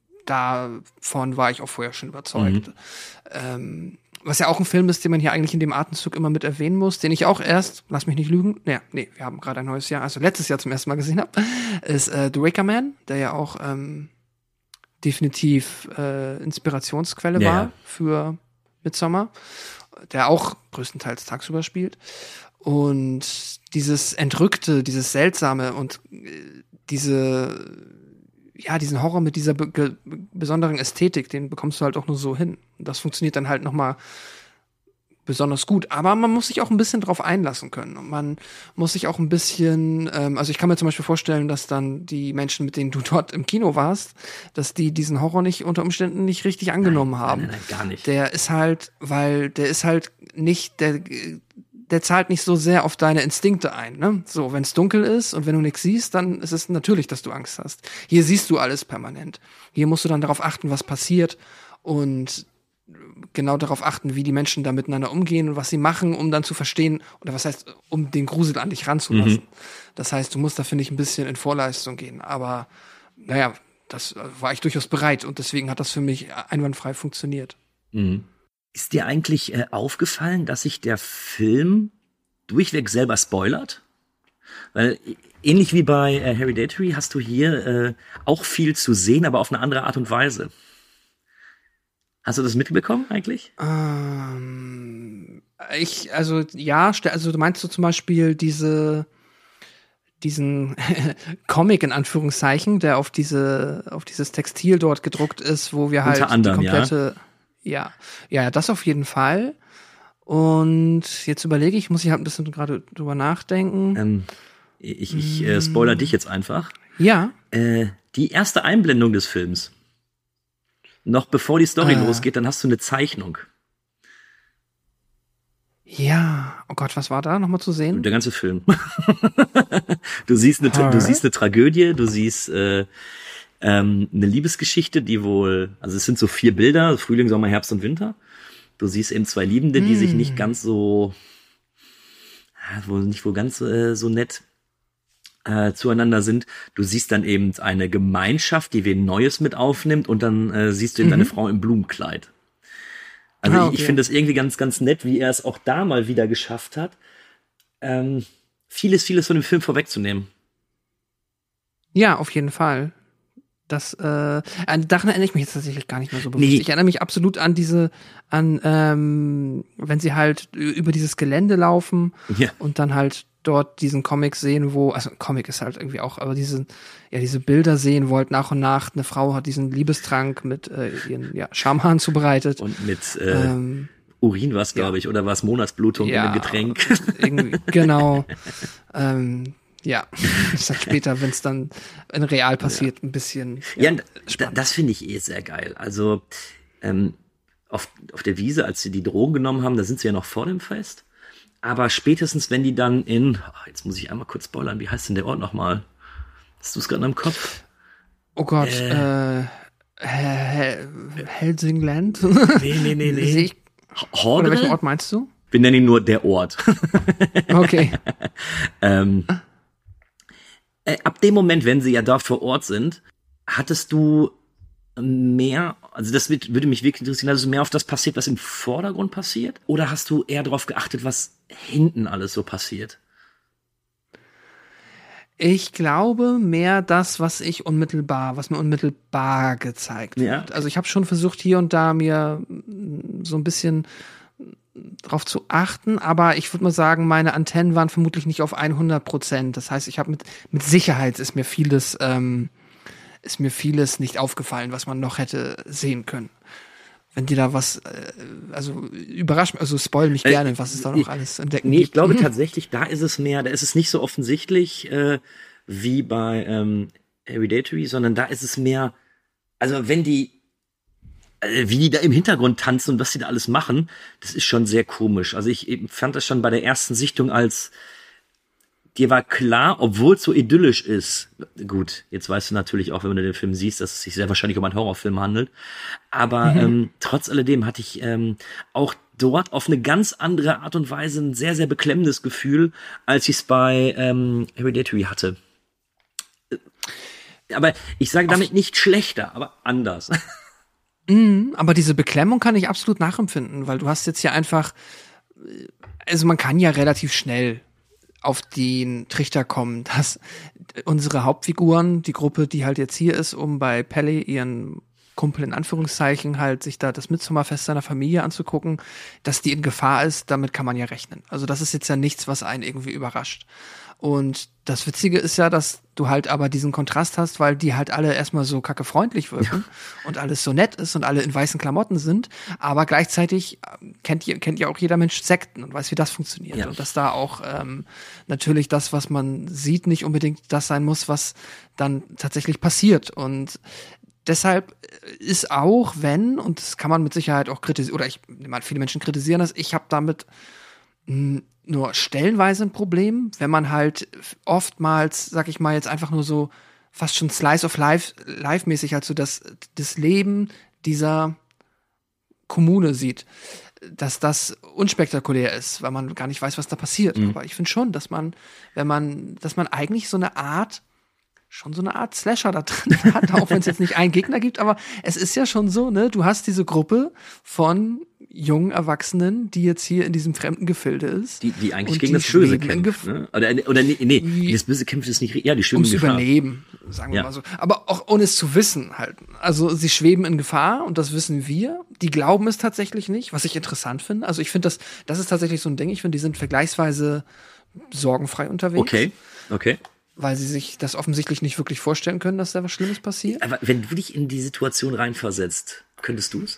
davon war ich auch vorher schon überzeugt. Mhm. Ähm, was ja auch ein Film ist, den man hier eigentlich in dem Atemzug immer mit erwähnen muss, den ich auch erst, lass mich nicht lügen, naja, nee, wir haben gerade ein neues Jahr, also letztes Jahr zum ersten Mal gesehen habe, ist äh, The Wicker Man, der ja auch ähm, definitiv äh, Inspirationsquelle ja. war für Midsommar, der auch größtenteils tagsüber spielt. Und dieses Entrückte, dieses Seltsame und äh, diese, ja, diesen Horror mit dieser be- besonderen Ästhetik, den bekommst du halt auch nur so hin. Und das funktioniert dann halt nochmal besonders gut. Aber man muss sich auch ein bisschen drauf einlassen können. Und man muss sich auch ein bisschen, ähm, also ich kann mir zum Beispiel vorstellen, dass dann die Menschen, mit denen du dort im Kino warst, dass die diesen Horror nicht unter Umständen nicht richtig angenommen nein, haben. Nein, nein, gar nicht. Der ist halt, weil der ist halt nicht, der, der zahlt nicht so sehr auf deine Instinkte ein. Ne? So, wenn es dunkel ist und wenn du nichts siehst, dann ist es natürlich, dass du Angst hast. Hier siehst du alles permanent. Hier musst du dann darauf achten, was passiert und genau darauf achten, wie die Menschen da miteinander umgehen und was sie machen, um dann zu verstehen, oder was heißt, um den Grusel an dich ranzulassen. Mhm. Das heißt, du musst da, finde ich, ein bisschen in Vorleistung gehen. Aber naja, das war ich durchaus bereit und deswegen hat das für mich einwandfrei funktioniert. Mhm. Ist dir eigentlich äh, aufgefallen, dass sich der Film durchweg selber spoilert? Weil ähnlich wie bei äh, Hereditary hast du hier äh, auch viel zu sehen, aber auf eine andere Art und Weise. Hast du das mitbekommen eigentlich? Ähm, ich, also ja, also du meinst du zum Beispiel diese, diesen Comic in Anführungszeichen, der auf diese, auf dieses Textil dort gedruckt ist, wo wir halt Unter anderem, die komplette, ja. ja, ja, das auf jeden Fall. Und jetzt überlege ich, muss ich halt ein bisschen gerade drüber nachdenken. Ähm, ich ich äh, spoiler dich jetzt einfach. Ja. Äh, die erste Einblendung des Films. Noch bevor die Story äh. losgeht, dann hast du eine Zeichnung. Ja, oh Gott, was war da nochmal zu sehen? Der ganze Film. du siehst eine, du siehst eine Tragödie, du siehst äh, ähm, eine Liebesgeschichte, die wohl, also es sind so vier Bilder, Frühling, Sommer, Herbst und Winter. Du siehst eben zwei Liebende, die mm. sich nicht ganz so, wohl nicht wohl ganz äh, so nett äh, zueinander sind. Du siehst dann eben eine Gemeinschaft, die wen Neues mit aufnimmt und dann äh, siehst du eben mhm. deine Frau im Blumenkleid. Also ah, okay. ich, ich finde das irgendwie ganz, ganz nett, wie er es auch da mal wieder geschafft hat, ähm, vieles, vieles von dem Film vorwegzunehmen. Ja, auf jeden Fall. Das, äh, an daran erinnere ich mich jetzt tatsächlich gar nicht mehr so bewusst. Nee. Ich erinnere mich absolut an diese, an, ähm, wenn sie halt über dieses Gelände laufen ja. und dann halt dort diesen Comic sehen, wo, also Comic ist halt irgendwie auch, aber diese, ja, diese Bilder sehen, wo halt nach und nach eine Frau hat diesen Liebestrank mit äh, ihren ja, Schamhaaren zubereitet. Und mit äh, ähm, Urin was, glaube ja. ich, oder was Monatsblutung ja, in einem Getränk. Irgendwie, genau. ähm, ja, das ist halt später, wenn es dann in real passiert, ja. ein bisschen Ja, ja d- das finde ich eh sehr geil. Also ähm, auf, auf der Wiese, als sie die Drogen genommen haben, da sind sie ja noch vor dem Fest. Aber spätestens, wenn die dann in, ach, jetzt muss ich einmal kurz spoilern, wie heißt denn der Ort nochmal? Hast du es gerade im Kopf? Oh Gott, äh, äh Hel- Helsingland? Nee, nee, nee, nee. Oder welchen Ort meinst du? Wir nennen ihn nur der Ort. Okay. ähm, äh, ab dem Moment, wenn sie ja da vor Ort sind, hattest du mehr, also das wird, würde mich wirklich interessieren, dass du mehr auf das passiert, was im Vordergrund passiert? Oder hast du eher darauf geachtet, was hinten alles so passiert? Ich glaube mehr das, was ich unmittelbar, was mir unmittelbar gezeigt ja. wird. Also ich habe schon versucht, hier und da mir so ein bisschen drauf zu achten, aber ich würde mal sagen, meine Antennen waren vermutlich nicht auf hundert Prozent. Das heißt, ich habe mit, mit Sicherheit ist mir vieles, ähm, ist mir vieles nicht aufgefallen, was man noch hätte sehen können. Wenn dir da was, also überrascht, also spoil mich gerne, äh, was es da noch alles entdecken Nee, gibt. ich glaube tatsächlich, da ist es mehr, da ist es nicht so offensichtlich äh, wie bei ähm, Hereditary, sondern da ist es mehr, also wenn die, äh, wie die da im Hintergrund tanzen und was die da alles machen, das ist schon sehr komisch. Also ich eben fand das schon bei der ersten Sichtung als, dir war klar, obwohl es so idyllisch ist, gut, jetzt weißt du natürlich auch, wenn du den Film siehst, dass es sich sehr wahrscheinlich um einen Horrorfilm handelt, aber mhm. ähm, trotz alledem hatte ich ähm, auch dort auf eine ganz andere Art und Weise ein sehr, sehr beklemmendes Gefühl, als ich es bei ähm, Hereditary hatte. Aber ich sage damit auf nicht schlechter, aber anders. Mhm, aber diese Beklemmung kann ich absolut nachempfinden, weil du hast jetzt ja einfach, also man kann ja relativ schnell auf den Trichter kommen, dass unsere Hauptfiguren, die Gruppe, die halt jetzt hier ist, um bei Pelle ihren Kumpel in Anführungszeichen halt sich da das Mitsommerfest seiner Familie anzugucken, dass die in Gefahr ist, damit kann man ja rechnen. Also das ist jetzt ja nichts, was einen irgendwie überrascht. Und das Witzige ist ja, dass du halt aber diesen Kontrast hast, weil die halt alle erstmal so kacke freundlich wirken ja. und alles so nett ist und alle in weißen Klamotten sind, aber gleichzeitig kennt ja kennt ja auch jeder Mensch Sekten und weiß, wie das funktioniert. Ja. Und dass da auch ähm, natürlich das, was man sieht, nicht unbedingt das sein muss, was dann tatsächlich passiert. Und deshalb ist auch, wenn, und das kann man mit Sicherheit auch kritisieren, oder ich meine, viele Menschen kritisieren das, ich habe damit mh, nur stellenweise ein Problem, wenn man halt oftmals, sag ich mal, jetzt einfach nur so fast schon Slice of Life, life-mäßig halt so das, das Leben dieser Kommune sieht, dass das unspektakulär ist, weil man gar nicht weiß, was da passiert. Mhm. Aber ich finde schon, dass man, wenn man, dass man eigentlich so eine Art schon so eine Art Slasher da drin hat, auch wenn es jetzt nicht einen Gegner gibt, aber es ist ja schon so, ne, du hast diese Gruppe von jungen Erwachsenen, die jetzt hier in diesem fremden Gefilde ist. Die, die eigentlich gegen die das Böse kämpfen, ne? Oder, oder nee, nee, die, das Böse kämpft ist nicht, ja, die schweben in Gefahr. Ums Überleben, sagen wir ja. mal so. Aber auch ohne es zu wissen halt. Also sie schweben in Gefahr und das wissen wir. Die glauben es tatsächlich nicht, was ich interessant finde. Also ich finde das, das ist tatsächlich so ein Ding. Ich finde, die sind vergleichsweise sorgenfrei unterwegs. Okay, okay. Weil sie sich das offensichtlich nicht wirklich vorstellen können, dass da was Schlimmes passiert. Aber wenn du dich in die Situation reinversetzt, könntest du es?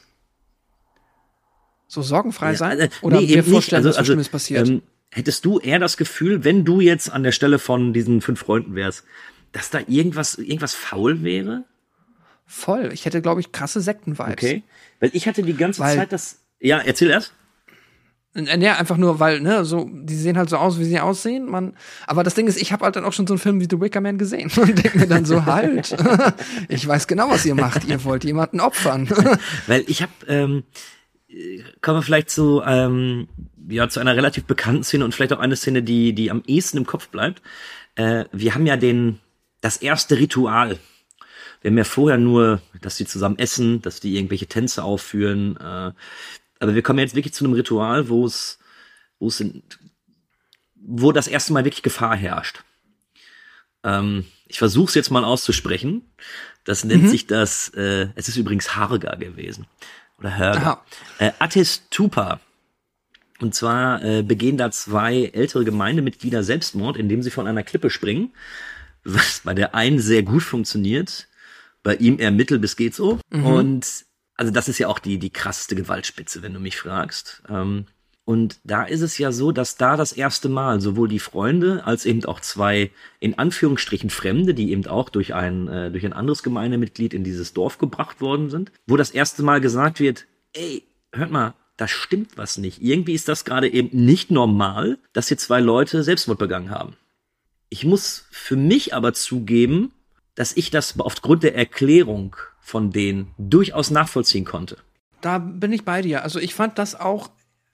So sorgenfrei ja, sein? Äh, Oder nee, mir vorstellen, nicht. Also, dass was also, Schlimmes passiert? Ähm, hättest du eher das Gefühl, wenn du jetzt an der Stelle von diesen fünf Freunden wärst, dass da irgendwas, irgendwas faul wäre? Voll. Ich hätte, glaube ich, krasse Sekten-Vibes. Okay. Weil ich hatte die ganze weil, Zeit das... Ja, erzähl erst. Ja, einfach nur, weil, ne, so, die sehen halt so aus, wie sie aussehen. Man, aber das Ding ist, ich habe halt dann auch schon so einen Film wie The Wicker Man gesehen und denke mir dann so, halt, ich weiß genau, was ihr macht. Ihr wollt jemanden opfern. Weil ich habe, ähm, kommen wir vielleicht zu, ähm, ja, zu einer relativ bekannten Szene und vielleicht auch eine Szene, die, die am ehesten im Kopf bleibt. Äh, wir haben ja den, das erste Ritual. Wir haben ja vorher nur, dass die zusammen essen, dass die irgendwelche Tänze aufführen. Äh, aber wir kommen jetzt wirklich zu einem Ritual, wo es, wo es, in, wo das erste Mal wirklich Gefahr herrscht. Ähm, ich versuche es jetzt mal auszusprechen. Das nennt mhm. sich das, äh, es ist übrigens Harga gewesen. Oder Hörger. Äh, Atestupa. Und zwar äh, begehen da zwei ältere Gemeindemitglieder Selbstmord, indem sie von einer Klippe springen. Was bei der einen sehr gut funktioniert, bei ihm eher mittel bis geht so. Mhm. Und also das ist ja auch die, die krasseste Gewaltspitze, wenn du mich fragst. Ähm, Und da ist es ja so, dass da das erste Mal sowohl die Freunde als eben auch zwei in Anführungsstrichen Fremde, die eben auch durch ein äh, durch ein anderes Gemeindemitglied in dieses Dorf gebracht worden sind, wo das erste Mal gesagt wird, ey, hört mal, da stimmt was nicht. Irgendwie ist das gerade eben nicht normal, dass hier zwei Leute Selbstmord begangen haben. Ich muss für mich aber zugeben, dass ich das aufgrund der Erklärung von denen durchaus nachvollziehen konnte. Da bin ich bei dir. Also ich fand das auch.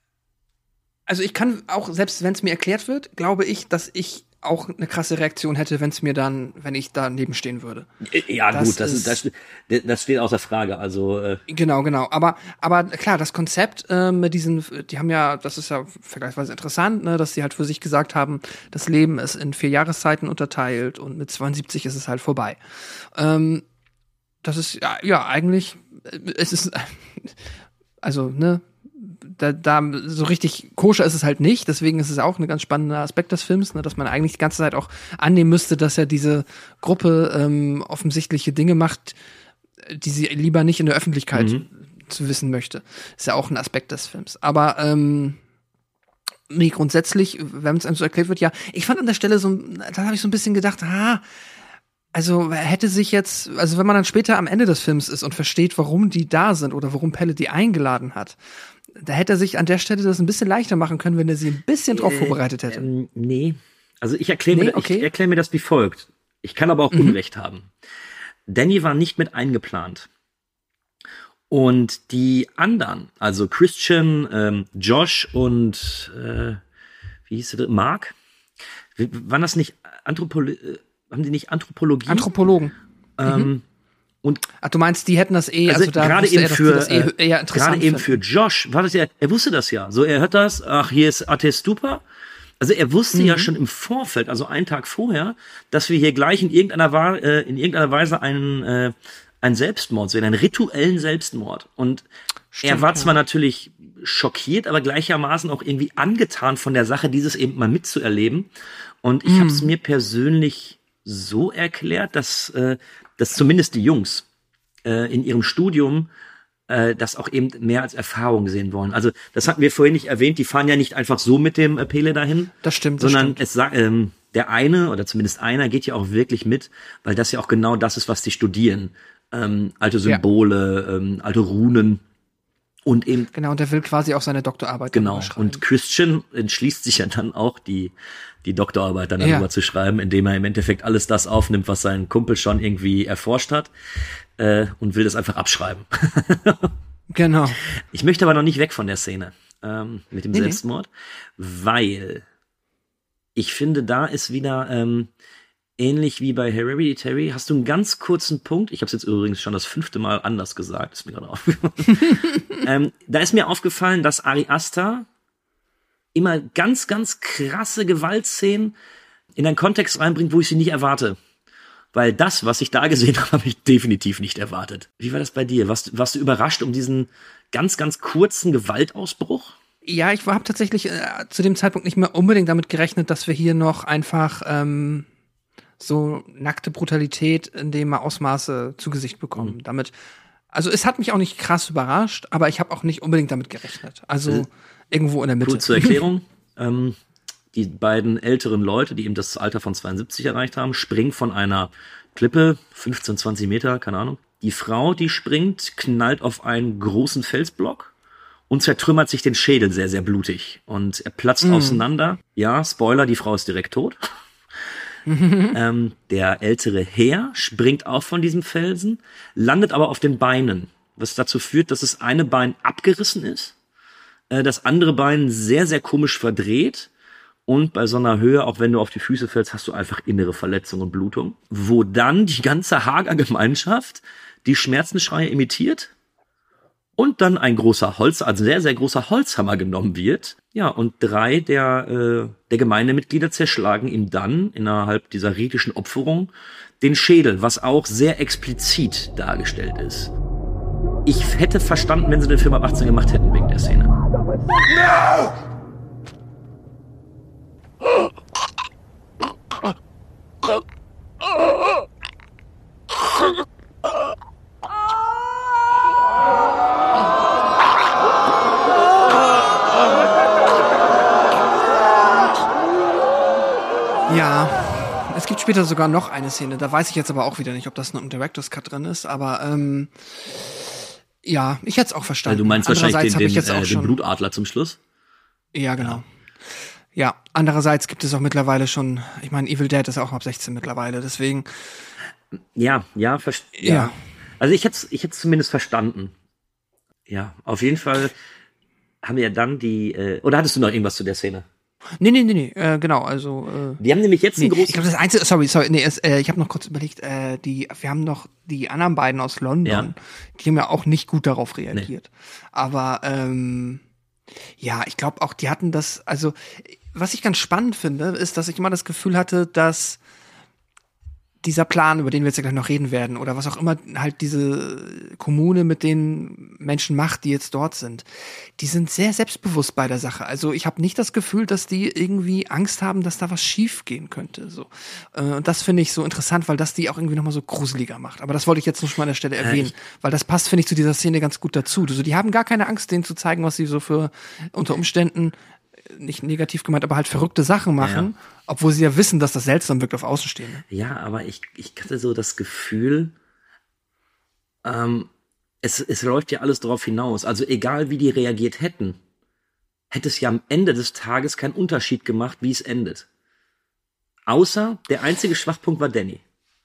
Also ich kann auch, selbst wenn es mir erklärt wird, glaube ich, dass ich auch eine krasse Reaktion hätte, wenn es mir dann, wenn ich daneben stehen würde. Ja, das gut, das ist, das, das steht außer Frage. Also äh genau, genau. Aber, aber klar, das Konzept äh, mit diesen, die haben ja, das ist ja vergleichsweise interessant, ne, dass sie halt für sich gesagt haben, das Leben ist in vier Jahreszeiten unterteilt und mit zweiundsiebzig ist es halt vorbei. Ähm, das ist ja, ja eigentlich, es ist also ne. Da, da so richtig koscher ist es halt nicht, deswegen ist es auch ein ganz spannender Aspekt des Films, ne, dass man eigentlich die ganze Zeit auch annehmen müsste, dass ja diese Gruppe ähm, offensichtliche Dinge macht, die sie lieber nicht in der Öffentlichkeit mhm. zu wissen möchte. Ist ja auch ein Aspekt des Films. Aber ähm, nee, grundsätzlich, wenn es einem so erklärt wird, ja, ich fand an der Stelle so, da habe ich so ein bisschen gedacht, ha, also hätte sich jetzt, also wenn man dann später am Ende des Films ist und versteht, warum die da sind oder warum Pelle die eingeladen hat, da hätte er sich an der Stelle das ein bisschen leichter machen können, wenn er sie ein bisschen drauf vorbereitet hätte. Ähm, nee. Also ich erkläre nee, mir, okay. ich erklär mir das wie folgt. Ich kann aber auch mhm. Unrecht haben. Danny war nicht mit eingeplant. Und die anderen, also Christian, ähm, Josh und äh, wie hieß der, Mark? Waren das nicht Anthropolo- äh, haben die nicht Anthropologie? Anthropologen. Ähm, mhm. Und ach, du meinst, die hätten das eh, also, also da gerade eben er, für das eh eher interessant gerade eben für Josh war das ja, er wusste das ja. So, er hört das, ach, hier ist Atestupa. Also er wusste mhm. ja schon im Vorfeld, also einen Tag vorher, dass wir hier gleich in irgendeiner, äh, in irgendeiner Weise einen, äh, einen Selbstmord sehen, einen rituellen Selbstmord. Und Stimmt, er war zwar ja. natürlich schockiert, aber gleichermaßen auch irgendwie angetan von der Sache, dieses eben mal mitzuerleben. Und ich mhm. habe es mir persönlich so erklärt, dass, äh, dass zumindest die Jungs äh, in ihrem Studium äh, das auch eben mehr als Erfahrung sehen wollen. Also das hatten wir vorhin nicht erwähnt, die fahren ja nicht einfach so mit dem äh, Pele dahin. Das stimmt, das sondern stimmt. es sagt, ähm, der eine oder zumindest einer geht ja auch wirklich mit, weil das ja auch genau das ist, was die studieren. Ähm, alte Symbole, ja. ähm, alte Runen. Und eben genau, und der will quasi auch seine Doktorarbeit genau. Und Christian entschließt sich ja dann auch, die die Doktorarbeit dann darüber ja. zu schreiben, indem er im Endeffekt alles das aufnimmt, was sein Kumpel schon irgendwie erforscht hat, äh, und will das einfach abschreiben. Genau. Ich möchte aber noch nicht weg von der Szene ähm, mit dem nee, Selbstmord, nee. weil ich finde, da ist wieder ähm, ähnlich wie bei Hereditary, hast du einen ganz kurzen Punkt, ich habe es jetzt übrigens schon das fünfte Mal anders gesagt, ist mir gerade aufgefallen. ähm, da ist mir aufgefallen, dass Ari Aster immer ganz, ganz krasse Gewaltszenen in einen Kontext reinbringt, wo ich sie nicht erwarte. Weil das, was ich da gesehen habe, habe ich definitiv nicht erwartet. Wie war das bei dir? Warst, warst du überrascht um diesen ganz, ganz kurzen Gewaltausbruch? Ja, ich habe tatsächlich äh, zu dem Zeitpunkt nicht mehr unbedingt damit gerechnet, dass wir hier noch einfach ähm, so nackte Brutalität in dem Ausmaße zu Gesicht bekommen. Mhm. Damit, also es hat mich auch nicht krass überrascht, aber ich habe auch nicht unbedingt damit gerechnet. Also äh, irgendwo in der Mitte. Kurz zur Erklärung. ähm, die beiden älteren Leute, die eben das Alter von zweiundsiebzig erreicht haben, springen von einer Klippe, fünfzehn, zwanzig Meter, keine Ahnung. Die Frau, die springt, knallt auf einen großen Felsblock und zertrümmert sich den Schädel sehr, sehr blutig. Und er platzt mm. auseinander. Ja, Spoiler, die Frau ist direkt tot. ähm, der ältere Herr springt auch von diesem Felsen, landet aber auf den Beinen, was dazu führt, dass das eine Bein abgerissen ist, äh, das andere Bein sehr, sehr komisch verdreht und bei so einer Höhe, auch wenn du auf die Füße fällst, hast du einfach innere Verletzung und Blutung, wo dann die ganze Haager Gemeinschaft die Schmerzensschreie imitiert und dann ein großer Holz, also sehr, sehr großer Holzhammer genommen wird. Ja, und drei der, äh, der Gemeindemitglieder zerschlagen ihm dann innerhalb dieser ritischen Opferung den Schädel, was auch sehr explizit dargestellt ist. Ich hätte verstanden, wenn sie den Film ab achtzehn gemacht hätten wegen der Szene. No! Ja, es gibt später sogar noch eine Szene, da weiß ich jetzt aber auch wieder nicht, ob das noch im Director's Cut drin ist, aber ähm, ja, ich hätte es auch verstanden. Du meinst wahrscheinlich den, den, jetzt auch äh, den Blutadler zum Schluss? Ja, genau. Ja, andererseits gibt es auch mittlerweile schon, ich meine, Evil Dead ist auch ab sechzehn mittlerweile, deswegen. Ja, ja, ver- ja. ja. Also ich hätte es ich hätte zumindest verstanden. Ja, auf jeden Fall haben wir ja dann die, äh, oder hattest du noch irgendwas zu der Szene? Nee, nee, nee, nee, äh, genau, also äh, wir haben nämlich jetzt nee, einen großen... Ich glaube, das Einzige, sorry, sorry, nee, es, äh, ich habe noch kurz überlegt, äh, die, wir haben noch die anderen beiden aus London, ja. die haben ja auch nicht gut darauf reagiert. Nee. Aber, ähm, ja, ich glaube auch, die hatten das, also, was ich ganz spannend finde, ist, dass ich immer das Gefühl hatte, dass dieser Plan, über den wir jetzt ja gleich noch reden werden, oder was auch immer halt diese Kommune mit den Menschen macht, die jetzt dort sind, die sind sehr selbstbewusst bei der Sache. Also ich habe nicht das Gefühl, dass die irgendwie Angst haben, dass da was schief gehen könnte. So. Und das finde ich so interessant, weil das die auch irgendwie nochmal so gruseliger macht. Aber das wollte ich jetzt nur schon mal an der Stelle erwähnen, äh, weil das passt, finde ich, zu dieser Szene ganz gut dazu. Also die haben gar keine Angst, denen zu zeigen, was sie so für unter Umständen, nicht negativ gemeint, aber halt verrückte Sachen machen, ja. Obwohl sie ja wissen, dass das seltsam wirkt auf Außenstehende. Ja, aber ich, ich hatte so das Gefühl, ähm, es, es läuft ja alles darauf hinaus. Also egal, wie die reagiert hätten, hätte es ja am Ende des Tages keinen Unterschied gemacht, wie es endet. Außer der einzige Schwachpunkt war Danny.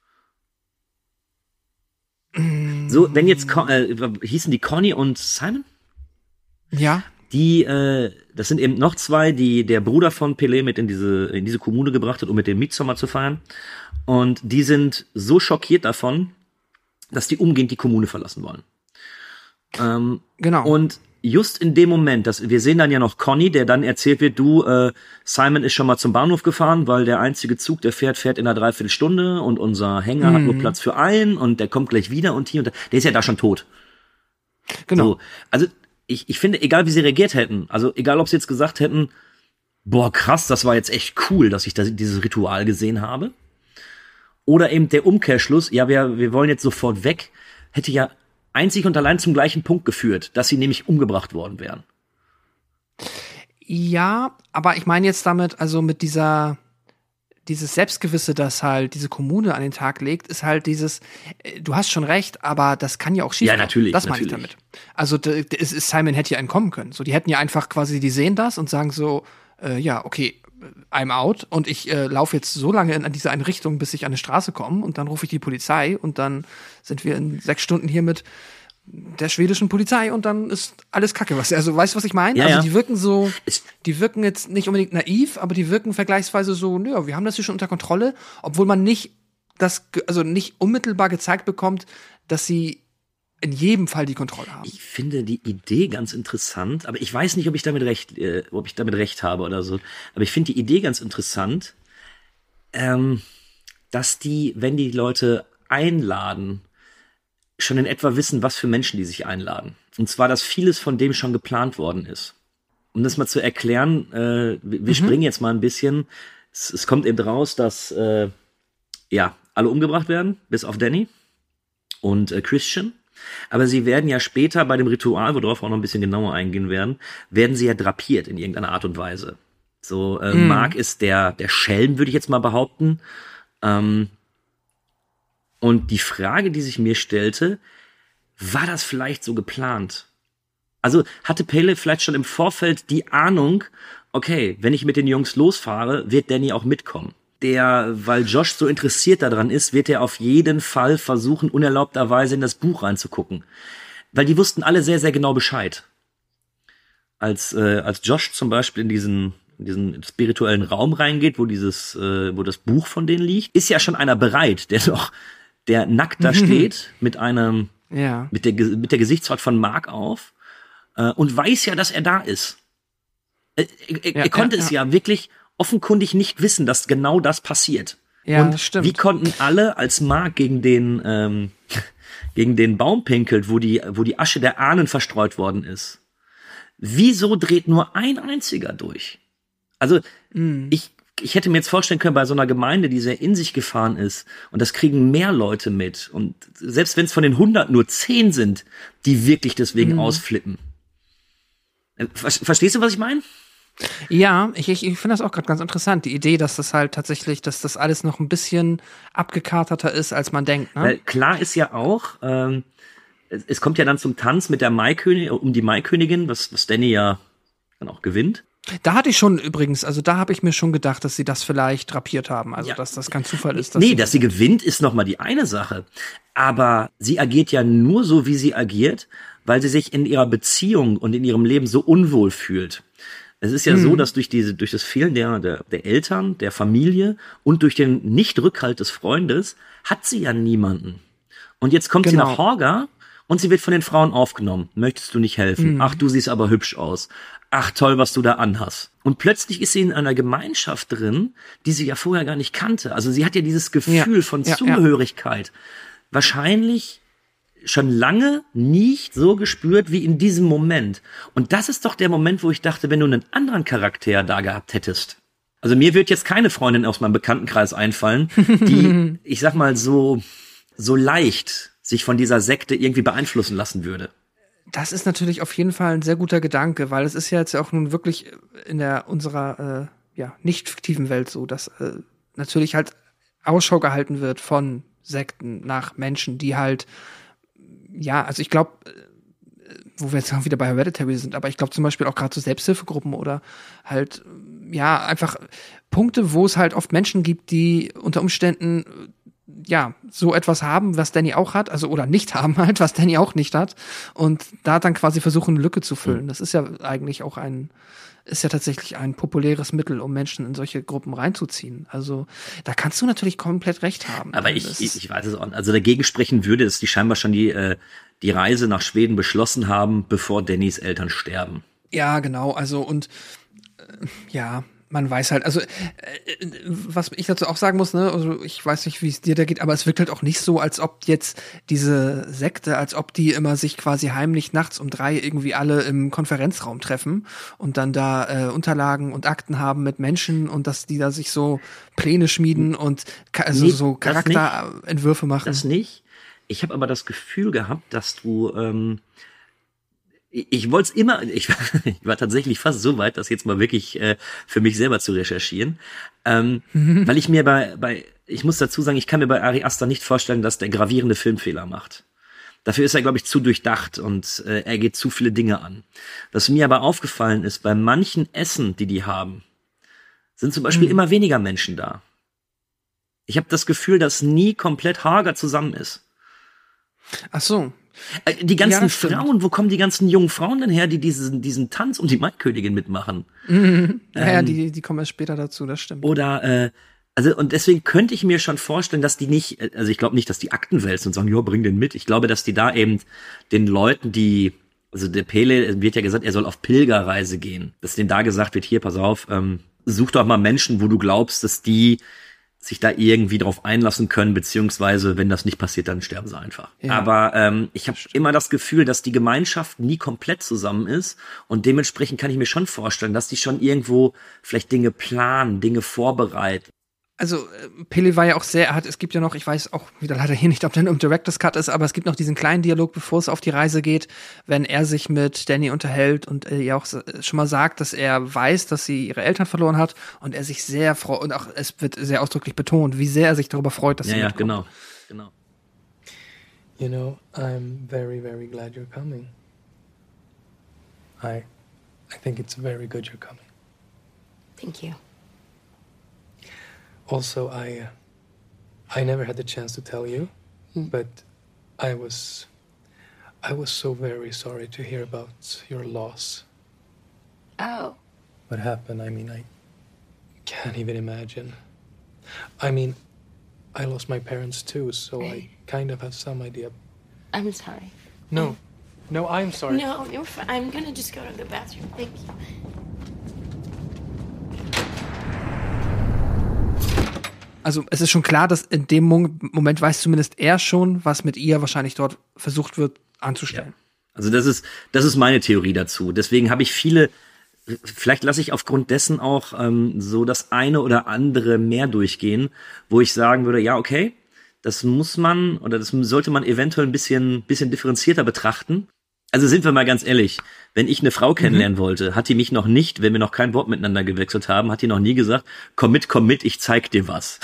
Mm. So, wenn jetzt, äh, hießen die Connie und Simon? Ja. Die, äh, das sind eben noch zwei, die der Bruder von Pelé mit in diese in diese Kommune gebracht hat, um mit dem Midsommar zu feiern. Und die sind so schockiert davon, dass die umgehend die Kommune verlassen wollen. Ähm, genau. Und just in dem Moment, dass wir sehen dann ja noch Conny, der dann erzählt wird, du, äh, Simon ist schon mal zum Bahnhof gefahren, weil der einzige Zug, der fährt, fährt in einer Dreiviertelstunde und unser Hänger mhm. hat nur Platz für einen und der kommt gleich wieder und hier und da. Der ist ja da schon tot. Genau. So, also Ich, ich finde, egal wie sie reagiert hätten, also egal ob sie jetzt gesagt hätten, boah krass, das war jetzt echt cool, dass ich das, dieses Ritual gesehen habe, oder eben der Umkehrschluss, ja, wir, wir wollen jetzt sofort weg, hätte ja einzig und allein zum gleichen Punkt geführt, dass sie nämlich umgebracht worden wären. Ja, aber ich meine jetzt damit, also mit dieser dieses Selbstgewisse, das halt diese Kommune an den Tag legt, ist halt dieses, du hast schon recht, aber das kann ja auch schief Ja, gehen. natürlich. Das meine ich natürlich. damit. Also d- d- Simon hätte ja entkommen können. So, die hätten ja einfach quasi, die sehen das und sagen so, äh, ja, okay, I'm out und ich äh, laufe jetzt so lange in, in diese eine Richtung, bis ich an eine Straße komme und dann rufe ich die Polizei und dann sind wir in sechs Stunden hier mit der schwedischen Polizei und dann ist alles Kacke. Was, also weißt du, was ich meine? Ja, also ja. die wirken so, die wirken jetzt nicht unbedingt naiv, aber die wirken vergleichsweise so, naja, wir haben das hier schon unter Kontrolle, obwohl man nicht das, also nicht unmittelbar gezeigt bekommt, dass sie in jedem Fall die Kontrolle haben. Ich finde die Idee ganz interessant, aber ich weiß nicht, ob ich damit recht, äh, ob ich damit recht habe oder so. Aber ich finde die Idee ganz interessant, ähm, dass die, wenn die Leute einladen, schon in etwa wissen, was für Menschen die sich einladen. Und zwar, dass vieles von dem schon geplant worden ist. Um das mal zu erklären, äh, wir mhm. springen jetzt mal ein bisschen. Es, es kommt eben raus, dass äh, ja alle umgebracht werden, bis auf Danny und äh, Christian. Aber sie werden ja später bei dem Ritual, worauf wir auch noch ein bisschen genauer eingehen werden, werden sie ja drapiert in irgendeiner Art und Weise. So, äh, mhm. Mark ist der der Schelm, würde ich jetzt mal behaupten. Ähm, Und die Frage, die sich mir stellte, war das vielleicht so geplant? Also hatte Pelé vielleicht schon im Vorfeld die Ahnung, okay, wenn ich mit den Jungs losfahre, wird Danny auch mitkommen. Der, weil Josh so interessiert daran ist, wird er auf jeden Fall versuchen, unerlaubterweise in das Buch reinzugucken. weil die wussten alle sehr, sehr genau Bescheid. Als, äh, als Josh zum Beispiel in diesen, in diesen spirituellen Raum reingeht, wo dieses, äh, wo das Buch von denen liegt, ist ja schon einer bereit, der doch, der nackt da steht, mit einem, ja. mit der, mit der Gesichtshaut von Mark auf, äh, und weiß ja, dass er da ist. Er, er, ja, er konnte ja, es ja. ja wirklich offenkundig nicht wissen, dass genau das passiert. Ja, und das stimmt. wie konnten alle, als Mark gegen den, ähm, gegen den Baum pinkelt, wo die, wo die Asche der Ahnen verstreut worden ist, wieso dreht nur ein einziger durch? Also, mm. ich, ich hätte mir jetzt vorstellen können, bei so einer Gemeinde, die sehr in sich gefahren ist, und das kriegen mehr Leute mit, und selbst wenn es von den hundert nur zehn sind, die wirklich deswegen mm. ausflippen. Verstehst du, was ich meine? Ja, ich, ich, ich finde das auch gerade ganz interessant, die Idee, dass das halt tatsächlich, dass das alles noch ein bisschen abgekaterter ist, als man denkt. Ne? Weil klar ist ja auch, ähm, es, es kommt ja dann zum Tanz mit der Maikönigin, um die Maikönigin, was, was Danny ja dann auch gewinnt. Da hatte ich schon übrigens, also da habe ich mir schon gedacht, dass sie das vielleicht drapiert haben, also ja. dass das kein Zufall ist. Dass nee, sie dass sie gewinnt, ist nochmal die eine Sache. Aber sie agiert ja nur so, wie sie agiert, weil sie sich in ihrer Beziehung und in ihrem Leben so unwohl fühlt. Es ist ja hm. so, dass durch diese, durch das Fehlen der, der, der Eltern, der Familie und durch den Nicht-Rückhalt des Freundes hat sie ja niemanden. Und jetzt kommt genau. sie nach Horga und sie wird von den Frauen aufgenommen. Möchtest du nicht helfen? Hm. Ach, du siehst aber hübsch aus. Ach, toll, was du da anhast. Und plötzlich ist sie in einer Gemeinschaft drin, die sie ja vorher gar nicht kannte. Also sie hat ja dieses Gefühl ja. von ja, Zugehörigkeit. Ja. Wahrscheinlich schon lange nicht so gespürt wie in diesem Moment. Und das ist doch der Moment, wo ich dachte, wenn du einen anderen Charakter da gehabt hättest. Also mir wird jetzt keine Freundin aus meinem Bekanntenkreis einfallen, die, ich sag mal, so, so leicht sich von dieser Sekte irgendwie beeinflussen lassen würde. Das ist natürlich auf jeden Fall ein sehr guter Gedanke, weil es ist ja jetzt auch nun wirklich in der unserer äh, ja nicht fiktiven Welt so, dass äh, natürlich halt Ausschau gehalten wird von Sekten nach Menschen, die halt ja, also ich glaube, wo wir jetzt auch wieder bei Hereditary sind, aber ich glaube zum Beispiel auch gerade so Selbsthilfegruppen oder halt, ja, einfach Punkte, wo es halt oft Menschen gibt, die unter Umständen, ja, so etwas haben, was Danny auch hat, also oder nicht haben halt, was Danny auch nicht hat und da dann quasi versuchen, eine Lücke zu füllen. Das ist ja eigentlich auch ein, ist ja tatsächlich ein populäres Mittel, um Menschen in solche Gruppen reinzuziehen. Also da kannst du natürlich komplett recht haben. Aber ich, ich, ich weiß es auch. Also dagegen sprechen würde, dass die scheinbar schon die, äh, die Reise nach Schweden beschlossen haben, bevor Dannys Eltern sterben. Ja, genau. Also und äh, ja, man weiß halt, also äh, was ich dazu auch sagen muss, ne, also ich weiß nicht, wie es dir da geht, aber es wirkt halt auch nicht so, als ob jetzt diese Sekte, als ob die immer sich quasi heimlich nachts um drei irgendwie alle im Konferenzraum treffen und dann da äh, Unterlagen und Akten haben mit Menschen und dass die da sich so Pläne schmieden und ka- also nee, so Charakterentwürfe machen. Das nicht. Ich habe aber das Gefühl gehabt, dass du ähm Ich wollte es immer, ich, ich war tatsächlich fast so weit, das jetzt mal wirklich äh, für mich selber zu recherchieren, ähm, mhm. weil ich mir bei, bei, ich muss dazu sagen, ich kann mir bei Ari Aster nicht vorstellen, dass der gravierende Filmfehler macht. Dafür ist er, glaube ich, zu durchdacht und äh, er geht zu viele Dinge an. Was mir aber aufgefallen ist, bei manchen Essen, die die haben, sind zum Beispiel mhm. immer weniger Menschen da. Ich habe das Gefühl, dass nie komplett Horga zusammen ist. Ach so. Die ganzen ja, Frauen, wo kommen die ganzen jungen Frauen denn her, die diesen, diesen Tanz um die Maikkönigin mitmachen? Mhm. Ja, ähm, ja, die, die kommen erst später dazu, das stimmt. Oder, äh, also, und deswegen könnte ich mir schon vorstellen, dass die nicht, also ich glaube nicht, dass die Akten wälzen und sagen, ja, bring den mit. Ich glaube, dass die da eben den Leuten, die, also der Pele wird ja gesagt, er soll auf Pilgerreise gehen. Dass denen da gesagt wird, hier, pass auf, ähm, such doch mal Menschen, wo du glaubst, dass die sich da irgendwie drauf einlassen können, beziehungsweise wenn das nicht passiert, dann sterben sie einfach. Ja. Aber ähm, ich habe immer das Gefühl, dass die Gemeinschaft nie komplett zusammen ist und dementsprechend kann ich mir schon vorstellen, dass die schon irgendwo vielleicht Dinge planen, Dinge vorbereiten. Also Pele war ja auch sehr, er hat, es gibt ja noch, ich weiß auch wieder leider hier nicht, ob der im Director's Cut ist, aber es gibt noch diesen kleinen Dialog, bevor es auf die Reise geht, wenn er sich mit Danny unterhält und äh, ihr auch schon mal sagt, dass er weiß, dass sie ihre Eltern verloren hat und er sich sehr freut, und auch es wird sehr ausdrücklich betont, wie sehr er sich darüber freut, dass ja, sie ja, mitkommt. genau, genau. You know, I'm very, very glad you're coming. I, I think it's very good you're coming. Thank you. Also, I, uh, I never had the chance to tell you, mm. but I was, I was so very sorry to hear about your loss. Oh. What happened? I mean, I can't even imagine. I mean, I lost my parents too, so I kind of have some idea. I'm sorry. No. No, I'm sorry. No, you're fine. I'm gonna just go to the bathroom. Thank you. Also es ist schon klar, dass in dem Moment weiß zumindest er schon, was mit ihr wahrscheinlich dort versucht wird anzustellen. Ja. Also das ist das ist meine Theorie dazu. Deswegen habe ich viele, vielleicht lasse ich aufgrund dessen auch ähm, so das eine oder andere mehr durchgehen, wo ich sagen würde, ja okay, das muss man oder das sollte man eventuell ein bisschen bisschen differenzierter betrachten. Also sind wir mal ganz ehrlich, wenn ich eine Frau kennenlernen mhm. wollte, hat die mich noch nicht, wenn wir noch kein Wort miteinander gewechselt haben, hat die noch nie gesagt, komm mit, komm mit, ich zeig dir was.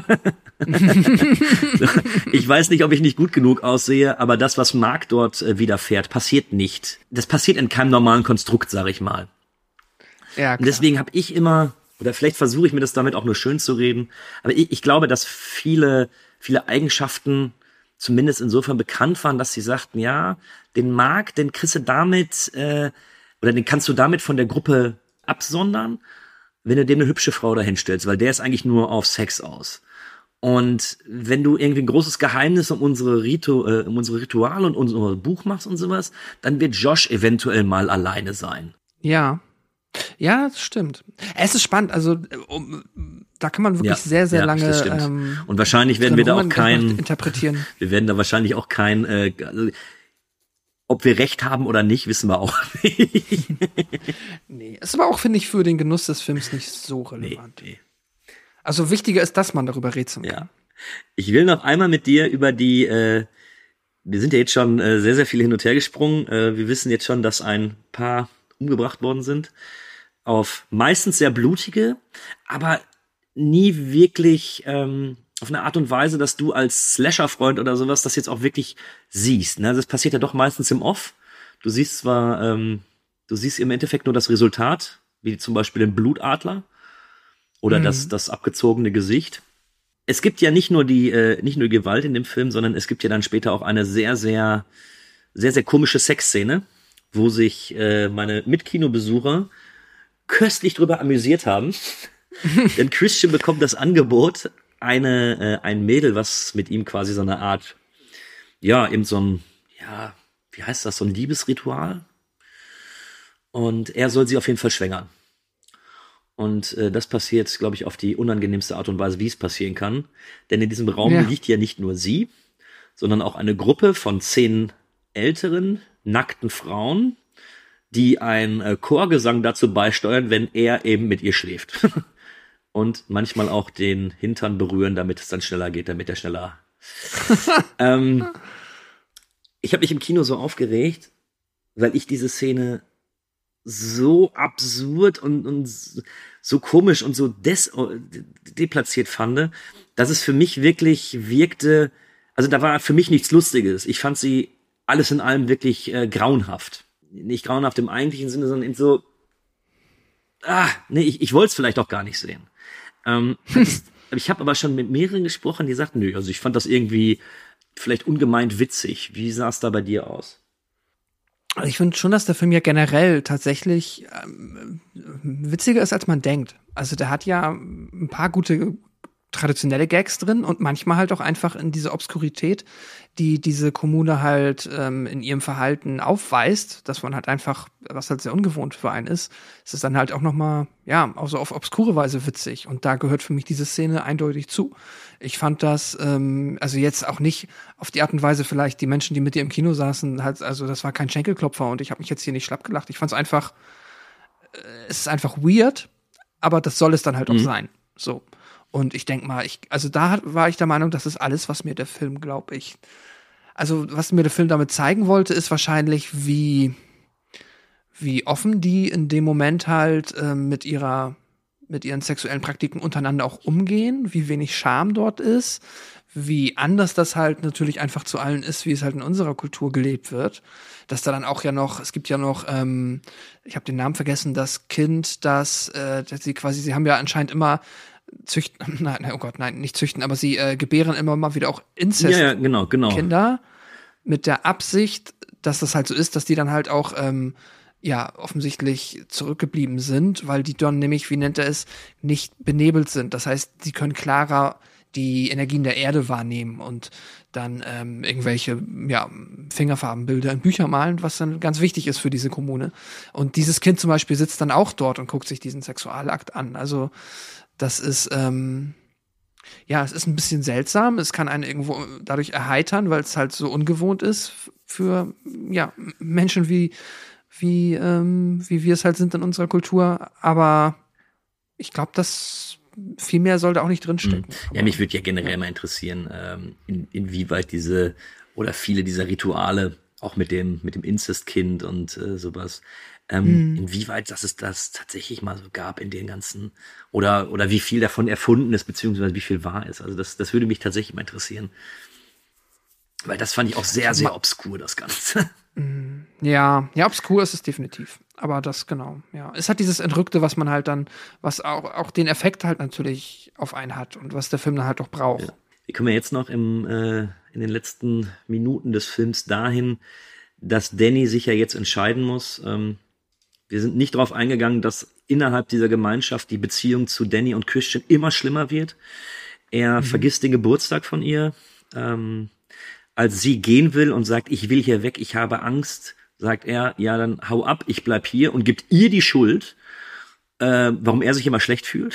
So, ich weiß nicht, ob ich nicht gut genug aussehe, aber das, was Mark dort äh, widerfährt, passiert nicht. Das passiert in keinem normalen Konstrukt, sag ich mal. Ja, und deswegen habe ich immer, oder vielleicht versuche ich mir das damit auch nur schön zu reden, aber ich, ich glaube, dass viele, viele Eigenschaften zumindest insofern bekannt waren, dass sie sagten, ja, den Mark, den kriegst du damit, äh, oder den kannst du damit von der Gruppe absondern, wenn du dem eine hübsche Frau dahinstellst, weil der ist eigentlich nur auf Sex aus. Und wenn du irgendwie ein großes Geheimnis um unsere, Ritu- äh, um unsere Rituale und unser Buch machst und sowas, dann wird Josh eventuell mal alleine sein. Ja. Ja, das stimmt. Es ist spannend, also um, da kann man wirklich ja, sehr, sehr ja, lange das stimmt. ähm, und wahrscheinlich werden wir da auch kein interpretieren. Wir werden da wahrscheinlich auch kein äh, also, ob wir recht haben oder nicht, wissen wir auch nicht. Nee, ist aber auch, finde ich, für den Genuss des Films nicht so relevant. Nee, nee. Also wichtiger ist, dass man darüber rätseln kann. Ja. Ich will noch einmal mit dir über die äh, wir sind ja jetzt schon äh, sehr, sehr viel hin und her gesprungen. Äh, wir wissen jetzt schon, dass ein paar umgebracht worden sind. Auf meistens sehr blutige, aber nie wirklich ähm, auf eine Art und Weise, dass du als Slasher-Freund oder sowas das jetzt auch wirklich siehst. Ne? Das passiert ja doch meistens im Off. Du siehst zwar, ähm, du siehst im Endeffekt nur das Resultat, wie zum Beispiel den Blutadler oder mhm. das, das abgezogene Gesicht. Es gibt ja nicht nur die, äh, nicht nur Gewalt in dem Film, sondern es gibt ja dann später auch eine sehr, sehr, sehr, sehr komische Sexszene, wo sich äh, meine Mitkinobesucher köstlich drüber amüsiert haben. Denn Christian bekommt das Angebot, eine äh, ein Mädel, was mit ihm quasi so eine Art, ja, eben so ein, ja, wie heißt das, so ein Liebesritual. Und er soll sie auf jeden Fall schwängern. Und äh, das passiert, glaube ich, auf die unangenehmste Art und Weise, wie es passieren kann. Denn in diesem Raum ja. liegt ja nicht nur sie, sondern auch eine Gruppe von zehn älteren, nackten Frauen, die einen äh, Chorgesang dazu beisteuern, wenn er eben mit ihr schläft. Und manchmal auch den Hintern berühren, damit es dann schneller geht, damit er schneller... ähm, ich habe mich im Kino so aufgeregt, weil ich diese Szene so absurd und, und so komisch und so des, deplatziert fand, dass es für mich wirklich wirkte... Also da war für mich nichts Lustiges. Ich fand sie alles in allem wirklich äh, grauenhaft. Nicht grauenhaft im eigentlichen Sinne, sondern eben so, ah, nee, ich, ich wollte es vielleicht auch gar nicht sehen. Ähm, ich habe aber schon mit mehreren gesprochen, die sagten, nö, also ich fand das irgendwie vielleicht ungemein witzig. Wie sah es da bei dir aus? Also ich finde schon, dass der Film ja generell tatsächlich ähm, witziger ist, als man denkt. Also der hat ja ein paar gute traditionelle Gags drin und manchmal halt auch einfach in diese Obskurität, die diese Kommune halt ähm, in ihrem Verhalten aufweist, dass man halt einfach, was halt sehr ungewohnt für einen ist, ist es dann halt auch nochmal, ja, auch so auf obskure Weise witzig. Und da gehört für mich diese Szene eindeutig zu. Ich fand das, ähm, also jetzt auch nicht auf die Art und Weise vielleicht die Menschen, die mit dir im Kino saßen, halt, also das war kein Schenkelklopfer und ich habe mich jetzt hier nicht schlapp gelacht. Ich fand es einfach, äh, es ist einfach weird, aber das soll es dann halt mhm. auch sein. So. Und ich denk mal, ich, also da war ich der Meinung, das ist alles, was mir der Film, glaube ich, also was mir der Film damit zeigen wollte, ist wahrscheinlich, wie, wie offen die in dem Moment halt äh, mit ihrer, mit ihren sexuellen Praktiken untereinander auch umgehen, wie wenig Scham dort ist, wie anders das halt natürlich einfach zu allen ist, wie es halt in unserer Kultur gelebt wird. Dass da dann auch ja noch, es gibt ja noch, ähm, ich habe den Namen vergessen, das Kind, das, äh, das sie quasi, sie haben ja anscheinend immer züchten, nein, nein, oh Gott, nein, nicht züchten, aber sie äh, gebären immer mal wieder auch Inzest ja, ja, genau, genau. Kinder mit der Absicht, dass das halt so ist, dass die dann halt auch ähm, ja offensichtlich zurückgeblieben sind, weil die dann nämlich, wie nennt er es, nicht benebelt sind. Das heißt, sie können klarer die Energien der Erde wahrnehmen und dann ähm, irgendwelche ja, Fingerfarbenbilder in Bücher malen, was dann ganz wichtig ist für diese Kommune. Und dieses Kind zum Beispiel sitzt dann auch dort und guckt sich diesen Sexualakt an. Also das ist, ähm, ja, es ist ein bisschen seltsam. Es kann einen irgendwo dadurch erheitern, weil es halt so ungewohnt ist für ja, Menschen wie, wie, ähm, wie wir es halt sind in unserer Kultur. Aber ich glaube, dass viel mehr sollte auch nicht drinstecken. Ja, mich würde ja generell mal interessieren, ähm, in, inwieweit diese oder viele dieser Rituale, auch mit dem mit dem Inzestkind und äh, sowas, ähm, mhm. inwieweit dass es das tatsächlich mal so gab in den ganzen, oder oder wie viel davon erfunden ist, beziehungsweise wie viel wahr ist. Also das das würde mich tatsächlich mal interessieren. Weil das fand ich auch sehr, sehr obskur, das Ganze. Ja, ja, obskur ist es definitiv. Aber das, genau, ja. Es hat dieses Entrückte, was man halt dann, was auch, auch den Effekt halt natürlich auf einen hat und was der Film dann halt auch braucht. Ja. Wir kommen ja jetzt noch im, äh, in den letzten Minuten des Films dahin, dass Danny sich ja jetzt entscheiden muss. Ähm, wir sind nicht darauf eingegangen, dass innerhalb dieser Gemeinschaft die Beziehung zu Danny und Christian immer schlimmer wird. Er mhm. vergisst den Geburtstag von ihr. Ähm, Als sie gehen will und sagt, ich will hier weg, ich habe Angst, sagt er, ja, dann hau ab, ich bleib hier, und gibt ihr die Schuld, äh, warum er sich immer schlecht fühlt.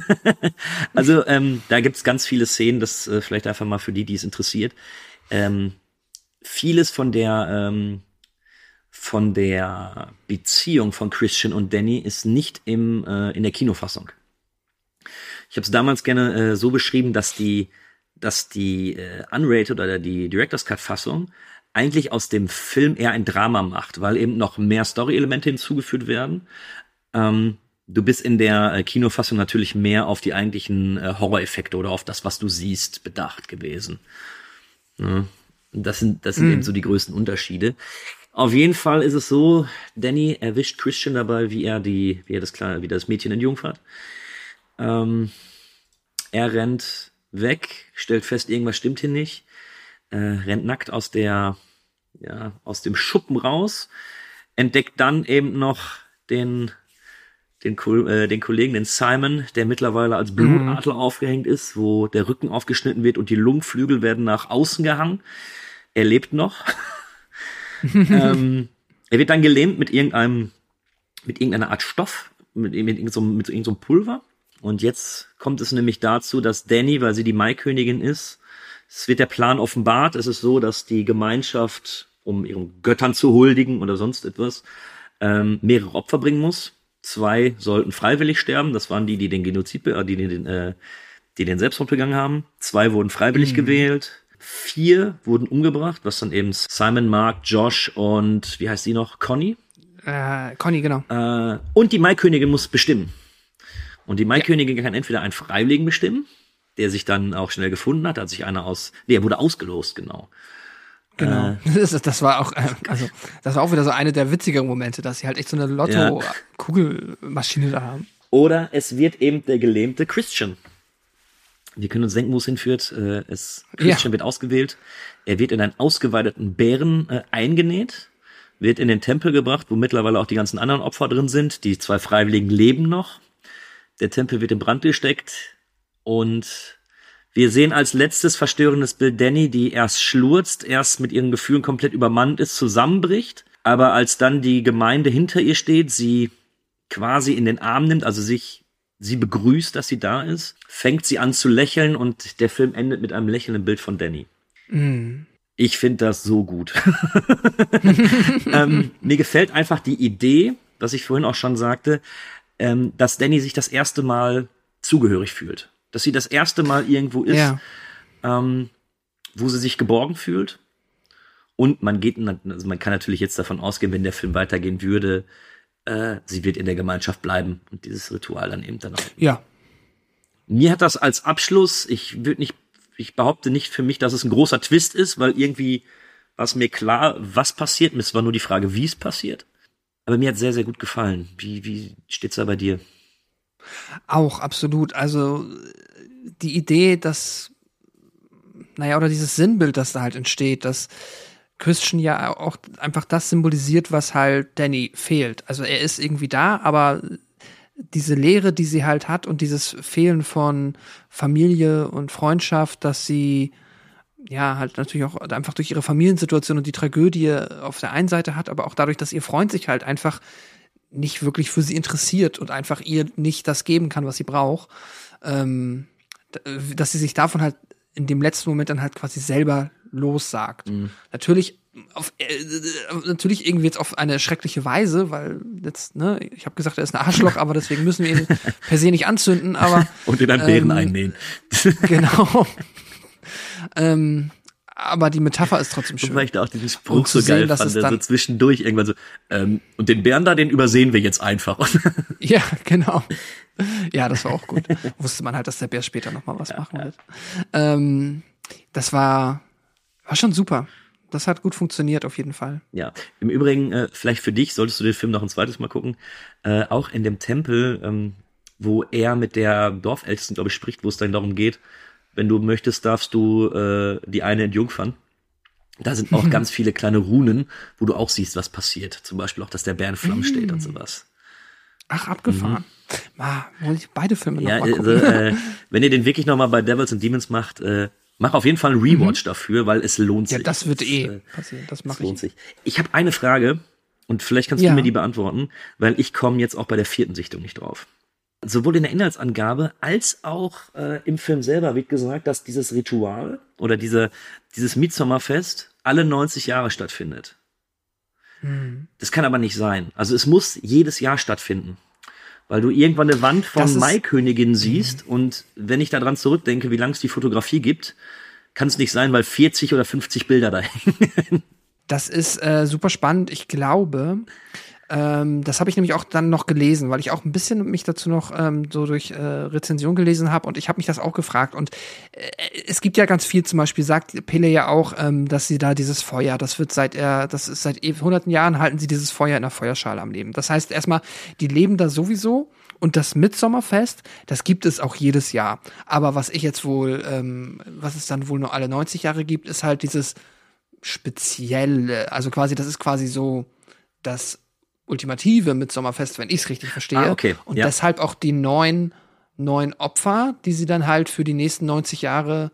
Also ähm, da gibt's ganz viele Szenen, das äh, vielleicht einfach mal für die, die es interessiert. Ähm, vieles von der ähm, von der Beziehung von Christian und Danny ist nicht im äh, in der Kinofassung. Ich habe es damals gerne äh, so beschrieben, dass die dass die äh, Unrated oder die Director's Cut Fassung eigentlich aus dem Film eher ein Drama macht, weil eben noch mehr Story-Elemente hinzugefügt werden. Ähm, du bist in der äh, Kinofassung natürlich mehr auf die eigentlichen äh, Horror-Effekte oder auf das, was du siehst, bedacht gewesen. Ja. Das sind, das sind mhm. eben so die größten Unterschiede. Auf jeden Fall ist es so, Danny erwischt Christian dabei, wie er die, wie er das kleine, wie das Mädchen entjungfert. Ähm, er rennt weg, stellt fest, irgendwas stimmt hier nicht, äh, rennt nackt aus der, ja, aus dem Schuppen raus, entdeckt dann eben noch den, den, äh, den Kollegen, den Simon, der mittlerweile als Blutadler mhm. aufgehängt ist, wo der Rücken aufgeschnitten wird und die Lungenflügel werden nach außen gehangen. Er lebt noch. ähm, er wird dann gelähmt mit irgendeinem, mit irgendeiner Art Stoff, mit, mit irgendeinem, mit irgendeinem Pulver. Und jetzt kommt es nämlich dazu, dass Danny, weil sie die Maikönigin ist, es wird der Plan offenbart. Es ist so, dass die Gemeinschaft, um ihren Göttern zu huldigen oder sonst etwas, ähm, mehrere Opfer bringen muss. Zwei sollten freiwillig sterben. Das waren die, die den Genozid, äh, die den, äh, die den Selbstmord begangen haben. Zwei wurden freiwillig mhm. gewählt. Vier wurden umgebracht, was dann eben Simon, Mark, Josh und wie heißt sie noch? Connie? Äh, Connie, genau. Äh, und die Maikönigin muss bestimmen. Und die Maikönigin ja. kann entweder einen Freiwilligen bestimmen, der sich dann auch schnell gefunden hat, da hat sich einer aus, nee, er wurde ausgelost, genau. Genau. Äh, das, das war auch, also, das war auch wieder so eine der witzigeren Momente, dass sie halt echt so eine Lotto-Kugelmaschine da haben. Oder es wird eben der gelähmte Christian. Wir können uns denken, wo es hinführt. Es, Christian ja. wird ausgewählt. Er wird in einen ausgeweideten Bären äh, eingenäht, wird in den Tempel gebracht, wo mittlerweile auch die ganzen anderen Opfer drin sind. Die zwei Freiwilligen leben noch. Der Tempel wird in Brand gesteckt und wir sehen als letztes verstörendes Bild Danny, die erst schlurzt, erst mit ihren Gefühlen komplett übermannt ist, zusammenbricht. Aber als dann die Gemeinde hinter ihr steht, sie quasi in den Arm nimmt, also sich, sie begrüßt, dass sie da ist, fängt sie an zu lächeln und der Film endet mit einem lächelnden Bild von Danny. Mm. Ich finde das so gut. ähm, mir gefällt einfach die Idee, was ich vorhin auch schon sagte, ähm, dass Danny sich das erste Mal zugehörig fühlt. Dass sie das erste Mal irgendwo ist, ja. ähm, wo sie sich geborgen fühlt. Und man geht, also man kann natürlich jetzt davon ausgehen, wenn der Film weitergehen würde, äh, sie wird in der Gemeinschaft bleiben und dieses Ritual dann eben dann auch. Ja. Mir hat das als Abschluss, ich würde nicht, ich behaupte nicht für mich, dass es ein großer Twist ist, weil irgendwie war es mir klar, was passiert. Es war nur die Frage, wie es passiert. Aber mir hat sehr, sehr gut gefallen. Wie, wie steht's da bei dir? Auch, absolut. Also die Idee, dass, naja, oder dieses Sinnbild, das da halt entsteht, dass Christian ja auch einfach das symbolisiert, was halt Danny fehlt. Also er ist irgendwie da, aber diese Leere, die sie halt hat und dieses Fehlen von Familie und Freundschaft, dass sie ja halt natürlich auch einfach durch ihre Familiensituation und die Tragödie auf der einen Seite hat, aber auch dadurch, dass ihr Freund sich halt einfach nicht wirklich für sie interessiert und einfach ihr nicht das geben kann, was sie braucht, ähm, dass sie sich davon halt in dem letzten Moment dann halt quasi selber lossagt. Mhm. Natürlich auf äh, natürlich irgendwie jetzt auf eine schreckliche Weise, weil jetzt, ne, ich habe gesagt, er ist ein Arschloch, aber deswegen müssen wir ihn per se nicht anzünden, aber und in einen Bären ähm, einnähen. Genau. ähm, aber die Metapher ist trotzdem schön. Weil ich da auch diesen Spruch so geil sehen, fand, der so zwischendurch irgendwann so, ähm, und den Bären da, den übersehen wir jetzt einfach. Ja, genau. Ja, das war auch gut. Wusste man halt, dass der Bär später nochmal was ja, machen ja. wird. Ähm, das war, war schon super. Das hat gut funktioniert, auf jeden Fall. Ja, im Übrigen, äh, vielleicht für dich, solltest du den Film noch ein zweites Mal gucken, äh, auch in dem Tempel, ähm, wo er mit der Dorfältesten, glaube ich, spricht, wo es dann darum geht, wenn du möchtest, darfst du äh, die eine entjungfern. Da sind auch ganz viele kleine Runen, wo du auch siehst, was passiert. Zum Beispiel auch, dass der Bär in Flammen steht und sowas. Ach, abgefahren. Mhm. Ah, muss ich beide Filme ja, noch mal gucken. Also, äh, wenn ihr den wirklich noch mal bei Devils and Demons macht, äh, mach auf jeden Fall einen Rewatch mhm. dafür, weil es lohnt sich. Ja, das wird das, eh äh, passieren. Das mache ich. Lohnt sich. sich. Ich habe eine Frage und vielleicht kannst ja. du mir die beantworten, weil ich komme jetzt auch bei der vierten Sichtung nicht drauf. Sowohl in der Inhaltsangabe als auch äh, im Film selber wird gesagt, dass dieses Ritual oder diese, dieses Mitsommerfest alle neunzig Jahre stattfindet. Hm. Das kann aber nicht sein. Also es muss jedes Jahr stattfinden. Weil du irgendwann eine Wand von Maiköniginnen siehst mhm. und wenn ich daran zurückdenke, wie lange es die Fotografie gibt, kann es nicht sein, weil vierzig oder fünfzig Bilder da hängen. Das ist äh, super spannend. Ich glaube, ähm, das habe ich nämlich auch dann noch gelesen, weil ich auch ein bisschen mich dazu noch ähm, so durch äh, Rezension gelesen habe und ich habe mich das auch gefragt. Und äh, es gibt ja ganz viel, zum Beispiel sagt Pele ja auch, ähm, dass sie da dieses Feuer, das wird seit er, das ist seit hunderten Jahren halten sie dieses Feuer in der Feuerschale am Leben. Das heißt erstmal, die leben da sowieso und das Mitsommerfest, das gibt es auch jedes Jahr. Aber was ich jetzt wohl, ähm, was es dann wohl nur alle neunzig Jahre gibt, ist halt dieses Spezielle, also quasi, das ist quasi so das ultimative Mitsommerfest, wenn ich es richtig verstehe. Ah, okay. Und ja. deshalb auch die neun, neun Opfer, die sie dann halt für die nächsten neunzig Jahre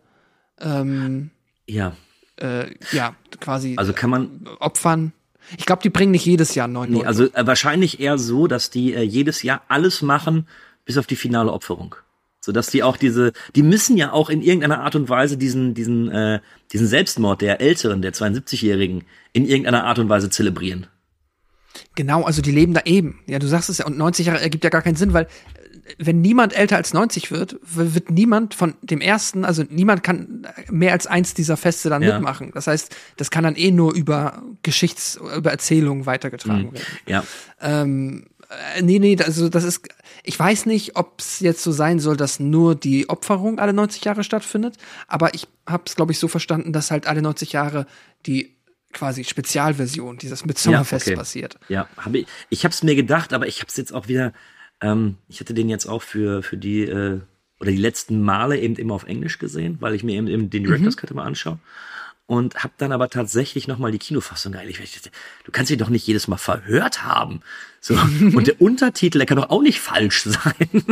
ähm, ja. Äh, ja, quasi also kann man opfern. Ich glaube, die bringen nicht jedes Jahr neun. Nee, also äh, wahrscheinlich eher so, dass die äh, jedes Jahr alles machen, bis auf die finale Opferung. So dass die auch diese, die müssen ja auch in irgendeiner Art und Weise diesen, diesen, äh, diesen Selbstmord der Älteren, der zweiundsiebzigjährigen, in irgendeiner Art und Weise zelebrieren. Genau, also die leben da eben. Ja, du sagst es ja, und neunzig Jahre ergibt ja gar keinen Sinn, weil wenn niemand älter als neunzig wird, wird niemand von dem ersten, also niemand kann mehr als eins dieser Feste dann ja. mitmachen. Das heißt, das kann dann eh nur über Geschichts-, über Erzählungen weitergetragen mhm. werden. Ja. Ähm, nee, nee, also das ist, ich weiß nicht, ob es jetzt so sein soll, dass nur die Opferung alle neunzig Jahre stattfindet, aber ich habe es, glaube ich, so verstanden, dass halt alle neunzig Jahre die quasi Spezialversion dieses Mitsommerfest ja, okay. passiert. Ja, hab ich, ich habe es mir gedacht, aber ich habe es jetzt auch wieder, ähm, ich hatte den jetzt auch für für die äh, oder die letzten Male eben immer auf Englisch gesehen, weil ich mir eben, eben den Director's Cut immer anschaue und habe dann aber tatsächlich noch mal die Kinofassung eingeladen. Du kannst dich doch nicht jedes Mal verhört haben. So und der Untertitel, der kann doch auch nicht falsch sein.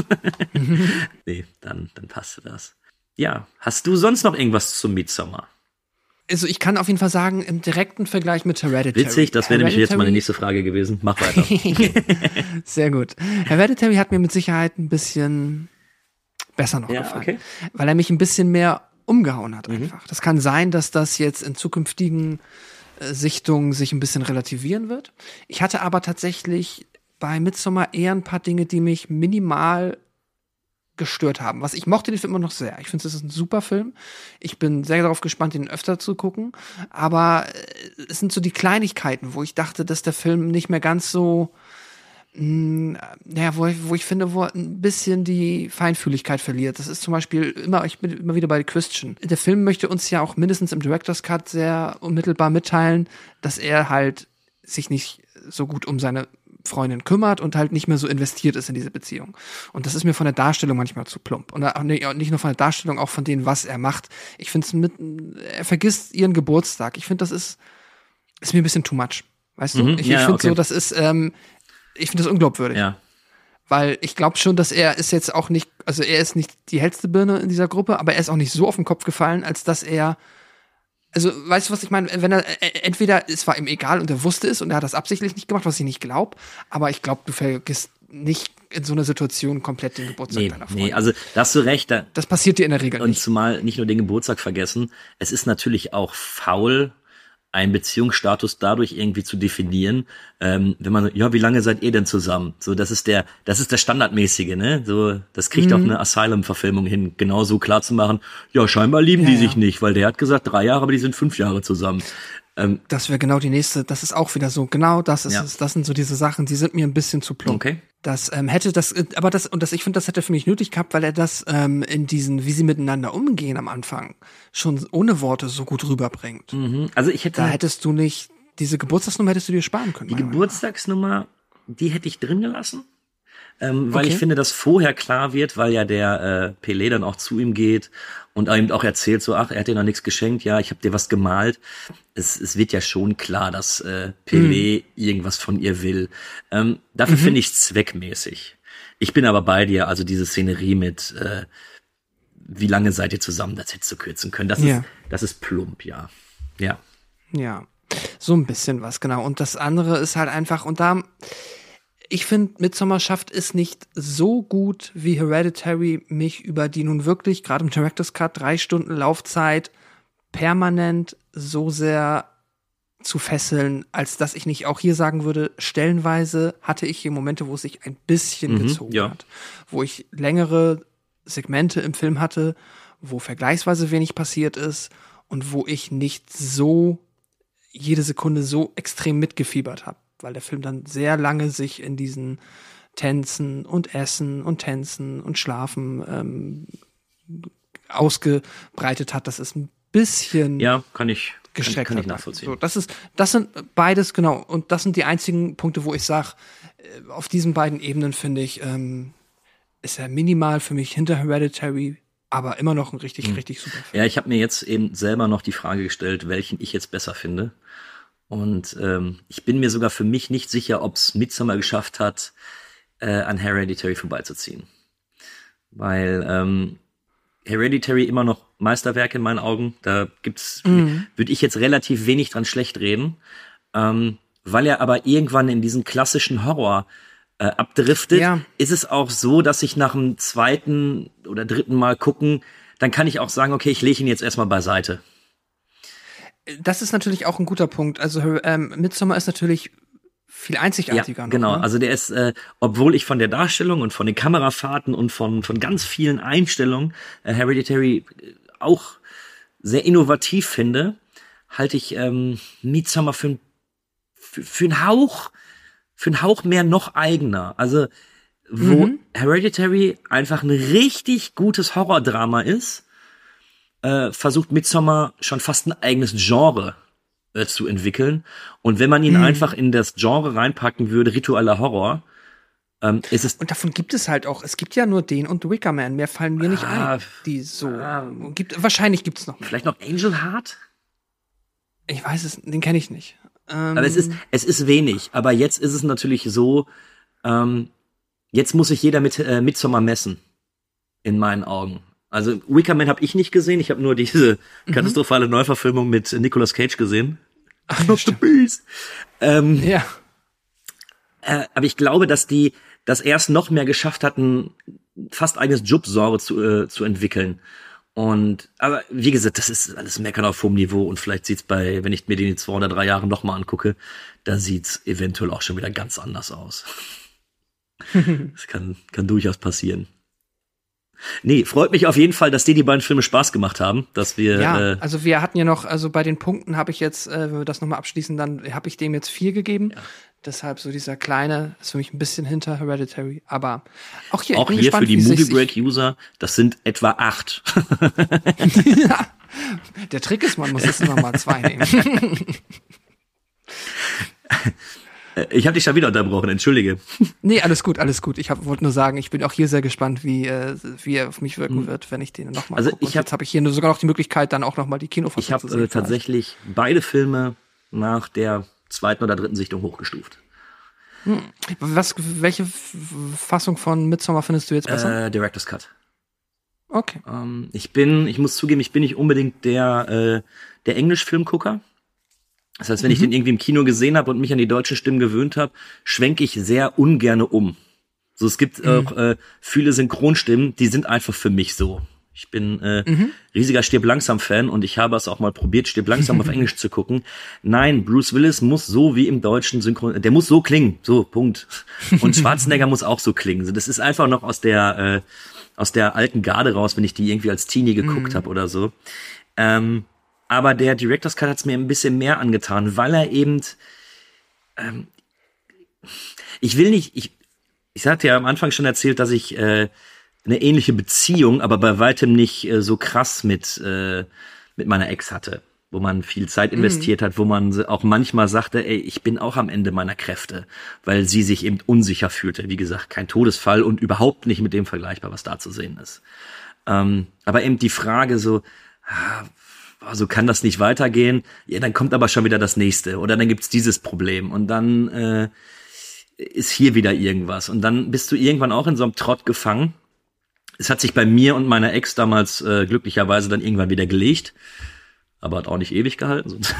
Nee, dann dann passte das. Ja, hast du sonst noch irgendwas zum Midsommar? Also ich kann auf jeden Fall sagen, im direkten Vergleich mit Hereditary. Witzig, das wäre nämlich jetzt meine nächste Frage gewesen. Mach weiter. Sehr gut. Hereditary hat mir mit Sicherheit ein bisschen besser noch ja, gefallen. Okay. Weil er mich ein bisschen mehr umgehauen hat einfach. Mhm. Das kann sein, dass das jetzt in zukünftigen äh, Sichtungen sich ein bisschen relativieren wird. Ich hatte aber tatsächlich bei Midsommar eher ein paar Dinge, die mich minimal gestört haben. Was ich mochte den Film immer noch sehr. Ich finde, es ist ein super Film. Ich bin sehr darauf gespannt, ihn öfter zu gucken. Aber es sind so die Kleinigkeiten, wo ich dachte, dass der Film nicht mehr ganz so, mh, naja, wo ich, wo ich finde, wo er ein bisschen die Feinfühligkeit verliert. Das ist zum Beispiel immer, ich bin immer wieder bei Christian. Der Film möchte uns ja auch mindestens im Director's Cut sehr unmittelbar mitteilen, dass er halt sich nicht so gut um seine Freundin kümmert und halt nicht mehr so investiert ist in diese Beziehung. Und das ist mir von der Darstellung manchmal zu plump. Und nicht nur von der Darstellung, auch von dem, was er macht. Ich finde es mit, er vergisst ihren Geburtstag. Ich finde, das ist, ist mir ein bisschen too much. Weißt du? Mhm, ich ja, ich finde okay. so, das ist, ähm, ich finde das unglaubwürdig. Ja. Weil ich glaube schon, dass er ist jetzt auch nicht, also er ist nicht die hellste Birne in dieser Gruppe, aber er ist auch nicht so auf den Kopf gefallen, als dass er, also weißt du, was ich meine? Wenn er, äh, entweder es war ihm egal und er wusste es und er hat das absichtlich nicht gemacht, was ich nicht glaube, aber ich glaube, du vergisst nicht in so einer Situation komplett den Geburtstag Nee, deiner Freundin. nee, also da hast du recht. Da, das passiert dir in der Regel und nicht. zumal nicht nur den Geburtstag vergessen, es ist natürlich auch faul, einen Beziehungsstatus dadurch irgendwie zu definieren, ähm, wenn man, ja, wie lange seid ihr denn zusammen? So, das ist der, das ist der Standardmäßige, ne? So, das kriegt Mhm. auch eine Asylum-Verfilmung hin, genauso klar zu machen, ja, scheinbar lieben Ja, die ja. sich nicht, weil der hat gesagt drei Jahre, aber die sind fünf Jahre zusammen. Ähm, Das wäre genau die nächste, das ist auch wieder so, genau das ist Ja. es, das sind so diese Sachen, die sind mir ein bisschen zu plump. Okay. Das ähm, hätte das, äh, aber das, und das, ich finde, das hätte er für mich nötig gehabt, weil er das ähm, in diesen, wie sie miteinander umgehen am Anfang, schon ohne Worte so gut rüberbringt. mhm. Also ich hätte Da hättest du nicht, diese Geburtstagsnummer hättest du dir sparen können. die meiner Meinung nach. Geburtstagsnummer, die hätte ich drin gelassen. Ähm, weil Okay. ich finde, dass vorher klar wird, weil ja der äh, Pelé dann auch zu ihm geht und ihm auch erzählt so, ach, er hat dir noch nichts geschenkt, ja, ich habe dir was gemalt. Es, es wird ja schon klar, dass äh, Pelé irgendwas von ihr will. Ähm, dafür Mhm. finde ich es zweckmäßig. Ich bin aber bei dir, also diese Szenerie mit äh, wie lange seid ihr zusammen, das hättest du kürzen können. Das Ja. ist, das ist plump, ja. Ja. Ja, so ein bisschen was, genau. Und das andere ist halt einfach, und da, ich finde, Midsommar schafft es nicht so gut wie Hereditary, mich über die nun wirklich, gerade im Director's Cut, drei Stunden Laufzeit permanent so sehr zu fesseln, als dass ich nicht auch hier sagen würde, stellenweise hatte ich hier Momente, wo es sich ein bisschen Mhm, gezogen ja. hat. Wo ich längere Segmente im Film hatte, wo vergleichsweise wenig passiert ist und wo ich nicht so jede Sekunde so extrem mitgefiebert habe, weil der Film dann sehr lange sich in diesen Tänzen und Essen und Tänzen und Schlafen ähm, ausgebreitet hat. Das ist ein bisschen Ja, kann ich, kann, gestreckt. kann ich hat. nachvollziehen. So, das ist, das sind beides, genau, und das sind die einzigen Punkte, wo ich sage, auf diesen beiden Ebenen finde ich, ähm, ist er minimal für mich hinter Hereditary, aber immer noch ein richtig, Mhm. richtig super Film. Ja, ich habe mir jetzt eben selber noch die Frage gestellt, welchen ich jetzt besser finde. Und ähm, ich bin mir sogar für mich nicht sicher, ob es Midsommar geschafft hat, äh, an Hereditary vorbeizuziehen. Weil ähm, Hereditary immer noch Meisterwerk in meinen Augen. Da gibt's, Mhm. würde ich jetzt relativ wenig dran schlecht reden. Ähm, weil er aber irgendwann in diesen klassischen Horror äh, abdriftet, Ja. ist es auch so, dass ich nach dem zweiten oder dritten Mal gucken, dann kann ich auch sagen, okay, ich lege ihn jetzt erstmal beiseite. Das ist natürlich auch ein guter Punkt. Also ähm, Midsommar ist natürlich viel einzigartiger. Ja, noch, genau. Ne? Also der ist, äh, obwohl ich von der Darstellung und von den Kamerafahrten und von von ganz vielen Einstellungen äh, Hereditary äh, auch sehr innovativ finde, halte ich ähm, Midsommar für, ein- für für einen Hauch für einen Hauch mehr noch eigener. Also wo Mhm. Hereditary einfach ein richtig gutes Horrordrama ist, äh, versucht Midsommar schon fast ein eigenes Genre äh, zu entwickeln. Und wenn man ihn Mhm. einfach in das Genre reinpacken würde, ritueller Horror, ähm, ist es Und davon gibt es halt auch, es gibt ja nur den und The Wicker Man, mehr fallen mir nicht Ah, ein, die so, gibt, wahrscheinlich gibt's noch mehr. vielleicht noch Angel Heart. Ich weiß es, den kenne ich nicht. Ähm, Aber es ist, es ist wenig. Aber jetzt ist es natürlich so, ähm, jetzt muss sich jeder mit äh, Midsommar messen. In meinen Augen. Also Wicker Man habe ich nicht gesehen. Ich habe nur diese Mhm. katastrophale Neuverfilmung mit Nicolas Cage gesehen. Ach, Not the Beast. Ähm, ja. äh, aber ich glaube, dass die das erst noch mehr geschafft hatten, fast eigenes Subgenre zu, äh, zu entwickeln. Und aber wie gesagt, das ist alles Meckern auf hohem Niveau und vielleicht sieht's bei, wenn ich mir den in zwei oder drei Jahren nochmal angucke, da sieht's eventuell auch schon wieder ganz anders aus. Das kann, kann durchaus passieren. Nee, freut mich auf jeden Fall, dass dir die beiden Filme Spaß gemacht haben, dass wir Ja, äh, also wir hatten ja noch, also bei den Punkten habe ich jetzt, äh, wenn wir das nochmal abschließen, dann habe ich dem jetzt vier gegeben. Ja. Deshalb so dieser kleine ist für mich ein bisschen hinter Hereditary. Aber auch hier, ich auch bin hier gespannt, für die wie Movie sich- Break User, das sind etwa acht. Ja. Der Trick ist, man muss jetzt immer mal zwei nehmen. Ich habe dich schon wieder unterbrochen, entschuldige. Nee, alles gut, alles gut. Ich wollte nur sagen, ich bin auch hier sehr gespannt, wie, äh, wie er auf mich wirken Hm. wird, wenn ich den nochmal Also gucke. ich Und hab- jetzt habe ich hier nur sogar noch die Möglichkeit, dann auch nochmal die Kinofassung Ich habe zu sehen. äh, tatsächlich beide Filme nach der zweiten oder dritten Sichtung hochgestuft. Hm. Was, welche Fassung von Midsommar findest du jetzt besser? Äh, Director's Cut. Okay. Ähm, ich bin, ich muss zugeben, ich bin nicht unbedingt der, äh, der Englischfilmgucker. Das heißt, wenn mhm. ich den irgendwie im Kino gesehen habe und mich an die deutschen Stimmen gewöhnt habe, schwenke ich sehr ungerne um. So, es gibt mhm. auch äh, viele Synchronstimmen, die sind einfach für mich so. Ich bin äh, mhm. riesiger Stirb langsam Fan und ich habe es auch mal probiert, Stirb langsam auf Englisch zu gucken. Nein, Bruce Willis muss so wie im deutschen Synchron, der muss so klingen, so, Punkt. Und Schwarzenegger muss auch so klingen. Das ist einfach noch aus der äh, aus der alten Garde raus, wenn ich die irgendwie als Teenie geguckt mhm. habe oder so. Ähm, aber der Director's Cut hat es mir ein bisschen mehr angetan, weil er eben ähm, ich will nicht, ich ich hatte ja am Anfang schon erzählt, dass ich äh, eine ähnliche Beziehung, aber bei weitem nicht äh, so krass mit äh, mit meiner Ex hatte, wo man viel Zeit investiert mhm. hat, wo man auch manchmal sagte, ey, ich bin auch am Ende meiner Kräfte, weil sie sich eben unsicher fühlte. Wie gesagt, kein Todesfall und überhaupt nicht mit dem vergleichbar, was da zu sehen ist. Ähm, aber eben die Frage so, ah, so kann das nicht weitergehen. Ja, dann kommt aber schon wieder das nächste oder dann gibt's dieses Problem und dann äh, ist hier wieder irgendwas und dann bist du irgendwann auch in so einem Trott gefangen. Es hat sich bei mir und meiner Ex damals äh, glücklicherweise dann irgendwann wieder gelegt, aber hat auch nicht ewig gehalten. Sonst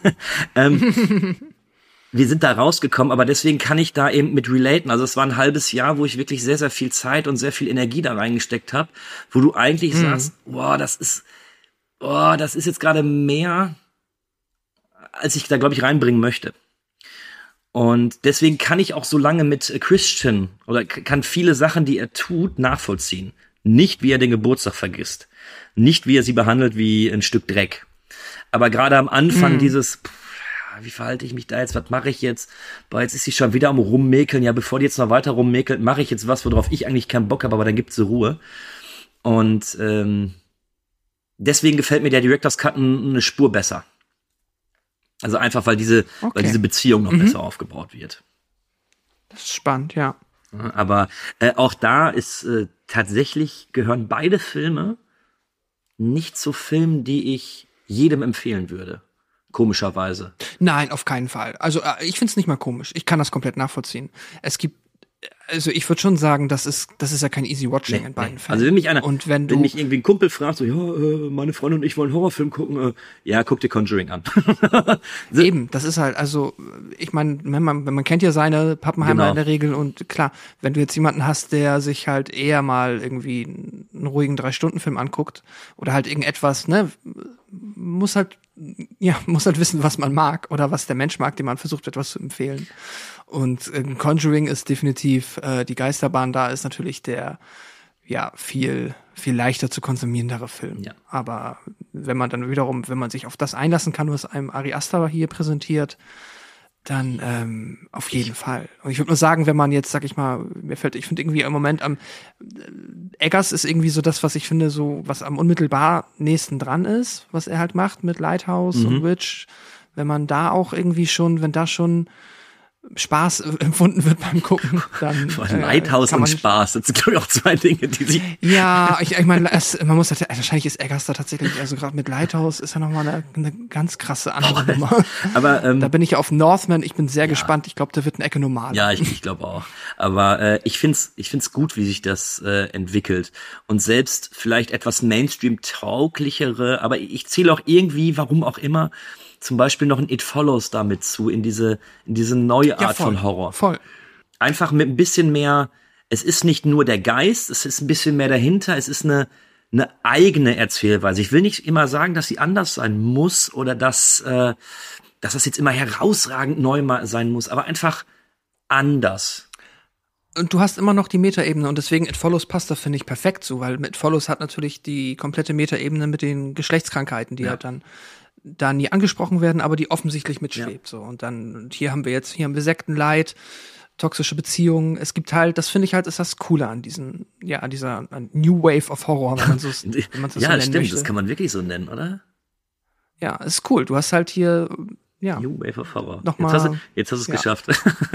ähm, wir sind da rausgekommen, aber deswegen kann ich da eben mit relaten. Also es war ein halbes Jahr, wo ich wirklich sehr, sehr viel Zeit und sehr viel Energie da reingesteckt habe, wo du eigentlich mhm. sagst, boah, das ist, boah, das ist jetzt gerade mehr, als ich da, glaube ich, reinbringen möchte. Und deswegen kann ich auch so lange mit Christian oder kann viele Sachen, die er tut, nachvollziehen. Nicht, wie er den Geburtstag vergisst. Nicht, wie er sie behandelt wie ein Stück Dreck. Aber gerade am Anfang mm. dieses, pff, wie verhalte ich mich da jetzt, was mache ich jetzt? Boah, jetzt ist sie schon wieder am Rummäkeln. Ja, bevor die jetzt noch weiter rummäkelt, mache ich jetzt was, worauf ich eigentlich keinen Bock habe, aber dann gibt's so Ruhe. Und ähm, deswegen gefällt mir der Director's Cut eine Spur besser. Also einfach, weil diese, okay. weil diese Beziehung noch mhm. besser aufgebaut wird. Das ist spannend, ja. Aber äh, auch da ist äh, tatsächlich gehören beide Filme nicht zu Filmen, die ich jedem empfehlen würde. Komischerweise. Nein, auf keinen Fall. Also äh, ich find's nicht mal komisch. Ich kann das komplett nachvollziehen. Es gibt Also ich würde schon sagen, das ist das ist ja kein Easy Watching nee, in beiden nee. Fällen. Also wenn mich einer, und wenn, du, wenn mich irgendwie ein Kumpel fragt, so ja, äh, meine Freundin und ich wollen einen Horrorfilm gucken, äh, ja, guck dir Conjuring an. so. Eben, das ist halt, also ich meine, wenn man, wenn man kennt ja seine Pappenheimer genau. in der Regel und klar, wenn du jetzt jemanden hast, der sich halt eher mal irgendwie einen ruhigen Drei-Stunden-Film anguckt oder halt irgendetwas, ne, muss halt, ja, muss halt wissen, was man mag oder was der Mensch mag, dem man versucht, etwas zu empfehlen. Und äh, Conjuring ist definitiv äh, die Geisterbahn, da ist natürlich der ja viel viel leichter zu konsumierendere Film. Ja. Aber wenn man dann wiederum, wenn man sich auf das einlassen kann, was einem Ari Aster hier präsentiert, dann ähm, auf jeden ich, Fall. Und ich würde nur sagen, wenn man jetzt, sag ich mal, mir fällt, ich finde irgendwie im Moment am äh, Eggers ist irgendwie so das, was ich finde, so was am unmittelbar nächsten dran ist, was er halt macht mit Lighthouse mhm. und Witch. Wenn man da auch irgendwie schon, wenn da schon Spaß empfunden wird beim Gucken, dann äh, Lighthouse und Spaß, das sind glaube ich auch zwei Dinge, die sich ja, ich, ich meine, man muss wahrscheinlich ist Eggers da tatsächlich, also gerade mit Lighthouse ist ja nochmal eine, eine ganz krasse andere Nummer. Aber ähm, da bin ich auf Northman, ich bin sehr ja. gespannt. Ich glaube, da wird eine Ecke normal. Ja, ich, ich glaube auch. Aber äh, ich find's, ich find's gut, wie sich das äh, entwickelt und selbst vielleicht etwas Mainstream-tauglichere, aber ich zähle auch irgendwie, warum auch immer, zum Beispiel noch ein It Follows damit zu, in diese, in diese neue Art ja, voll, von Horror. Voll. Einfach mit ein bisschen mehr, es ist nicht nur der Geist, es ist ein bisschen mehr dahinter, es ist eine, eine eigene Erzählweise. Ich will nicht immer sagen, dass sie anders sein muss oder dass, äh, dass das jetzt immer herausragend neu sein muss, aber einfach anders. Und du hast immer noch die Metaebene und deswegen It Follows passt da, finde ich, perfekt zu, weil It Follows hat natürlich die komplette Metaebene mit den Geschlechtskrankheiten, die ja. halt dann da nie angesprochen werden, aber die offensichtlich mitschwebt. Ja. So. Und dann, und hier haben wir jetzt, hier haben wir Sektenleid, toxische Beziehungen. Es gibt halt, das finde ich halt, ist das Coole an diesen, ja, an dieser an New Wave of Horror, wenn man so, wenn man das ja, so nennen stimmt, möchte. Das kann man wirklich so nennen, oder? Ja, ist cool. Du hast halt hier, ja. New Wave of Horror. Noch jetzt, mal, hast du, jetzt hast du es ja. geschafft.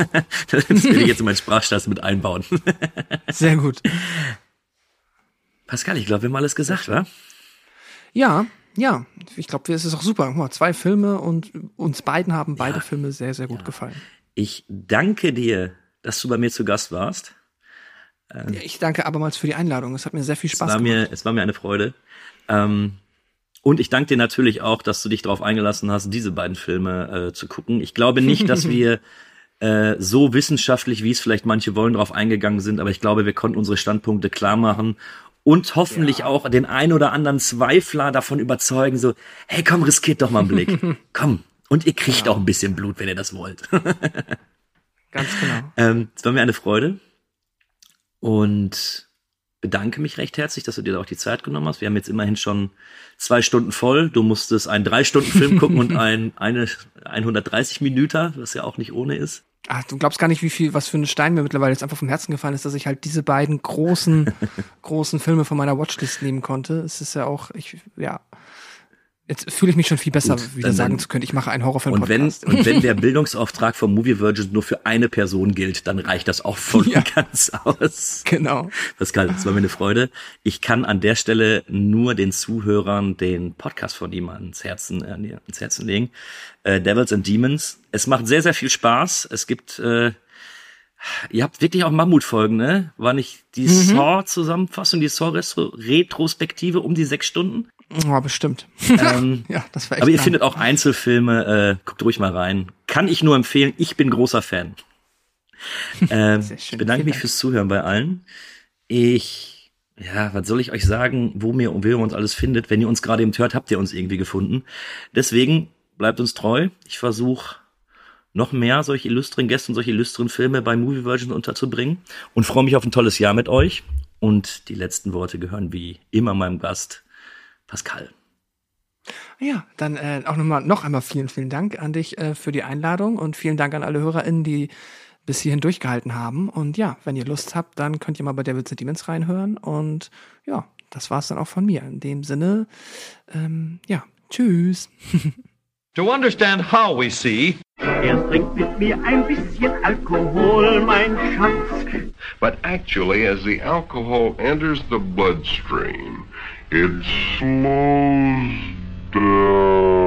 Das will ich jetzt in meinen Sprachsatz mit einbauen. Sehr gut. Pascal, ich glaube, wir haben alles gesagt, wa? Ja. ja, ich glaube, es ist auch super. Guck mal, zwei Filme und uns beiden haben beide ja. Filme sehr, sehr gut ja. gefallen. Ich danke dir, dass du bei mir zu Gast warst. Ähm, ja, ich danke abermals für die Einladung. Es hat mir sehr viel Spaß es war gemacht. Mir, es war mir eine Freude. Ähm, und ich danke dir natürlich auch, dass du dich darauf eingelassen hast, diese beiden Filme äh, zu gucken. Ich glaube nicht, dass wir äh, so wissenschaftlich, wie es vielleicht manche wollen, darauf eingegangen sind, aber ich glaube, wir konnten unsere Standpunkte klar machen und hoffentlich ja. auch den ein oder anderen Zweifler davon überzeugen, so, hey, komm, riskiert doch mal einen Blick. Komm. Und ihr kriegt ja. auch ein bisschen Blut, wenn ihr das wollt. Ganz genau. Ähm, es war mir eine Freude und bedanke mich recht herzlich, dass du dir da auch die Zeit genommen hast. Wir haben jetzt immerhin schon zwei Stunden voll. Du musstest einen Drei-Stunden-Film gucken und ein eine hundertdreißig Minuten, was ja auch nicht ohne ist. Ach, du glaubst gar nicht, wie viel, was für ein Stein mir mittlerweile jetzt einfach vom Herzen gefallen ist, dass ich halt diese beiden großen, großen Filme von meiner Watchlist nehmen konnte. Es ist ja auch, ich, ja, jetzt fühle ich mich schon viel besser, Gut, wieder sagen dann, zu können, ich mache einen Und Horrorfilm-Podcast. wenn, und wenn der Bildungsauftrag vom Movie Virgin nur für eine Person gilt, dann reicht das auch voll ja. und ganz aus. Genau. Pascal, das war mir eine Freude. Ich kann an der Stelle nur den Zuhörern den Podcast von ihm ans Herzen, äh, ans Herzen legen. Äh, Devils and Demons. Es macht sehr, sehr viel Spaß. Es gibt, äh, ihr habt wirklich auch Mammutfolgen, ne? War nicht die mhm. Saw-Zusammenfassung, die Saw-Retrospektive um die sechs Stunden? Ja, bestimmt. Ähm, ja, das war echt aber ihr lang. findet auch Einzelfilme, äh, guckt ruhig mal rein. Kann ich nur empfehlen, ich bin großer Fan. ähm, ich bedanke mich fürs Zuhören bei allen. Ich, ja, was soll ich euch sagen, wo mir und wer uns alles findet? Wenn ihr uns gerade eben hört, habt ihr uns irgendwie gefunden. Deswegen bleibt uns treu. Ich versuche noch mehr solche illustren Gäste und solche illustren Filme bei Movie Virgin unterzubringen und freue mich auf ein tolles Jahr mit euch. Und die letzten Worte gehören wie immer meinem Gast Pascal. Ja, dann äh, auch nochmal, noch einmal vielen, vielen Dank an dich äh, für die Einladung und vielen Dank an alle HörerInnen, die bis hierhin durchgehalten haben. Und ja, wenn ihr Lust habt, dann könnt ihr mal bei Devils and Demons reinhören. Und ja, das war's dann auch von mir. In dem Sinne, ähm, ja, tschüss. To understand how we see. Er trinkt mit mir ein bisschen Alkohol, mein Schatz. But actually, as the alcohol enters the bloodstream, it slows down.